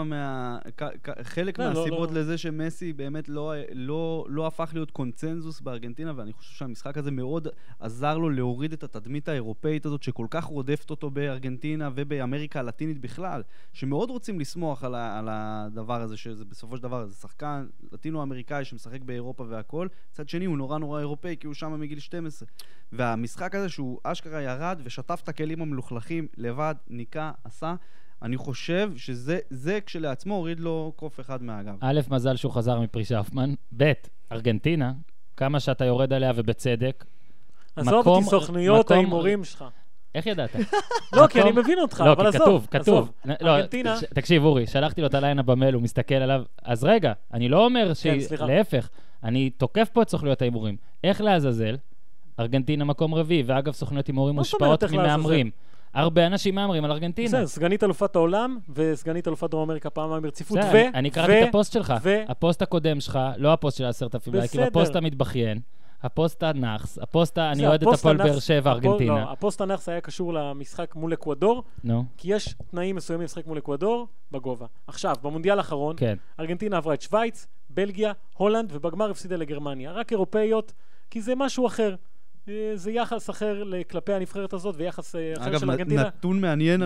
חלק מהסיבות לזה שמסי באמת לא הפך להיות קונצנזוס בארגנטינה, ואני חושב שהמשחק הזה מאוד עזר לו להוריד את התדמית האירופאית הזאת, שכל כך רודפת אותו בארגנטינה ובאמריקה הלטינית בכלל, שמאוד רוצים לסמוך על הדבר הזה, שזה בסופו של דבר, זה שחקן לטינו-אמריקאי שמשחק באירופה והכל, צד שני הוא נורא אירופאי, כי הוא שם מגיל 12. והמשחק הזה שהוא אשכרה ירד ושטף את הכלים המלוכלכים לבד, ניקה, עשה, אני חושב שזה כשלעצמו הוריד לו קוף אחד מהאגב. א', מזל שהוא חזר מפרישה הופמן, ב', ארגנטינה, כמה שאתה יורד עליה ובצדק, עזוב אותי סוכנויות ההימורים שלך. איך ידעת? לא, כי אני מבין אותך, אבל עזוב. כתוב. ארגנטינה... תקשיב, אורי, שלחתי לו את הליינה במייל, הוא מסתכל עליו, אז רגע, אני לא אומר להפך, אני תוקף פה את סוכנויות ההימורים. איך לעזאזל? ארגנטינה מקום רביעי, ואגב סוכניות הימורים מושפעות ממאמרים. הרבה אנשים מאמרים על ארגנטינה. בסדר, סגנית אלופת העולם וסגנית אלופת דרום אמריקה פעמיים ברציפות. אני קראתי את הפוסט שלך, הפוסט הקודם שלך, לא הפוסט של 10,000 לייקים, הפוסט המתבכיין, הפוסט הנאחס, הפוסט אני אוהד את הפועל באר שבע, ארגנטינה. לא, הפוסט הנאחס היה קשור למשחק מול אקוודור, כי יש תנאים מסוימים לשחק מול אקוודור בגובה. עכשיו, במונדיאל האחרון, ארגנטינה עברה את שוויץ, בלגיה, הולנד, ובגמר הפסידה לגרמניה. רק אירופאיות, כי זה משהו אחר. זה יחס אחר כלפי הנבחרת הזאת, ויחס אחר של ארגנטינה. אגב, נתון מעניין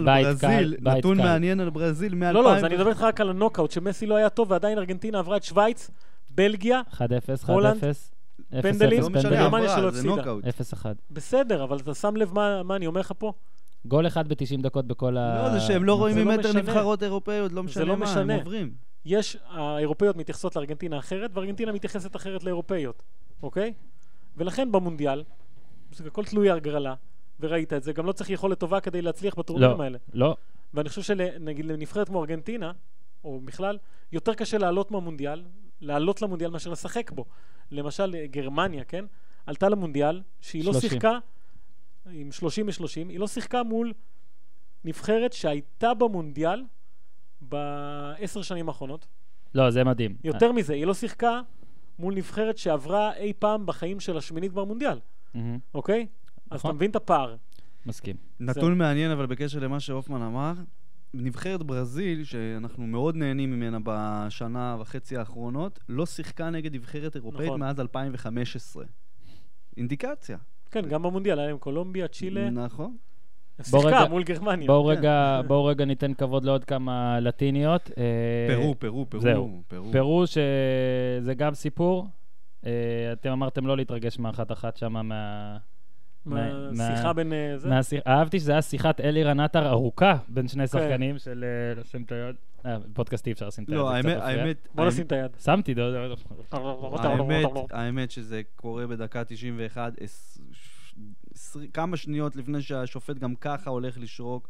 על ברזיל, לא, אז אני מדבר לך רק על הנוקאוט, שמסי לא היה טוב, ועדיין ארגנטינה עברה את שוויץ, בלגיה, 1-0, הולנד, פנדלים, גרמניה שלא הפסידה. 0-1. בסדר, אבל אתה שם לב מה אני אומר לך פה? גול אחד ב-90 דקות בכל ה... לא, זה שהם לא רואים ממטר נבחרות אירופאיות, לא משנה מה, הם עוברים. האירופאיות מתייחסות לארגנטינה אחרת, וארגנטינה מתייחסת אחרת לאירופאיות, אוקיי? ולכן במונדיאל, זה הכל תלוי הגרלה, וראית את זה, גם לא צריך יכולת טובה כדי להצליח בטורנירים האלה. לא. ואני חושב שנגיד לנבחרת כמו ארגנטינה, או בכלל, יותר קשה לעלות למונדיאל מאשר לשחק בו. למשל, גרמניה, כן? עלתה למונדיאל, שהיא לא שיחקה עם 30-30, היא לא שיחקה מול נבחרת שהייתה במונדיאל ב10 שנים האחרונות. לא, זה מדהים. יותר מזה, היא לא שיחקה מול נבחרת שעברה אי פעם בחיים של השמינית במונדיאל. אוקיי? אז אתה מבין את הפער. מסכים. נתון מעניין, אבל בקשר למה שהופמן אמר, נבחרת ברזיל, שאנחנו מאוד נהנים ממנה בשנה וחצי האחרונות, לא שיחקה נגד נבחרת אירופאית מאז 2015. אינדיקציה. כן, גם במונדיאל, היה עם קולומביה, צ'ילה. נכון. שיחקה מול גרמניה. בואו רגע ניתן כבוד לעוד כמה לטיניות. פרו. פרו שזה גם סיפור. אתם אמרתם לא להתרגש מאחת שם מהשיחה בין זה? אהבתי שזה היה שיחת אלירן עטר ארוכה בין שני שחקנים של לשים את היד. פודקאסט אי אפשר לשים את היד. לא, האמת... בוא נשים את היד. שמתי. האמת שזה קורה בדקה 91, כמה שניות לפני שהשופט גם ככה הולך לשרוק.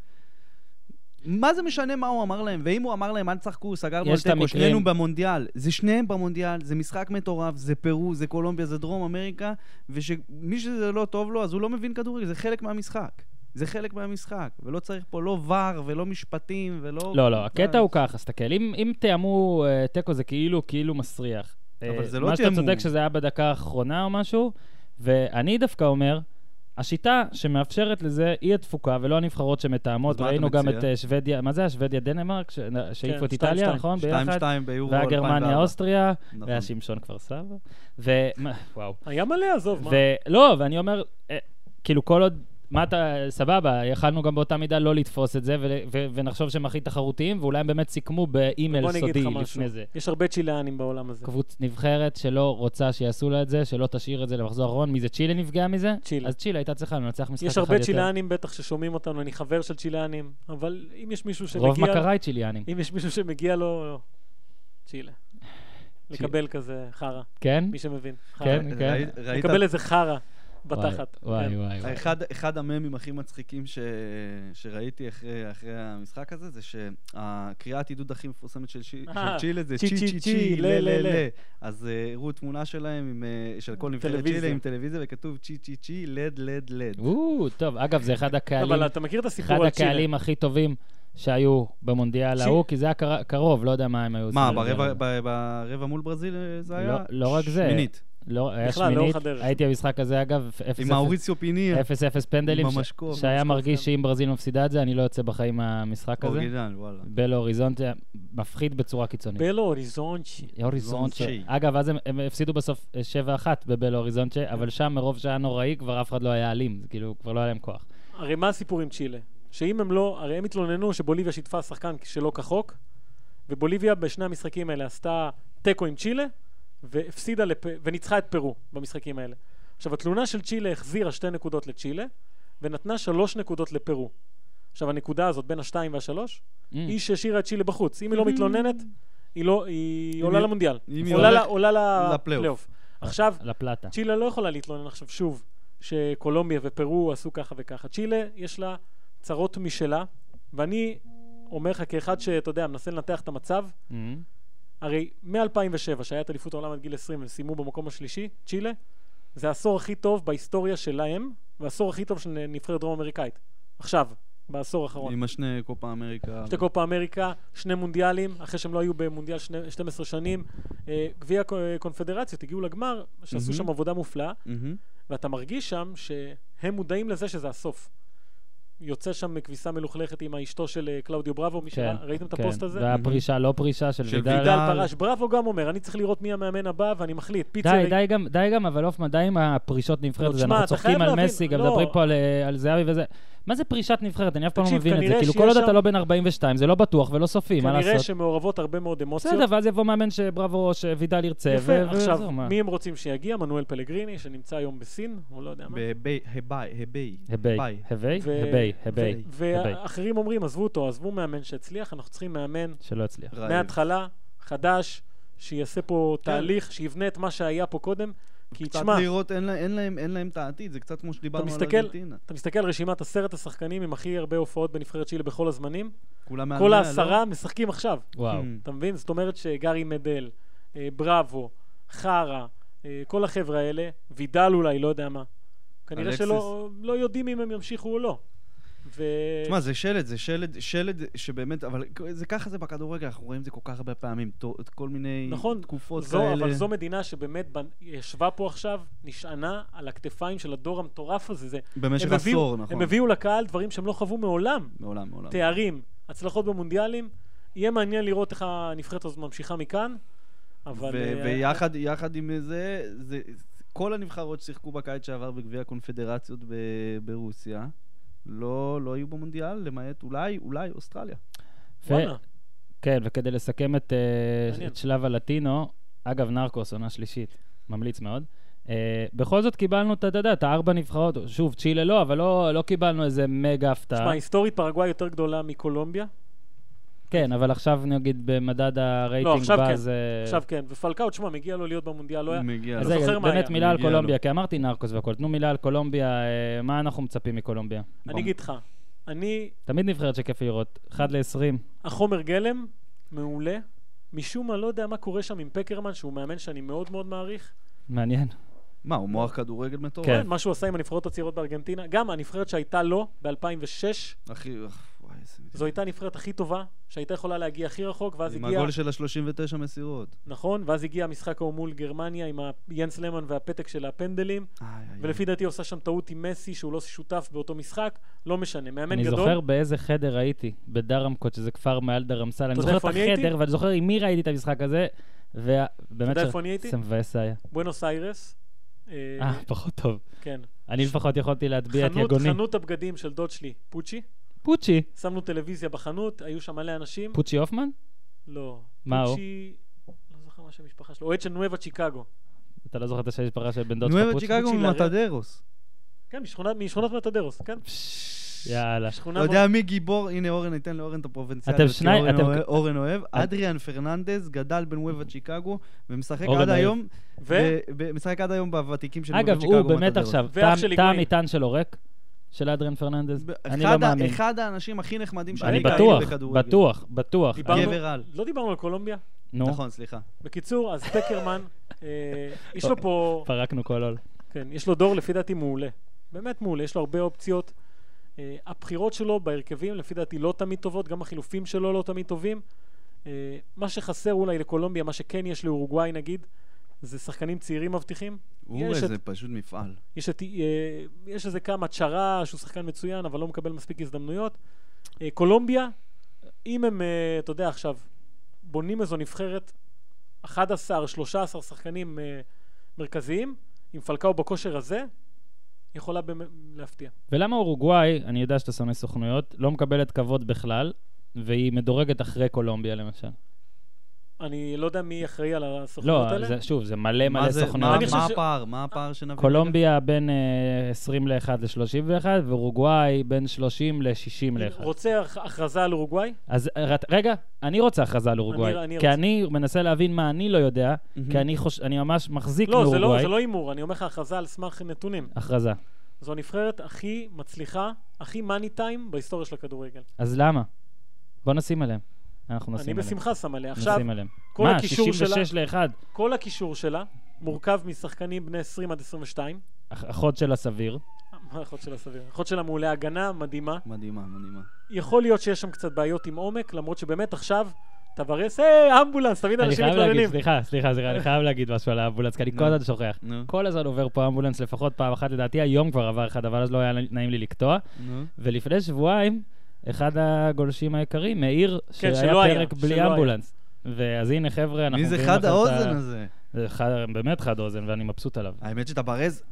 מה זה משנה מה הוא אמר להם? ואם הוא אמר להם, אל תשחקו, סגרנו על תיקו, שנינו במונדיאל. זה שניהם במונדיאל, זה משחק מטורף, זה פרו, זה קולומביה, זה דרום אמריקה, ושמי שזה לא טוב לו, אז הוא לא מבין כדורגל, זה חלק מהמשחק. זה חלק מהמשחק, ולא צריך פה לא ור ולא משפטים ולא... לא, הקטע הוא ככה, סתכל, אם תאמו תיקו זה כאילו מסריח. אבל זה לא תאמו. מה שאתה צודק שזה היה בדקה האחרונה או משהו, ואני דווקא אומר, השיטה שמאפשרת לזה היא התפוקה ולא הנבחרות שמתאמות. ראינו גם את שוודיה, מה זה השוודיה דנמרק, שהעיפו את איטליה, נכון? 2-2 ביורו 2004. והגרמניה, אוסטריה, והיה שמשון כבר סבא. וואו. היה מלא, עזוב, מה? לא, ואני אומר, כאילו כל עוד, מה אתה, סבבה, יכלנו גם באותה מידה לא לתפוס את זה, ונחשוב שהם הכי תחרותיים, ואולי הם באמת סיכמו באימייל סודי לפני זה. יש הרבה צ'ילאנים בעולם הזה. קבוצה נבחרת שלא רוצה שיעשו לה את זה, שלא תשאיר את זה למחזור האחרון. מי זה, צ'ילה נפגעה מזה? צ'ילה. אז צ'ילה הייתה צריכה לנצח משחק אחד יותר. יש הרבה צ'ילאנים בטח ששומעים אותנו, אני חבר של צ'ילאנים, אבל אם יש מישהו שמגיע... רוב מכריי צ'יליאנים. אם יש מישהו שמגיע לו... צ'ילה. לקבל כזה חרה. כן? מי שמבין. כן. לקבל איזה חרה. בתחת. וואי. אחד הממים הכי מצחיקים שראיתי אחרי המשחק הזה, זה שהקריאת עידוד הכי מפורסמת של צ'ילה זה צ'י, לה. אז הראו תמונה שלהם, של כל נבחרת צ'ילה עם טלוויזיה, וכתוב צ'י, לד. טוב, אגב, זה אחד הקהלים... אבל אתה מכיר את הסיפור על צ'ילה? אחד הקהלים הכי טובים שהיו במונדיאל ההוא, כי זה היה קרוב, לא יודע מה הם היו. מה, ברבע מול ברזיל זה היה? לא רק זה. שמינית. לא, היה שמינית, הייתי במשחק הזה אגב, עם מאוריציו פיניה, 0-0 פנדלים, שהיה מרגיש שאם ברזיל מפסידה את זה, אני לא יוצא בחיים מהמשחק הזה. אוריגינל, וואלה. בלו אוריזונטה, מפחיד בצורה קיצונית. בלו אוריזונטה. אגב, אז הם הפסידו בסוף 7-1 בבלו אוריזונטה, אבל שם מרוב שהיה נוראי, כבר אף אחד לא היה אלים, כאילו כבר לא היה להם כוח. הרי מה הסיפור עם צ'ילה? שאם הם לא, הרי הם התלוננו שבוליביה שיתפה שחקן שלא כחוק, ובוליביה בשני המשחקים האלה עשתה טקו עם צ'ילה, והפסידה וניצחה את פרו במשחקים האלה. עכשיו, התלונה של צ'ילה החזירה 2 נקודות לצ'ילה, ונתנה 3 נקודות לפרו. עכשיו, הנקודה הזאת בין ה2 וה3, היא שהשאירה את צ'ילה בחוץ. אם היא לא מתלוננת, היא עולה למונדיאל. עולה לפלייאוף. עכשיו, צ'ילה לא יכולה להתלונן עכשיו שוב, שקולומביה ופרו עשו ככה וככה. צ'ילה יש לה צרות משלה, ואני אומר לך כאחד שאתה יודע, מנסה לנתח את המצב, הרי מ-2007, שהיה את אליפות העולם עד גיל 20, הם סיימו במקום השלישי, צ'ילה, זה העשור הכי טוב בהיסטוריה שלהם, והעשור הכי טוב של נבחרת דרום אמריקאית. עכשיו, בעשור האחרון. עם השני קופה אמריקה. 2 קופה אמריקה, 2 מונדיאלים, אחרי שהם לא היו במונדיאל 12 שנים, גביע קונפדרציות, הגיעו לגמר, שעשו שם עבודה מופלאה, ואתה מרגיש שם שהם מודעים לזה שזה הסוף. יוצא שם מכביסה מלוכלכת עם האשתו של קלאודיו בראבו, ראיתם את הפוסט הזה? והפרישה, לא פרישה של וידל. וידל פרש. בראבו גם אומר, אני צריך לראות מי המאמן הבא ואני מחליט. די גם, אבל אופמן, די עם הפרישות נבחרת הזה. אנחנו צוחקים על מסי, גם מדברים פה על זהבי וזה. מה זה פרישת נבחרת? אני אף פעם לא מבין את זה. כאילו כל עוד אתה לא בין 42, זה לא בטוח ולא סופי, מה לעשות? כנראה שמעורבות הרבה מאוד אמוציות. בסדר, ואז יבוא מאמן שבראבו או שווידל ירצה. יפה, עכשיו, מי הם רוצים שיגיע? מנואל פלגריני, שנמצא היום בסין, הוא לא יודע מה. בהביי. ואחרים אומרים, עזבו אותו, עזבו מאמן שהצליח, אנחנו צריכים מאמן שלא הצליח. מההתחלה, חדש, שיעשה פה תהליך, שיבנה את מה שהיה פה קודם. קצת לראות, אין להם את העתיד, זה קצת כמו שדיברנו על ארגנטינה. אתה מסתכל על רשימת 10 השחקנים עם הכי הרבה הופעות בנבחרת צ'ילה בכל הזמנים, כל 10 משחקים עכשיו. וואו. אתה מבין? זאת אומרת שגארי מדל, בראבו, חרה, כל החבר'ה האלה, וידל אולי, לא יודע מה. כנראה שלא יודעים אם הם ימשיכו או לא. תשמע, זה שלד שבאמת, אבל זה ככה זה בכדורגל, אנחנו רואים את זה כל כך הרבה פעמים, כל מיני תקופות כאלה. אבל זו מדינה שבאמת ישבה פה עכשיו, נשענה על הכתפיים של הדור המטורף הזה. במשך עשור, נכון. הם הביאו לקהל דברים שהם לא חוו מעולם. מעולם. תארים, הצלחות במונדיאלים, יהיה מעניין לראות איך הנבחרת הזאת ממשיכה מכאן, אבל... ויחד עם זה, כל הנבחרות ששיחקו בקיץ שעבר בגביע הקונפדרציות ברוסיה, לא היו במונדיאל, למעט אולי אוסטרליה. כן, וכדי לסכם את שלב הלטינו, אגב, נרקוס, עונה שלישית, ממליץ מאוד. בכל זאת קיבלנו את 4 נבחרות, שוב, צ'ילה לא, אבל לא קיבלנו איזה מגה הפתעה. תשמע, היסטורית פרגוואי יותר גדולה מקולומביה. כן, אבל עכשיו נגיד במדד הרייטינג בא זה... עכשיו כן, ופלקאו, תשמע, מגיע לו להיות במונדיאל, לא היה... מגיע לו. באמת מילה על קולומביה, כי אמרתי נרקוס והכל, תנו מילה על קולומביה, מה אנחנו מצפים מקולומביה? אני אגיד לך, תמיד נבחרת שכיף לראות, 1-20. החומר גלם, מעולה. משום מה, לא יודע מה קורה שם עם פקרמן, שהוא מאמן שאני מאוד מאוד מעריך. מעניין. מה, הוא מוח כדורגל מטורף? כן, מה שהוא עשה עם הנבחרות הצעירות בארגנטינה. גם הנבחרת שהייתה לו ב-2006. זו הייתה הנבחרת הכי טובה, שהייתה יכולה להגיע הכי רחוק, ואז הגיע... עם הגול של 39 מסירות. נכון, ואז הגיע המשחק ההוא מול גרמניה, עם ינס למן והפתק של הפנדלים, ולפי דעתי עושה שם טעות עם מסי, שהוא לא שותף באותו משחק, לא משנה, מאמן גדול. אני זוכר באיזה חדר הייתי, בדרמקות, שזה כפר מעל דרמסל, אני זוכר את החדר, ואני זוכר עם מי ראיתי את המשחק הזה, ובאמת זה מבאס היה. בואנוס איירס. פחות טוב. כן. אני לפחות יכולתי להטביע את יגוני. חנות הבגדים של דוד שלי, פוצ'י. שמנו טלוויזיה בחנות, היו שם מלא אנשים. פוצ'י הופמן? לא. מה הוא? פוצ'י, לא זוכר מה שהמשפחה שלו. אוהד של נואבה צ'יקגו. אתה לא זוכר את המשפחה של בן דוד שלך פוצ'י? נואבה צ'יקגו ממטדרוס. כן, משכונת מטדרוס, כן. יאללה. אתה יודע מי גיבור? הנה אורן, ניתן לאורן את הפרובינציאליות. אורן אוהב. אדריאן פרננדז גדל בנואבה צ'יקגו, ומשחק עד היום בוותיקים של נואבה צ'יקגו. אגב, הוא באמת עכשיו, טעם איתן של אורק. של אדריאן פרננדז, אני לא מאמין. אחד האנשים הכי נחמדים שאני בטוח. גבר על. לא דיברנו על קולומביה? נכון, סליחה. בקיצור, אז פקרמן, יש לו פה... פרקנו כל עול. כן, יש לו דור לפי דעתי מעולה. באמת מעולה, יש לו הרבה אופציות. הבחירות שלו בהרכבים לפי דעתי לא תמיד טובות, גם החילופים שלו לא תמיד טובים. מה שחסר אולי לקולומביה, מה שכן יש לאורוגוואי נגיד, זה שחקנים צעירים מבטיחים. זה פשוט מפעל. יש איזה כמה צ'רה שהוא שחקן מצוין, אבל לא מקבל מספיק הזדמנויות. קולומביה, אם הם, אתה יודע עכשיו, בונים איזו נבחרת 11-13 שחקנים מרכזיים, עם פלקאו בכושר הזה, יכולה להפתיע. ולמה אורוגוואי, אני יודע שאתה שונא סוכנויות, לא מקבלת כבוד בכלל, והיא מדורגת אחרי קולומביה למשל? אני לא יודע מי אחראי על הסוכנויות האלה. לא, שוב, זה מלא סוכנויות. מה הפער שנביא? קולומביה בין 21 ל-31, ואורוגוואי בין 30 ל-61. רוצה הכרזה על אורוגוואי? אז רגע, אני רוצה הכרזה על אורוגוואי. כי אני מנסה להבין מה אני לא יודע, כי אני ממש מחזיק מאורוגוואי. לא, זה לא אימור, אני אומר לך הכרזה על סמך נתונים. הכרזה. זו הנבחרת הכי מצליחה, הכי מאני טיים בהיסטוריה של הכדורגל. אז למה? בוא נשים עליהם. אני בשמחה שם עליה. עכשיו, כל הקישור שלה, כל הקישור שלה מורכב משחקנים בני 20 עד 22. החוד שלה סביר. החוד שלה סביר. החוד שלה מעולה, הגנה מדהימה. מדהימה. יכול להיות שיש שם קצת בעיות עם עומק, למרות שבאמת עכשיו תברס, אמבולנס, תמיד אנשים מתלוננים. סליחה, אני חייב להגיד משהו על האמבולנס, כי אני כל הזמן שוכח. כל הזמן עובר פה אמבולנס לפחות פעם אחת, לדעתי היום כבר עבר אחד, אבל אז לא היה נעים לי לקטוע. ולפני שבועיים אחד הגולשים היקרים, מאיר, שהיה פרק בלי אמבולנס. ואז הנה חבר'ה, אנחנו... מי זה חד האוזן הזה? זה באמת חד האוזן, ואני מבסוט עליו. האמת שאתה ברז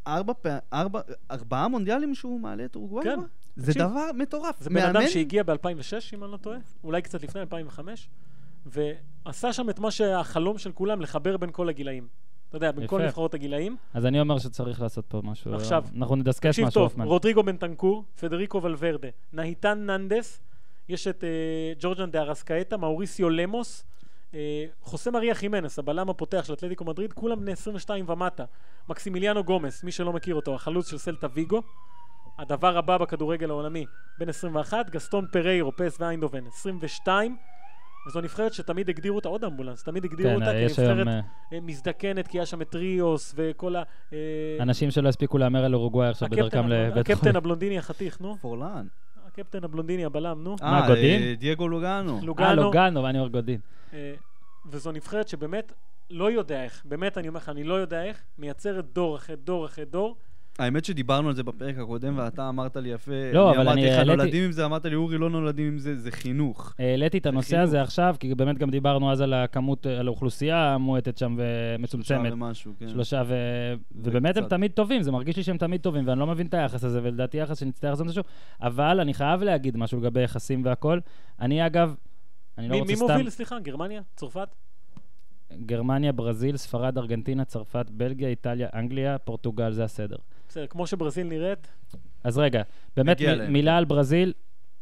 4 מונדיאלים שהוא מעלה את אורוגוואי? כן. זה דבר מטורף. זה בן אדם שהגיע ב-2006, אם אני לא טועה, אולי קצת לפני 2005, ועשה שם את מה שהחלום של כולם, לחבר בין כל הגילאים. אתה יודע, בין כל נבחרות הגילאים. אז אני אומר שצריך לעשות פה משהו. עכשיו, אנחנו נדסקס משהו. טוב, רודריגו בנטנקור, פדריקו ולוורדה, נהיטן ננדס, יש את ג'ורג'ן דה ארסקאטה, מאוריסיו למוס, חוסה מריה חימנס, הבלם הפותח של אתלטיקו מדריד, כולם בני 22 ומטה. מקסימיליאנו גומס, מי שלא מכיר אותו, החלוץ של סלטה ויגו. הדבר הבא בכדורגל העולמי, בין 21, גסטון פריירו, פס ואיינדובן, 22. וזו נבחרת שתמיד הגדירו אותה עוד אמבולנס, תמיד הגדירו אותה כנבחרת מזדקנת, כי היה שם את ריוס וכל ה... אנשים שלא הספיקו לאמר על אורוגוואי עכשיו בדרכם לבית חולים. הקפטן הבלונדיני החתיך, נו. פורלן. הקפטן הבלונדיני הבלם, נו. מה, גודין? דייגו לוגאנו. לוגאנו, ואני אומר גודין. וזו נבחרת שבאמת לא יודע איך, באמת אני אומר לך, אני לא יודע איך, מייצרת דור אחרי דור אחרי דור. האמת שדיברנו על זה בפרק הקודם, ואתה אמרת לי יפה, לא, אבל אני אמרתי לך, נולדים עם זה, אמרת לי, אורי, לא נולדים עם זה, זה חינוך. העליתי את הנושא הזה עכשיו, כי באמת גם דיברנו אז על הכמות, על האוכלוסייה המועטת שם ומצומצמת. 3 ומשהו, כן. ובאמת הם תמיד טובים, זה מרגיש לי שהם תמיד טובים, ואני לא מבין את היחס הזה, ולדעתי יחס שנצטרך לעשות משהו, אבל אני חייב להגיד משהו לגבי יחסים והכל. אני אגב, אני לא רוצה סתם... מי מוביל, סליחה? גרמניה? צרפת? גרמניה, ברזיל, ספרד, ארגנטינה, צרפת, בלגיה, איטליה, אנגליה, פורטוגל, זה הסדר. בסדר, כמו שברזיל נראית. אז רגע, באמת מילה על ברזיל,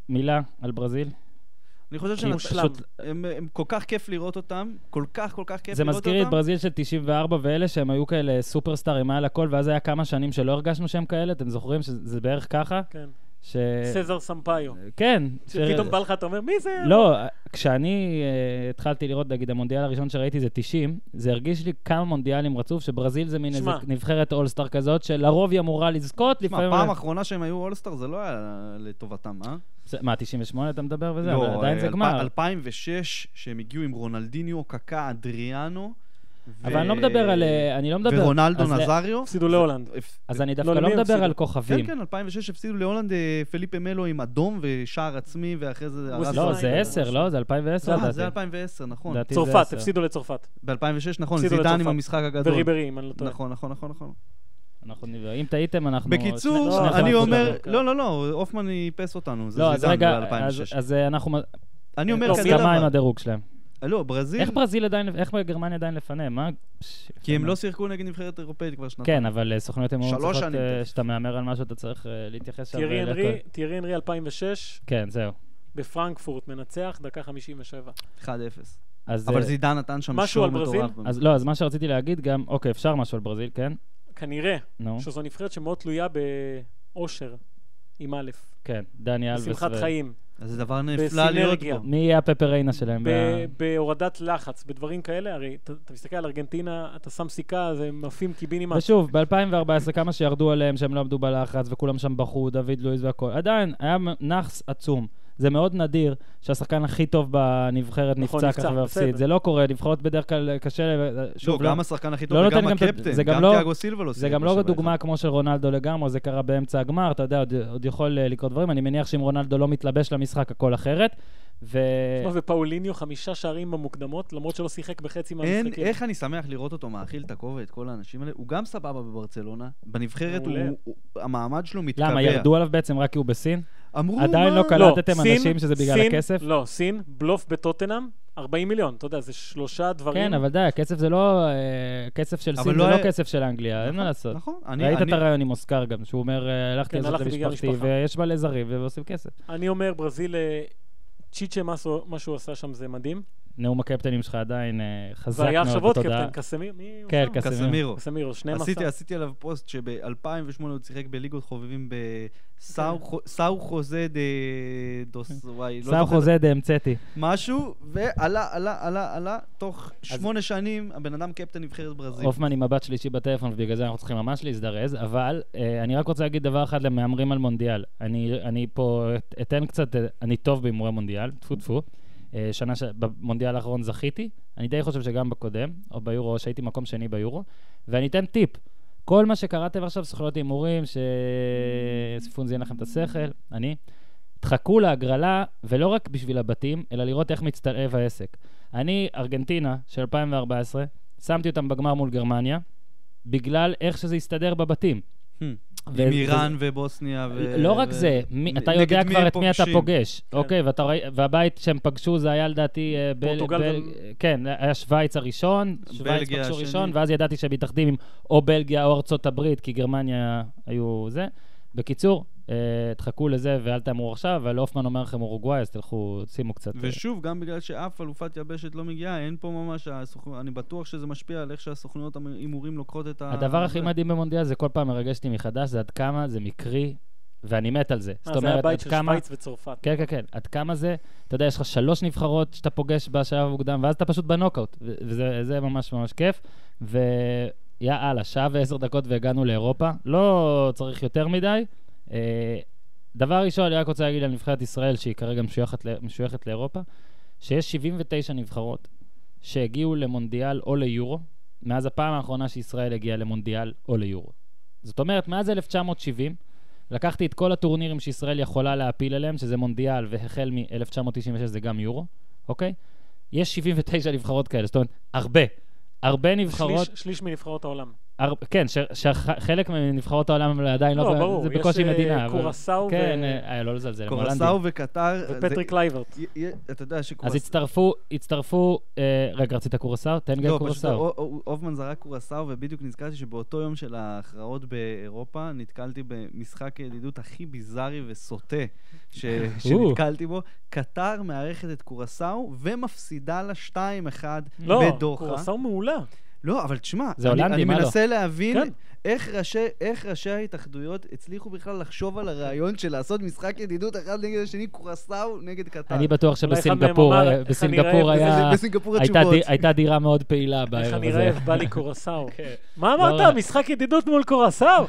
אני חושב שהם כל כך כיף לראות אותם, כל כך כיף לראות אותם. זה מזכיר את ברזיל של 94 ואלה שהם היו כאלה סופרסטארים מעל הכל, ואז היה כמה שנים שלא הרגשנו שהם כאלה, אתם זוכרים שזה בערך ככה? כן. סזר סמפאיו. כן. שפתאום בא לך, אתה אומר, מי זה? לא, כשאני התחלתי לראות, נגיד, המונדיאל הראשון שראיתי זה 90, זה הרגיש לי כמה מונדיאלים רצוף, שברזיל זה מין איזה נבחרת אולסטאר כזאת, שלרוב היא אמורה לזכות. פעם האחרונה שהם היו אולסטאר זה לא היה לטובתם, אה? מה, 98 אתה מדבר וזה? לא, אבל עדיין זה גמר. 2006, שהם הגיעו עם רונלדיניו, קקה, אדריאנו, אבל אני לא מדבר על... ורונלדו נזריו. הפסידו להולנד. אז אני דווקא לא מדבר על כוכבים. כן, 2006 הפסידו להולנד פליפה מלו עם אדום ושער עצמי, ואחרי זה... לא, זה 10, לא? זה 2010. זה 2010, נכון. צרפת, הפסידו לצרפת. ב-2006, נכון, זידן עם המשחק הגדול. וריברי, אם אני לא טועה. נכון. אם טעיתם, אנחנו... בקיצור, אני אומר... לא, אופמן ייפס אותנו. לא, אז רגע, אז אנחנו... אני אומר... הסכמה עם הדירוג שלהם. לא, ברזיל... איך גרמניה עדיין לפניהם? מה? כי הם לא שיחקו נגד נבחרת אירופאית כבר שנתיים. כן, אבל סוכנויות הם מאוד צריכות שאתה מאמר על משהו, אתה צריך להתייחס... תיארי אנרי 2006. כן, זהו. בפרנקפורט מנצח, דקה 57. 1-0. אבל זידן נתן שם שור מטורף. אז מה שרציתי להגיד גם, אוקיי, אפשר משהו על ברזיל, כן? כנראה, שזו נבחרת שמאוד תלויה באושר, עם א'. כן, דני אלבס. בשמחת חיים. אז זה דבר נפלא להיות בו. מי יהיה הפפריינה שלהם? בהורדת לחץ, בדברים כאלה, הרי אתה מסתכל על ארגנטינה, אתה שם סיכה, זה מפים קיבינים. ושוב, ב-2014 כמה שירדו עליהם שהם לא עמדו בלחץ וכולם שם בחו, דוד לואיס והכל. עדיין, היה נחס עצום. זה מאוד נדיר שהשחקן הכי טוב בנבחרת נפצע ככה והפסיד. זה לא קורה, נבחרות בדרך כלל קשה... לא, גם השחקן הכי טוב וגם הקפטן, גם תיאגו סילבה לא... זה גם לא דוגמה כמו של רונלדו לגמרי, זה קרה באמצע הגמר, אתה יודע, עוד יכול לקרות דברים. אני מניח שאם רונלדו לא מתלבש למשחק, הכל אחרת. ופאוליניו 5 שערים במוקדמות, למרות שלא שיחק בחצי מהמשחקים. איך אני שמח לראות אותו מאכיל את הכובע, את כל האנשים האלה. הוא גם סבבה בברצלונה. בנבחרת המעמד שלו מתקבע. למה, ירדו עליו בעצם רק כי הוא בסין? אמרו עדיין לא קלטתם אנשים שזה בגלל הכסף? לא, סין, בלוף בטוטנהאם, 40 מיליון, אתה יודע, זה 3 דברים. כן, אבל די, הכסף זה לא... כסף של סין זה לא כסף של אנגליה, אין מה לעשות. נכון. ראית את הרעיון עם אוסקר גם, שהוא אומר, הלכתי לעשות למשפחתי, ויש בה לזרים, ועושים כסף. אני אומר, ברזיל, צ'יצ'ה, מה שהוא עשה שם זה מדהים. נאום הקפטנים שלך עדיין חזק מאוד. והיה עכשיו עוד קפטן, קסמיר. כן, קסמירו, 12. עשיתי עליו פוסט שב-2008 הוא שיחק בליגות חובבים בסאו חוזה דוס וואי. סאו חוזה דאמצתי. משהו, ועלה, תוך 8 שנים הבן אדם קפטן נבחרת ברזיל. אופמן עם מבט שלישי בטלפון, ובגלל זה אנחנו צריכים ממש להזדרז, אבל אני רק רוצה להגיד דבר אחד למאמרים על מונדיאל. אני פה אתן קצת, אני טוב בהימורי מונדיאל, טפו. שנה במונדיאל האחרון זכיתי, אני די חושב שגם בקודם, או ביורו, שהייתי מקום שני ביורו, ואני אתן טיפ. כל מה שקראתם עכשיו, סוכנויות הימורים, שסיפון זיין לכם את השכל, תחכו להגרלה, ולא רק בשביל הבתים, אלא לראות איך מצטלב העסק. אני, ארגנטינה של 2014, שמתי אותם בגמר מול גרמניה, בגלל איך שזה יסתדר בבתים. עם איראן ובוסניה לא רק זה, אתה יודע כבר את מי אתה פוגש, אוקיי, והבית שהם פגשו זה היה לדעתי פורטוגל, כן, היה שוויץ הראשון, שוויץ פגשו ראשון, ואז ידעתי שהם מתאחדים עם או בלגיה או ארצות הברית, כי גרמניה היו זה. בקיצור, תחכו לזה ואל תאמרו עכשיו, אבל אופמן אומר לכם אורוגוואי, אז תלכו, שימו קצת. ושוב, גם בגלל שאף אלופת יבשת לא מגיעה, אין פה ממש, אני בטוח שזה משפיע על איך שהסוכנויות הימורים לוקחות את הדבר הכי מדהים במונדיאל זה כל פעם מרגשתי מחדש, זה עד כמה זה מקרי, ואני מת על זה. זה היה הבית של שוויץ וצרפת. כן, כן, כן. עד כמה זה, אתה יודע, יש לך 3 נבחרות שאתה פוגש בשלב המוקדם, ואז אתה פשוט בנוקאוט, וזה ממש ממש כיף. ויאללה, 1:10 והגענו לאירופה. לא צריך יותר מדי. דבר ראשון, אני רק רוצה להגיד על נבחרת ישראל, שהיא כרגע משויכת לאירופה, שיש 79 נבחרות שהגיעו למונדיאל או ליורו, מאז הפעם האחרונה שישראל הגיעה למונדיאל או ליורו. זאת אומרת, מאז 1970, לקחתי את כל הטורנירים שישראל יכולה להפיל עליהם, שזה מונדיאל, והחל מ-1996 זה גם יורו, אוקיי? יש 79 נבחרות כאלה, זאת אומרת, הרבה נבחרות... שליש מנבחרות העולם. כן, שחלק מנבחרות העולם עדיין לא... ברור, זה בקושי מדינה. יש קורסאו כן, לא לזלזל, הם הולנדים. קורסאו וקטר... ופטריק לייברט. אתה יודע אז הצטרפו... רגע, רצית קורסאו? תן גם קורסאו. לא, אופמן זרק קורסאו, ובדיוק נזכרתי שבאותו יום של ההכרעות באירופה, נתקלתי במשחק הידידות הכי ביזארי וסוטה שנתקלתי בו. קטר מערכת את קורסאו, ומפסידה לה 2-1 בדוחה. לא, קורסאו מעולה. לא, אבל תשמע, אני מנסה להבין איך ראשי ההתאחדויות הצליחו בכלל לחשוב על הרעיון של לעשות משחק ידידות אחד נגד השני, קורסאו נגד קטר. אני בטוח שבסינגפור הייתה דירה מאוד פעילה בערב הזה. איך אני רעב, בא לי קורסאו. מה אמרת? משחק ידידות מול קורסאו?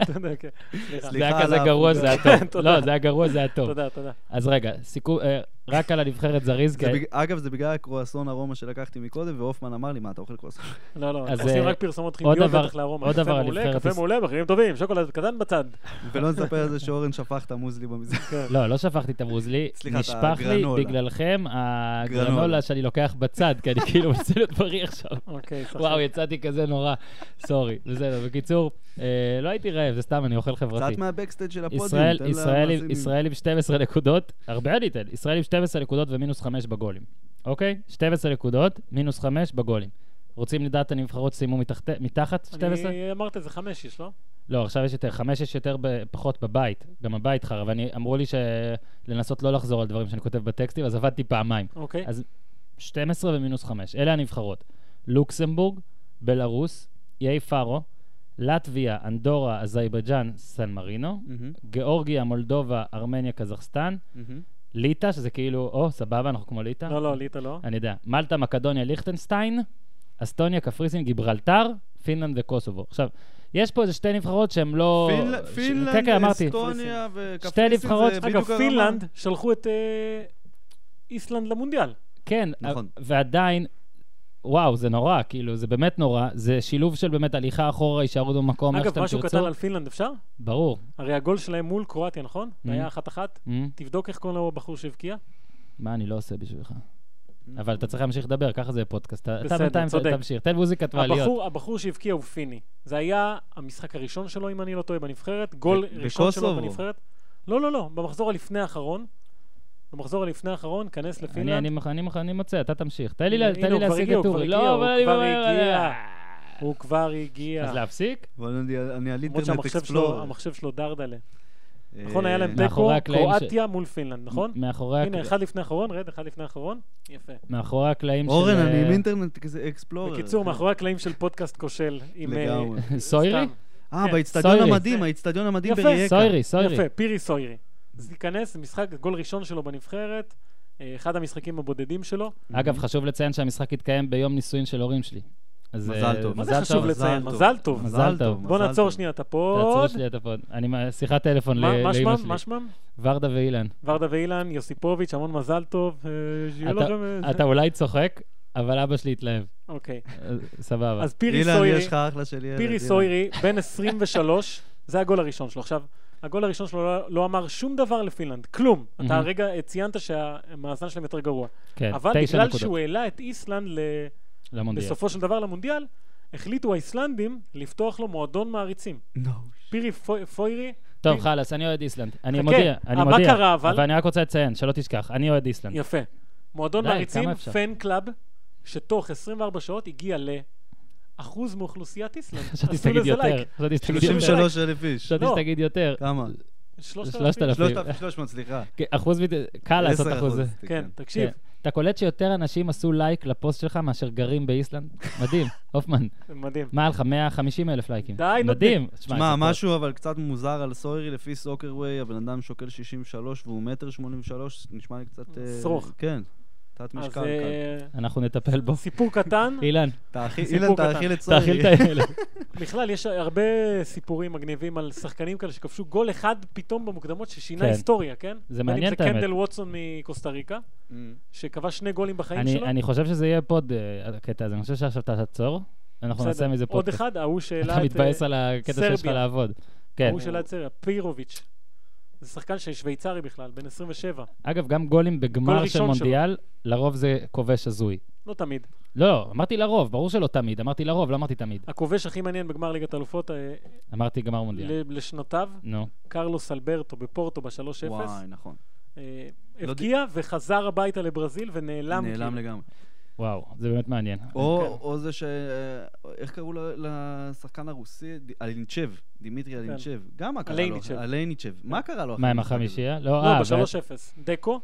זה היה כזה גרוע, זה היה טוב. לא, זה היה גרוע, זה היה טוב. תודה. אז רגע, רק על הנבחרת זריז. אגב, זה בגלל הקרואסון ארומה שלקחתי מקודם, ואופמן אמר לי, מה, אתה אוכל קרואסון? לא, עושים רק פרסומות חיוביות בטח לארומה. עוד דבר על נבחרת... קפה מעולה, מחירים טובים, שוקולד קטן בצד. ולא נספר על זה שאורן שפך את המוזלי במזרח. לא שפכתי את המוזלי. נשפך לי בגללכם הגרנולה שאני לוקח בצד, כי אני כאילו מנסה להיות בריא עכשיו. וואו, יצאתי כזה נורא. סורי, בסדר. בקיצור, לא הייתי רעב, זה סתם, אני אוכל חברתי. קצת מהבקסטייג' של הפודיום. ישראל עם 12 נקודות, הרבה אני אתן. ישראל עם 12 נקודות ומינוס 5 בגולים. אוקיי? 12 נקודות, מינוס 5 בגולים. רוצים לדעת הנבחרות סיימו מתחת 12? אני אמרת את זה 5 יש, לא? לא, עכשיו יש יותר. 5 יש יותר פחות בבית. גם הבית חרא. ואמרו לי לנסות לא לחזור על דברים שאני כותב בטקסטים, אז עבדתי פעמיים. אוקיי. אז 12 ומינוס 5. אלה הנבחרות. לוקסמבורג, בלרוס, איי פארו, לטביה, אנדורה, אזרבייג'אן, סן מרינו, גיאורגיה, מולדובה, ארמניה, קזחסטן, ליטא, שזה כאילו, סבבה, אנחנו כמו ליטא. לא, ליטא לא. אני יודע. מלטה, מקדוניה, ליכטנשטיין, אסטוניה, קפריסין, גיברלטר, פינלנד וקוסובו. עכשיו, יש פה איזה 2 נבחרות שהן לא... פינלנד, אסטוניה וקפריסין זה בדיוק... אגב, פינלנד שלחו את איסלנד למונדיאל. כן, ועדיין... וואו, זה נורא, כאילו, זה באמת נורא. זה שילוב של באמת הליכה אחורה, יישארו במקום, איך שאתם תרצו. אגב, משהו קטן על פינלנד אפשר? ברור. הרי הגול שלהם מול קרואטיה, נכון? זה היה 1-1. תבדוק איך קוראים לו בחור שהבקיע. מה אני לא עושה בשבילך? אבל אתה צריך להמשיך לדבר, ככה זה פודקאסט. אתה בסדר, צודק. תמשיך, תן מוזיקת ועליות. הבחור שהבקיע הוא פיני. זה היה המשחק הראשון שלו, אם אני לא טועה, בנבחרת. גול ראשון שלו בנבחרת. לא, במחזור הלפני האחרון, כנס לפינלנד. אני מוצא, אתה תמשיך. תן לי להשיג את אורי. הוא כבר הגיע. אז להפסיק? אני על אינטרנט אקספלורר. המחשב שלו דרדלה. נכון, היה להם תיקו, קרואטיה מול פינלנד, נכון? הנה, אחד לפני האחרון, יפה. מאחורי הקלעים של... אורן, אני עם אינטרנט אקספלורר. בקיצור, מאחורי הקלעים של פודקאסט כושל. סוירי? באצטדיון המדהים ברייקה. סוירי. יפה, פירי סוירי. אז ניכנס, זה משחק, גול ראשון שלו בנבחרת, אחד המשחקים הבודדים שלו. אגב, חשוב לציין שהמשחק יתקיים ביום נישואין של הורים שלי. מזל טוב. מה זה חשוב לציין? מזל טוב. בוא נעצור שנייה את הפוד. תעצור שנייה את הפוד. אני שיחת טלפון לאמא שלי. מה שמם? ורדה ואילן. ורדה ואילן, יוסיפוביץ', המון מזל טוב. אתה אולי צוחק, אבל אבא שלי התלהב. אוקיי. סבבה. אז פירי סוירי, בן 23, זה הגול הראשון שלו. עכשיו, הגול הראשון שלו לא אמר שום דבר לפינלנד, כלום. אתה הרגע ציינת שהמאזן שלהם יותר גרוע. אבל בגלל שהוא העלה את איסלנד בסופו של דבר למונדיאל, החליטו האיסלנדים לפתוח לו מועדון מעריצים. פירי פוירי... טוב, חלס, אני אוהד איסלנד. אני מודיע. אבל אני רק רוצה לציין, שלא תשכח, אני אוהד איסלנד. יפה. מועדון מעריצים, פן קלאב, שתוך 24 שעות הגיע לאחוז מאוכלוסיית איסלנד. חשבתי שתגיד יותר. 33,000 איש. חשבתי שתגיד יותר. כמה? 3,300, סליחה. אחוז, קל לעשות אחוז. כן, תקשיב. אתה קולט שיותר אנשים עשו לייק לפוסט שלך מאשר גרים באיסלנד? מדהים, הופמן. מדהים. מה לך? 150,000 לייקים. די, מדהים. שמע, משהו אבל קצת מוזר על סוירי לפי סוקרווי, הבן אדם שוקל 63 והוא 1.83 מטר, נשמע לי קצת... שרוך. כן. תת משקל. אנחנו נטפל בו. סיפור קטן. אילן. אילן, תאכיל את סוירי. תאכיל את האלה. בכלל, יש הרבה סיפורים מגניבים על שחקנים כאלה שכבשו גול אחד פתאום במוקדמות ששינה כן. היסטוריה, כן? זה מעניין את האמת. זה קנדל ווטסון מקוסטה ריקה, שכבש 2 גולים בחיים שלו. אני חושב שזה יהיה פוד, הקטע הזה. אני חושב שעכשיו אתה תעצור, אנחנו נעשה מזה פודקאסט. עוד אחד, ההוא שאלה את אתה מתבאס על הקטע שיש לך לעבוד. כן. ההוא שאלה את סרביה, פירוביץ'. זה שחקן שוויצרי בכלל, בן 27. אגב, גם גולים בגמר של מונדיאל, לרוב זה כובש הזוי. לא תמיד. לא, אמרתי לרוב, ברור שלא תמיד, אמרתי לרוב, לא אמרתי תמיד. הכובש הכי מעניין בגמר ליגת האלופות, אמרתי גמר מונדיאל. לשנותיו, קרלוס אלברטו בפורטו ב-3-0. וואי, נכון. הבקיע וחזר הביתה לברזיל ונעלם. נעלם לגמרי. וואו, זה באמת מעניין. או זה ש... איך קראו לשחקן הרוסי? אלינצ'ב, דימיטרי אלינצ'ב. גם מה קרה לו? אלייניצ'ב. מה קרה לו? מה עם החמישייה? לא, ב-3-0. דקו,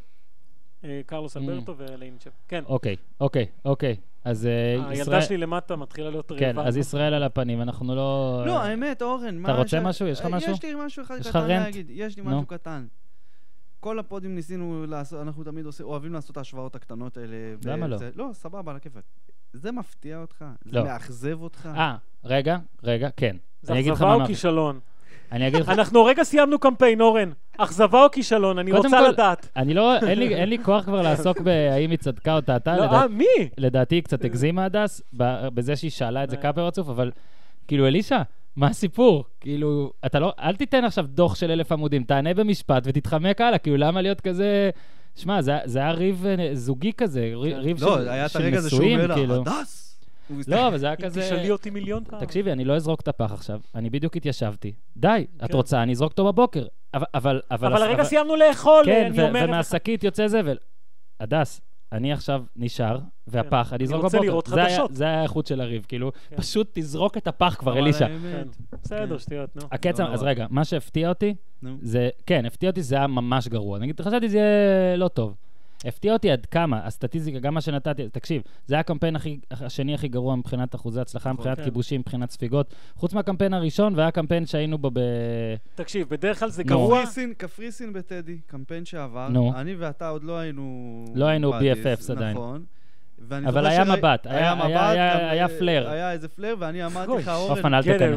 קרלוס אלברטו ואלייניצ'ב. כן. אוקיי. אז הילדה שלי למטה מתחילה להיות רעבה. כן, אז ישראל על הפנים, אנחנו לא... לא, האמת, אורן, אתה רוצה משהו? יש לך משהו? יש לי משהו אחד קטן להגיד. יש לי משהו קטן. כל הפודים ניסינו לעשות, אנחנו תמיד אוהבים לעשות את ההשוואות הקטנות האלה. למה לא? לא, סבבה, על הכיפק. זה מפתיע אותך? זה מאכזב אותך? רגע, כן. זה אכזבה או כישלון? אני אגיד לך... אנחנו רגע סיימנו קמפיין, אורן. אכזבה או כישלון? אני רוצה לדעת. אין לי כוח כבר לעסוק בהאם היא צדקה או טעתה. מי? לדעתי היא קצת הגזימה הדס, בזה שהיא שאלה את זה כמה רצוף, אבל כאילו, אלישה, מה הסיפור? כאילו, אתה לא, אל תיתן עכשיו דוח של 1000 עמודים, תענה במשפט ותתחמק הלאה, כאילו, למה להיות כזה... שמע, זה היה ריב זוגי כזה, ריב של מסויים, כאילו. לא, היה את הרגע הזה שהוא אומר לה, הדס! לא, אבל זה היה כזה... תשאלי אותי מיליון פעם. תקשיבי, אני לא אזרוק את הפח עכשיו, אני בדיוק התיישבתי. די, את רוצה, אני אזרוק אותו בבוקר. אבל הרגע סיימנו לאכול, אני אומרת... כן, ומהשקית יוצא זבל. הדס, אני עכשיו נשאר, והפח, אני אזרוק בבוקר. אני רוצה לראות חדשות. זה היה האיכות של הריב, כאילו, פשוט תזרוק את הפח כבר, אלישה. בסדר, שטויות, נו. הקצב, אז רגע, מה שהפתיע אותי, זה, כן, הפתיע אותי, זה היה ממש גרוע. נגיד, חשבתי זה יהיה לא טוב. הפתיע אותי עד כמה, הסטטיסטיקה, גם מה שנתתי, תקשיב, זה היה הקמפיין השני הכי גרוע מבחינת אחוזי הצלחה, מבחינת כיבושים, מבחינת ספיגות, חוץ מהקמפיין הראשון, והיה קמפיין שהיינו בו תקשיב, בדרך כלל זה גרוע. קפריסין בטדי, קמפיין שעבר, אני ואתה עוד לא היינו... לא היינו BFFs עדיין. נכון. אבל היה מבט, היה פלר. היה איזה פלר, ואני אמרתי לך, אורן,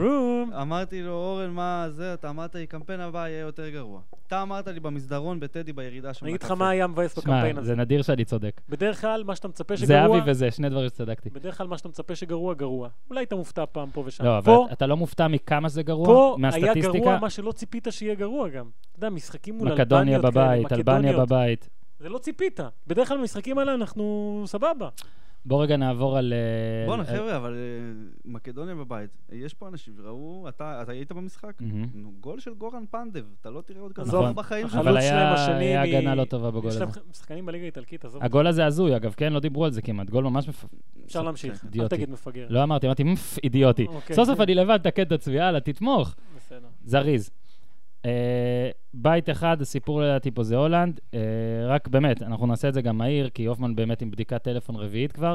אמרתי לו, אורן, מה זה? אתה אמרת לי, קמפיין הבא יהיה יותר גרוע. אתה אמרת לי במסדרון, בטדי, בירידה שם. אני אגיד לך מה היה מבאס בקמפיין הזה. זה נדיר שאני צודק. בדרך כלל, מה שאתה מצפה שגרוע... זה אבי וזה, שני דברים שצדקתי. בדרך כלל, מה שאתה מצפה שגרוע, גרוע. אולי אתה מופתע פעם פה ושם. לא, אבל אתה לא מופתע מכמה זה גרוע? מהסטטיסטיקה? פה היה גרוע מה שלא ציפית שיהיה גרוע גם. אתה יודע, משחקים מול מקדוניה בבית, אלבניה בבית. זה לא ציפית. בדרך כלל במשחקים האלה אנחנו סבבה. בוא רגע נעבור על... בוא חבר'ה, אבל מקדוניה בבית, יש פה אנשים שראו, אתה היית במשחק? גול של גורן פנדב, אתה לא תראה עוד כזה בחיים שלך. אבל היה הגנה לא טובה בגול הזה. יש להם משחקנים בליגה האיטלקית, עזוב. הגול הזה הזוי, אגב, כן, לא דיברו על זה כמעט, גול ממש אפשר להמשיך, אל תגיד מפגר. לא אמרתי, אידיוטי. סוף סוף אני לבד, תקד את עצמי, יאללה, תתמוך. בסדר. זריז. בית אחד, הסיפור לדעתי פה זה הולנד, רק באמת, אנחנו נעשה את זה גם מהיר, כי אופמן באמת עם בדיקת טלפון רביעית כבר.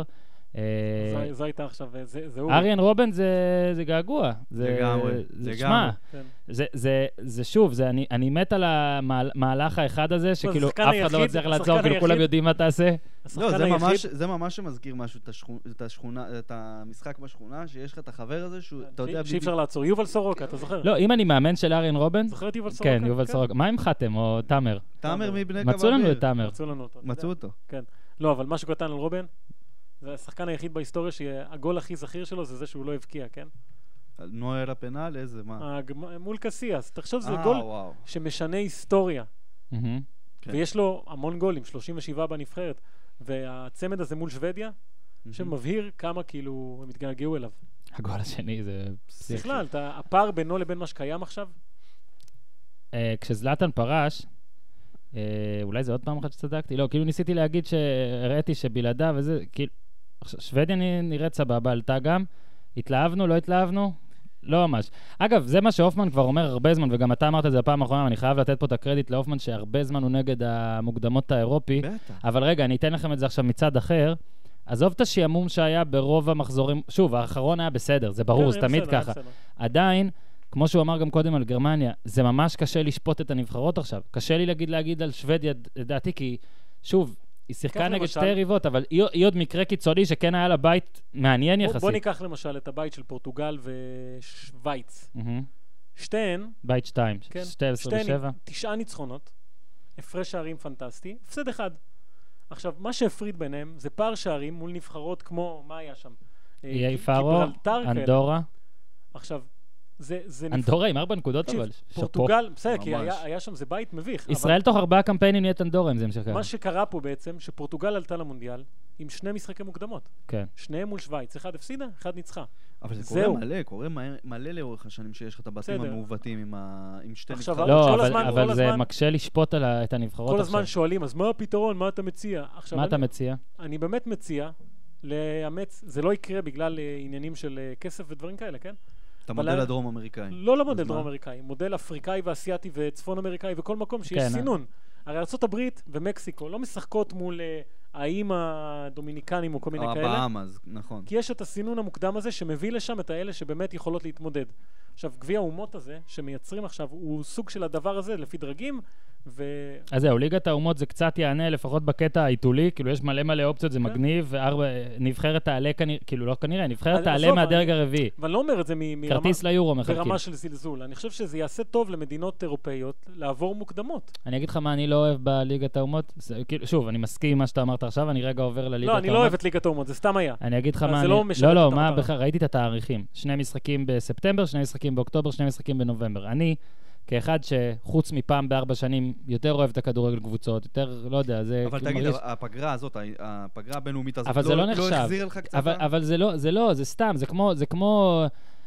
זו הייתה עכשיו, זה הוא. אריאן רובן זה געגוע. זה שמה, זה שוב, אני מת על המהלך האחד הזה, שכאילו אף אחד לא מצליח לעצור, כאילו כולם יודעים מה תעשה. לא, זה ממש שמזכיר משהו, את המשחק בשכונה, שיש לך את החבר הזה, שאתה יודע... שאי אפשר לעצור, יובל סורוקה, אתה זוכר? לא, אם אני מאמן של אריאן רובן... זוכר את יובל סורוקה? כן, יובל סורוקה. מה עם חתם או תאמר? תאמר מבני קו מצאו לנו את תאמר. מצאו אותו. כן. לא, אבל משהו קטן על רובן, זה השחקן היחיד בהיסטוריה שהגול הכי זכיר שלו זה זה שהוא לא הבקיע, כן? נוער הפנל, איזה, מה? מול קסיאס. תחשוב, זה גול שמשנה היסטוריה. ויש לו המון גולים, 37 בנבחרת. והצמד הזה מול שוודיה, שמבהיר כמה כאילו הם התגעגעו אליו. הגול השני זה... בכלל, הפער בינו לבין מה שקיים עכשיו? כשזלאטן פרש, אולי זה עוד פעם אחת שצדקתי, לא, כאילו ניסיתי להגיד שהראיתי שבלעדיו וזה, כאילו, שוודיה נראית סבבה, עלתה גם, התלהבנו, לא התלהבנו? לא ממש. אגב, זה מה שהופמן כבר אומר הרבה זמן, וגם אתה אמרת את זה בפעם האחרונה, אני חייב לתת פה את הקרדיט להופמן, שהרבה זמן הוא נגד המוקדמות האירופי. בטח. אבל רגע, אני אתן לכם את זה עכשיו מצד אחר. עזוב את השיעמום שהיה ברוב המחזורים, שוב, האחרון היה בסדר, זה ברור, זה תמיד ככה. עדיין, כמו שהוא אמר גם קודם על גרמניה, זה ממש קשה לשפוט את הנבחרות עכשיו. קשה לי להגיד על שוודיה, לדעתי, כי שוב, היא שיחקה נגד שתי יריבות, אבל היא עוד מקרה קיצוני שכן היה לה בית מעניין יחסית. בוא ניקח למשל את הבית של פורטוגל ושוויץ. שתיהן, בית 2, 12-7. 9 ניצחונות, הפרש שערים פנטסטי, הפסד אחד. עכשיו, מה שהפריד ביניהם זה פער שערים מול נבחרות כמו, מה היה שם? איי פארו, אנדורה. עכשיו, אנדורה עם 4 נקודות, אבל פורטוגל, בסדר, כי היה שם, זה בית מביך. ישראל תוך 4 קמפיינים נהיית אנדורה, אם זה משקר. מה שקרה פה בעצם, שפורטוגל עלתה למונדיאל עם 2 משחקי מוקדמות. כן. שניהם מול שוויץ, אחד הפסידה, אחד ניצחה. אבל זה קורה מלא לאורך השנים שיש לך את הבתים המעוותים עם שתי נבחרות. לא, אבל זה מקשה לשפוט את הנבחרות עכשיו. כל הזמן שואלים, אז מה הפתרון? מה אתה מציע? מה אתה מציע? אני באמת מציע לאמץ, זה לא יקרה בגלל עניינים של כסף ודברים כאלה, כן? את המודל הדרום אמריקאי. לא למודל דרום אמריקאי, מודל אפריקאי ואסיאטי וצפון אמריקאי וכל מקום שיש סינון. הרי ארצות הברית ומקסיקו לא משחקות מול האיים הדומיניקנים או כל מיני כאלה. הבאמאז, נכון. כי יש את הסינון המוקדם הזה שמביא לשם את האלה שבאמת יכולות להתמודד. עכשיו, גביע האומות הזה שמייצרים עכשיו הוא סוג של הדבר הזה לפי דרגים אז זהו, ליגת האומות זה קצת יענה, לפחות בקטע העיתולי, כאילו יש מלא אופציות, זה מגניב, נבחרת תעלה, כאילו לא כנראה, נבחרת תעלה מהדרג הרביעי. ואני לא אומר את זה כרטיס ליורו מחלקים. ברמה של זלזול. אני חושב שזה יעשה טוב למדינות אירופאיות לעבור מוקדמות. אני אגיד לך מה אני לא אוהב בליגת האומות, שוב, אני מסכים עם מה שאתה אמרת עכשיו, אני רגע עובר לליגת האומות. לא, אני לא אוהב את ליגת האומות, זה סתם היה. אני אגיד לך מה ראיתי את התאריכים. 2 משחקים בספטמבר, 2 משחקים באוקטובר, 2 משחקים בנובמבר. אני כאחד שחוץ מפעם ב4 שנים יותר אוהב את הכדורגל קבוצות, יותר, לא יודע, זה... אבל תגיד, הפגרה הזאת, הפגרה הבינלאומית הזאת, אבל זה לא נחשב. החזיר לך קצת? אבל זה לא, זה סתם, זה כמו...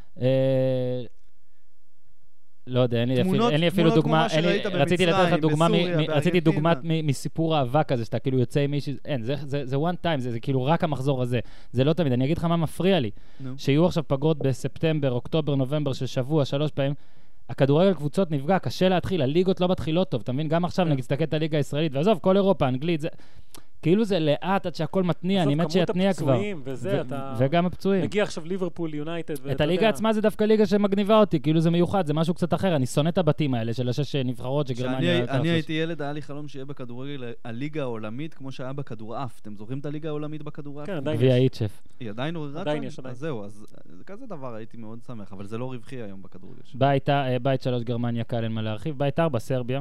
לא יודע, אין לי אפילו דוגמה, רציתי לתת לך דוגמה, רציתי דוגמה מסיפור האבק הזה, שאתה כאילו יוצא עם מישהו, אין, זה one time, זה כאילו רק המחזור הזה, זה לא תמיד, אני אגיד לך מה מפריע לי, שיהיו עכשיו פגרות בספטמבר, אוקטובר, נובמבר של שבוע, 3 פעמים, הכדורגל קבוצות נפגע, קשה להתחיל, הליגות לא מתחילות טוב, אתה מבין? גם עכשיו נגיד תסתכל את הליגה הישראלית, ועזוב, כל אירופה, אנגלית, זה... כאילו זה לאט עד שהכל מתניע, אני מת שיתניע כבר. וגם הפצועים. מגיע עכשיו ליברפול, יונייטד. את הליגה עצמה זה דווקא ליגה שמגניבה אותי, כאילו זה מיוחד, זה משהו קצת אחר, אני שונא את הבתים האלה של 6 נבחרות שגרמניה... אני הייתי ילד, היה לי חלום שיהיה בכדורגל הליגה העולמית, כמו שהיה בכדורעף. אתם זוכרים את הליגה העולמית בכדורעף? כן, עדיין יש. היא עדיין יש. אז זהו, אז כזה דבר הייתי מאוד שמח, אבל זה לא רווחי היום בכדורגל. בית 3 גרמניה, קל אין מה להרחיב. בית 4 סרביה.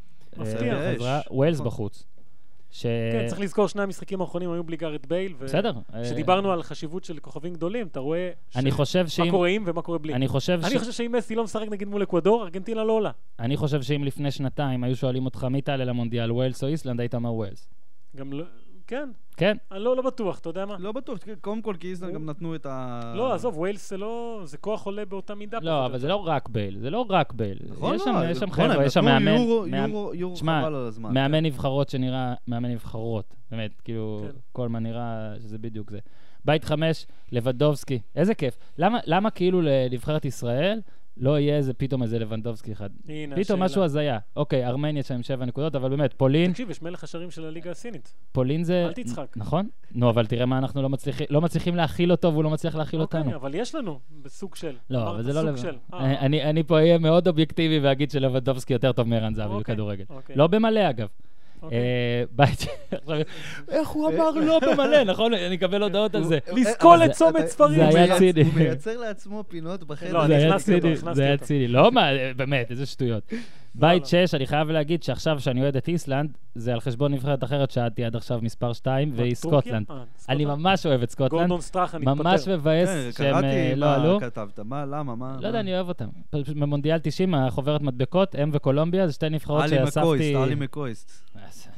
ווילס בחוץ. כן, צריך לזכור 2 המשחקים האחרונים היו בלי גארד בייל, כשדיברנו על חשיבות של כוכבים גדולים, אתה רואה מה קורה עם ומה קורה בלי. אני חושב שאם מסי לא משחק נגיד מול אקוודור, ארגנטינה לא עולה. אני חושב שאם לפני 2 היו שואלים אותך מי תעלה למונדיאל, ווילס או איסלנד, היית אומר ווילס. גם לא... כן. כן. אני לא בטוח, אתה יודע מה? לא בטוח, קודם כל כי איסלנד גם נתנו את ה... לא, עזוב, ווילס זה כוח עולה באותה מידה. לא, אבל זה לא רק בייל, זה לא רק בייל. יש שם חבר'ה, יש שם מאמן... יורו חבל על הזמן. מאמן נבחרות שנראה, מאמן נבחרות, באמת, כאילו, כל מה נראה שזה בדיוק זה. בית 5, לבנדובסקי, איזה כיף. למה כאילו לנבחרת ישראל לא יהיה איזה פתאום איזה לבנדובסקי אחד? פתאום משהו הזיה. אוקיי, ארמניה שם 7 נקודות, אבל באמת, פולין... תקשיב, יש מלך השערים של הליגה הסינית. פולין זה... אל תצחק. נכון? נו, אבל תראה מה אנחנו לא מצליחים להכיל אותו, והוא לא מצליח להכיל אותנו. אוקיי, אבל יש לנו בסוג של. לא, אבל זה לא לבד. אני פה אהיה מאוד אובייקטיבי ואגיד שלבנדובסקי יותר טוב מערן זהבי בכדורגל. לא במלא, אגב. בית... איך הוא אמר לא במלא, נכון? אני אקבל הודעות על זה. לסקול את צומת ספרים. זה היה ציני. הוא מייצר לעצמו פינות בחדר. זה היה ציני. לא, באמת, איזה שטויות. בית 6, אני חייב להגיד שעכשיו שאני אוהד את איסלנד, זה על חשבון נבחרת אחרת שעדתי עד עכשיו מספר 2, והיא סקוטלנד. אני ממש אוהב את סקוטלנד. גורדון סטראח, אני מתפטר. ממש מבאס שהם לא עלו. קראתי מה כתבת, למה, מה? לא יודע, אני אוהב אותם. במונדיאל 90, החוברת מדבקות, הם וקולומביה, זה 2 נבחרות שאספתי... אלי מקויסט.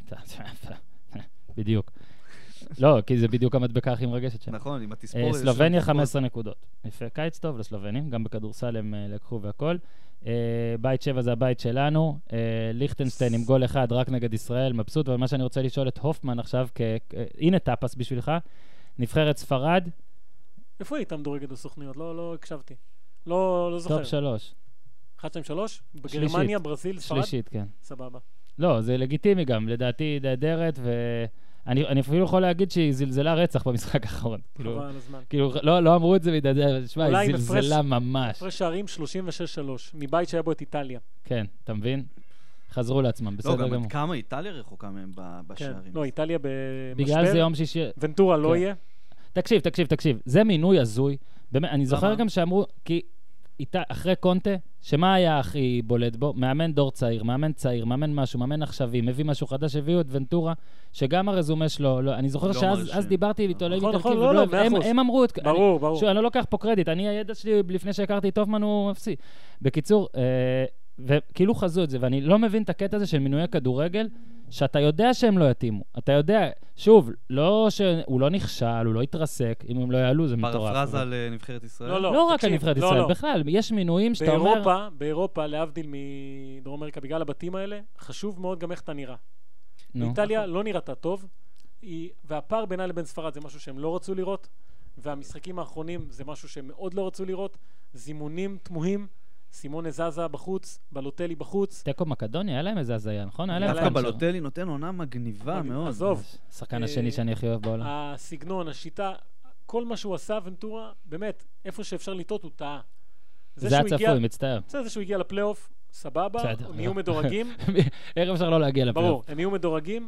בדיוק. לא, כי זה בדיוק המדבקה הכי מרגשת שם. נכון, עם התספורת. סלובניה 15 נקודות. יפה, קיץ טוב לסלובנים, גם בכדורסל הם לקחו והכל. בית 7 זה הבית שלנו, ליכטנשטיין עם גול אחד רק נגד ישראל, מבסוט, אבל מה שאני רוצה לשאול את הופמן עכשיו, הנה טאפס בשבילך, נבחרת ספרד. איפה היית מדורגת בסוכניות? לא הקשבתי. לא זוכר. טופ 3. 1, 2, 3? בגרמניה, ברזיל, ספרד? שלישית, כן. סבבה. לא, זה לגיטימי גם, לדעתי נהדרת, ואני אפילו יכול להגיד שהיא זלזלה רצח במשחק האחרון. חבל על הזמן. כאילו, לא אמרו את זה והיא שמע, היא זלזלה ממש. הפרש שערים 36-3, מבית שהיה בו את איטליה. כן, אתה מבין? חזרו לעצמם, בסדר גמור. לא, גם כמה איטליה רחוקה מהם בשערים. לא, איטליה במשבר. בגלל זה יום שישי... ונטורה לא יהיה. תקשיב. זה מינוי הזוי. באמת, אני זוכר גם שאמרו, כי אחרי קונטה, שמה היה הכי בולט בו? מאמן דור צעיר, מאמן משהו, מאמן עכשווי, מביא משהו חדש, הביאו את ונטורה, שגם הרזומה שלו, אני זוכר שאז דיברתי איתו, הם אמרו את... ברור. אני לא לוקח פה קרדיט, הידע שלי לפני שהכרתי את טופמן הוא אפסי. בקיצור, וכאילו חזו את זה, ואני לא מבין את הקטע הזה של מינויי כדורגל, שאתה יודע שהם לא יתאימו. אתה יודע, שוב, לא שהוא לא נכשל, הוא לא יתרסק, אם הם לא יעלו, זה מטורף. פרפרזה על נבחרת ישראל? לא רק על נבחרת ישראל, בכלל, יש מינויים שאתה אומר... באירופה, להבדיל מדרום אמריקה, בגלל הבתים האלה, חשוב מאוד גם איך אתה נראה. באיטליה לא נראתה טוב, והפער בינה לבין ספרד זה משהו שהם לא רצו לראות, והמשחקים האחרונים זה משהו שהם מאוד לא רצו לראות, זימונים תמוהים, סימון הזזה בחוץ, בלוטלי בחוץ. טקו מקדוניה, היה להם איזה הזיה, נכון? דווקא בלוטלי נותן עונה מגניבה מאוד. עזוב. שחקן השני שאני הכי אוהב בעולם. הסגנון, השיטה, כל מה שהוא עשה, ונטורה, באמת, איפה שאפשר לטעות, הוא טעה. זה הצפוי, מצטער. זה שהוא הגיע לפלייאוף, סבבה, הם יהיו מדורגים. ערב אפשר לא להגיע לפלייאוף. ברור, הם יהיו מדורגים.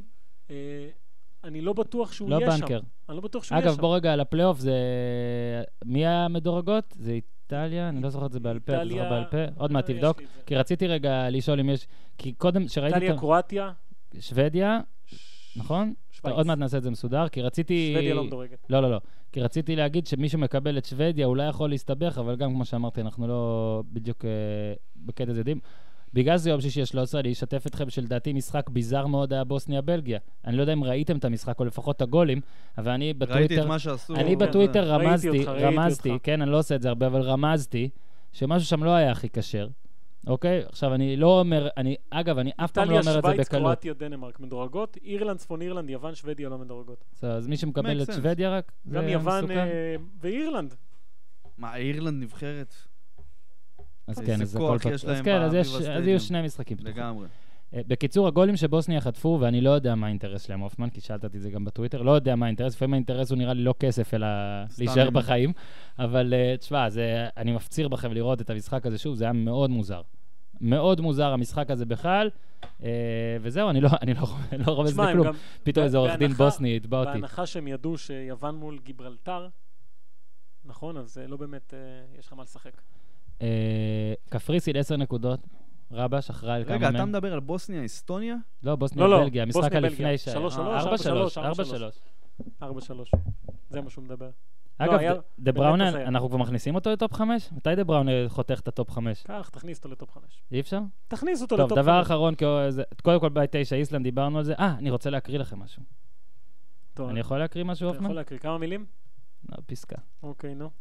אני לא בטוח שהוא יהיה שם. אני לא בטוח שהוא יהיה שם. אגב, בוא רגע, על הפלייאוף זה... מי המדורגות? זה איטליה, אני לא זוכר את זה בעל פה, עוד מעט תבדוק, כי רציתי רגע לשאול אם יש, כי קודם שראיתי... איטליה, קרואטיה. שוודיה, נכון? עוד מעט נעשה את זה מסודר, כי רציתי... שוודיה לא מדורגת. לא, כי רציתי להגיד שמי שמקבל את שוודיה אולי יכול להסתבך, אבל גם כמו שאמרתי, אנחנו לא בדיוק בקטע זה יודעים. בגלל זה יום שישי 13, אני אשתף אתכם שלדעתי משחק ביזר מאוד היה בוסניה-בלגיה. אני לא יודע אם ראיתם את המשחק, או לפחות את הגולים, אבל אני בטוויטר... ראיתי את מה שעשו. אני בטוויטר רמזתי, כן, אני לא עושה את זה הרבה, אבל רמזתי, שמשהו שם לא היה הכי קשר. אוקיי? עכשיו, אני לא אומר... אגב, אני אף פעם לא אומר את זה בקלות. איטליה, שוויץ, קרואטיה, דנמרק מדורגות, אירלנד, צפון אירלנד, יוון, שוודיה לא מדורגות. אז מי שמקבל את שוודיה רק, גם יוון ואירלנד. מה, אירלנד נבחרת? אז כן, אז יהיו שני משחקים. לגמרי. בקיצור, הגולים שבוסניה חטפו, ואני לא יודע מה האינטרס שלהם, אופמן, כי שאלת את זה גם בטוויטר, לא יודע מה האינטרס, לפעמים האינטרס הוא נראה לי לא כסף, אלא להישאר בחיים, אבל תשמע, אני מפציר בכם לראות את המשחק הזה שוב, זה היה מאוד מוזר. מאוד מוזר המשחק הזה בכלל, וזהו, אני לא רומז בכלום. פתאום איזה עורך דין בוסני יתבע אותי. בהנחה שהם ידעו שיוון מול גיברלטר, נכון, אז לא באמת יש לך מה לשחק. קפריסין 10 נקודות, רבש אחראי על כמה מהם. רגע, אתה מדבר על בוסניה, אסטוניה? לא, בוסניה, בלגיה, המשחק הלפני 4-3, זה מה שהוא מדבר. אגב, דה בראונה, אנחנו כבר מכניסים אותו לטופ 5? מתי דה בראונה חותך את הטופ 5? כך, תכניס אותו לטופ 5. אי אפשר? תכניס אותו לטופ 5. טוב, דבר אחרון, קודם כל בית 9 איסלנד דיברנו על זה. אני רוצה להקריא לכם משהו. אני יכול להקריא משהו, אופמן? אתה יכול להקריא כמה מילים? פסקה. אוקיי, נו.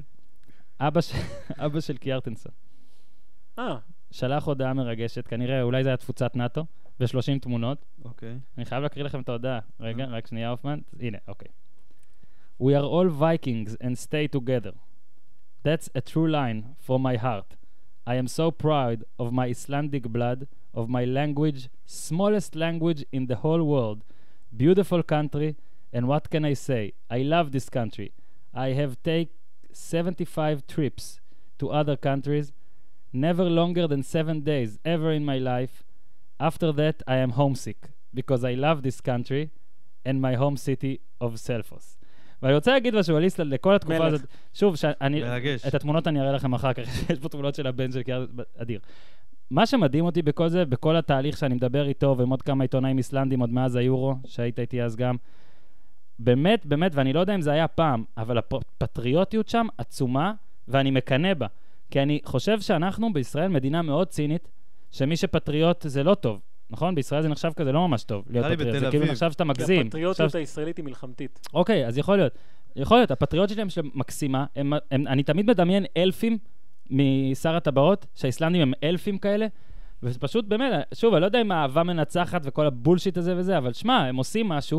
אבא של קיארטנסון. שלח הודעה מרגשת, כנראה, אולי זה היה תפוצת נאטו, ב-30 תמונות. אוקיי. אני חייב להקריא לכם את ההודעה. רגע, רק שנייה, אופמן. הנה, אוקיי. We are all Vikings and stay together. That's a true line from my heart. I am so proud of my Icelandic blood, of my language, smallest language in the whole world. Beautiful country, and what can I say? I love this country. I have taken 75 trips to other countries, never longer than 7 days ever in my life. After that, I am homesick, because I love this country and my home city of Selfos. ואני רוצה להגיד משהו על איסלנד לכל התקופה הזאת. שוב, את התמונות אני אראה לכם אחר כך, יש פה תמונות של הבן של קיארטנסון, אדיר. מה שמדהים אותי בכל זה, בכל התהליך שאני מדבר איתו, ועם עוד כמה עיתונאים איסלנדים עוד מאז היורו, שהיית איתי אז גם, באמת, ואני לא יודע אם זה היה פעם, אבל הפטריוטיות שם עצומה, ואני מקנה בה. כי אני חושב שאנחנו בישראל מדינה מאוד צינית, שמי שפטריוט זה לא טוב. נכון? בישראל זה נחשב כזה לא ממש טוב להיות פטריוט. זה כאילו נחשב שאתה מגזים. הפטריוטיות הישראלית היא מלחמתית. אוקיי, אז יכול להיות. הפטריוטיות שלהם מקסימה. אני תמיד מדמיין אלפים משר הטבעות, שהאיסלנדים הם אלפים כאלה, ופשוט באמת, שוב, אני לא יודע אם האהבה מנצחת וכל הבולשיט הזה וזה, אבל שמע, הם עושים משהו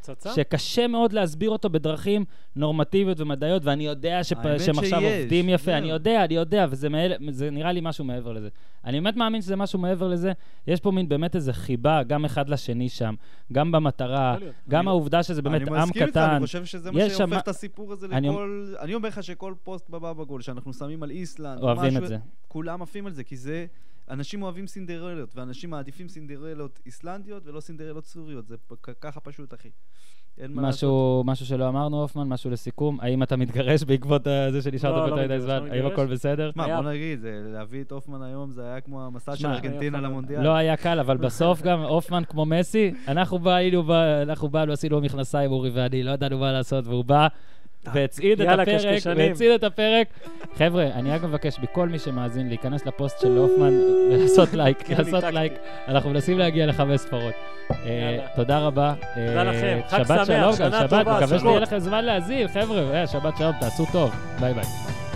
שקשה מאוד להסביר אותו בדרכים נורמטיביות ומדעיות, ואני יודע שהם עכשיו עובדים יפה, אני יודע, וזה נראה לי משהו מעבר לזה. אני באמת מאמין שזה משהו מעבר לזה. יש פה מין באמת איזה חיבה, גם אחד לשני שם, גם במטרה, גם העובדה שזה באמת עם קטן. אני מסכים איתך, אני חושב שזה מה שהופך את הסיפור הזה לכל... אני אומר לך שכל פוסט בבא בגול, שאנחנו שמים על איסלנד, אוהבים את זה. כולם עפים על זה, כי זה... אנשים אוהבים סינדרלות, ואנשים מעדיפים סינדרלות איסלנדיות ולא סינדרלות סוריות. זה ככה פשוט, אחי. משהו שלא אמרנו, הופמן, משהו לסיכום. האם אתה מתגרש בעקבות זה שנשארת כל הידי זמן? האם הכל בסדר? בוא נגיד, להביא את הופמן היום זה היה כמו המסע של ארגנטינה למונדיאל. לא היה קל, אבל בסוף גם הופמן כמו מסי, אנחנו באנו, עשינו מכנסיים, אורי ואני, לא ידענו מה לעשות, והוא בא והצעיד את הפרק. חבר'ה, אני רק מבקש בכל מי שמאזין להיכנס לפוסט של הופמן ולעשות לייק. אנחנו מנסים להגיע ל5 ספרות. תודה רבה. תודה לכם. שבת שלום, שבת, מקווה שתהיה לכם זמן להזין, חבר'ה, שבת שלום, תעשו טוב. ביי ביי.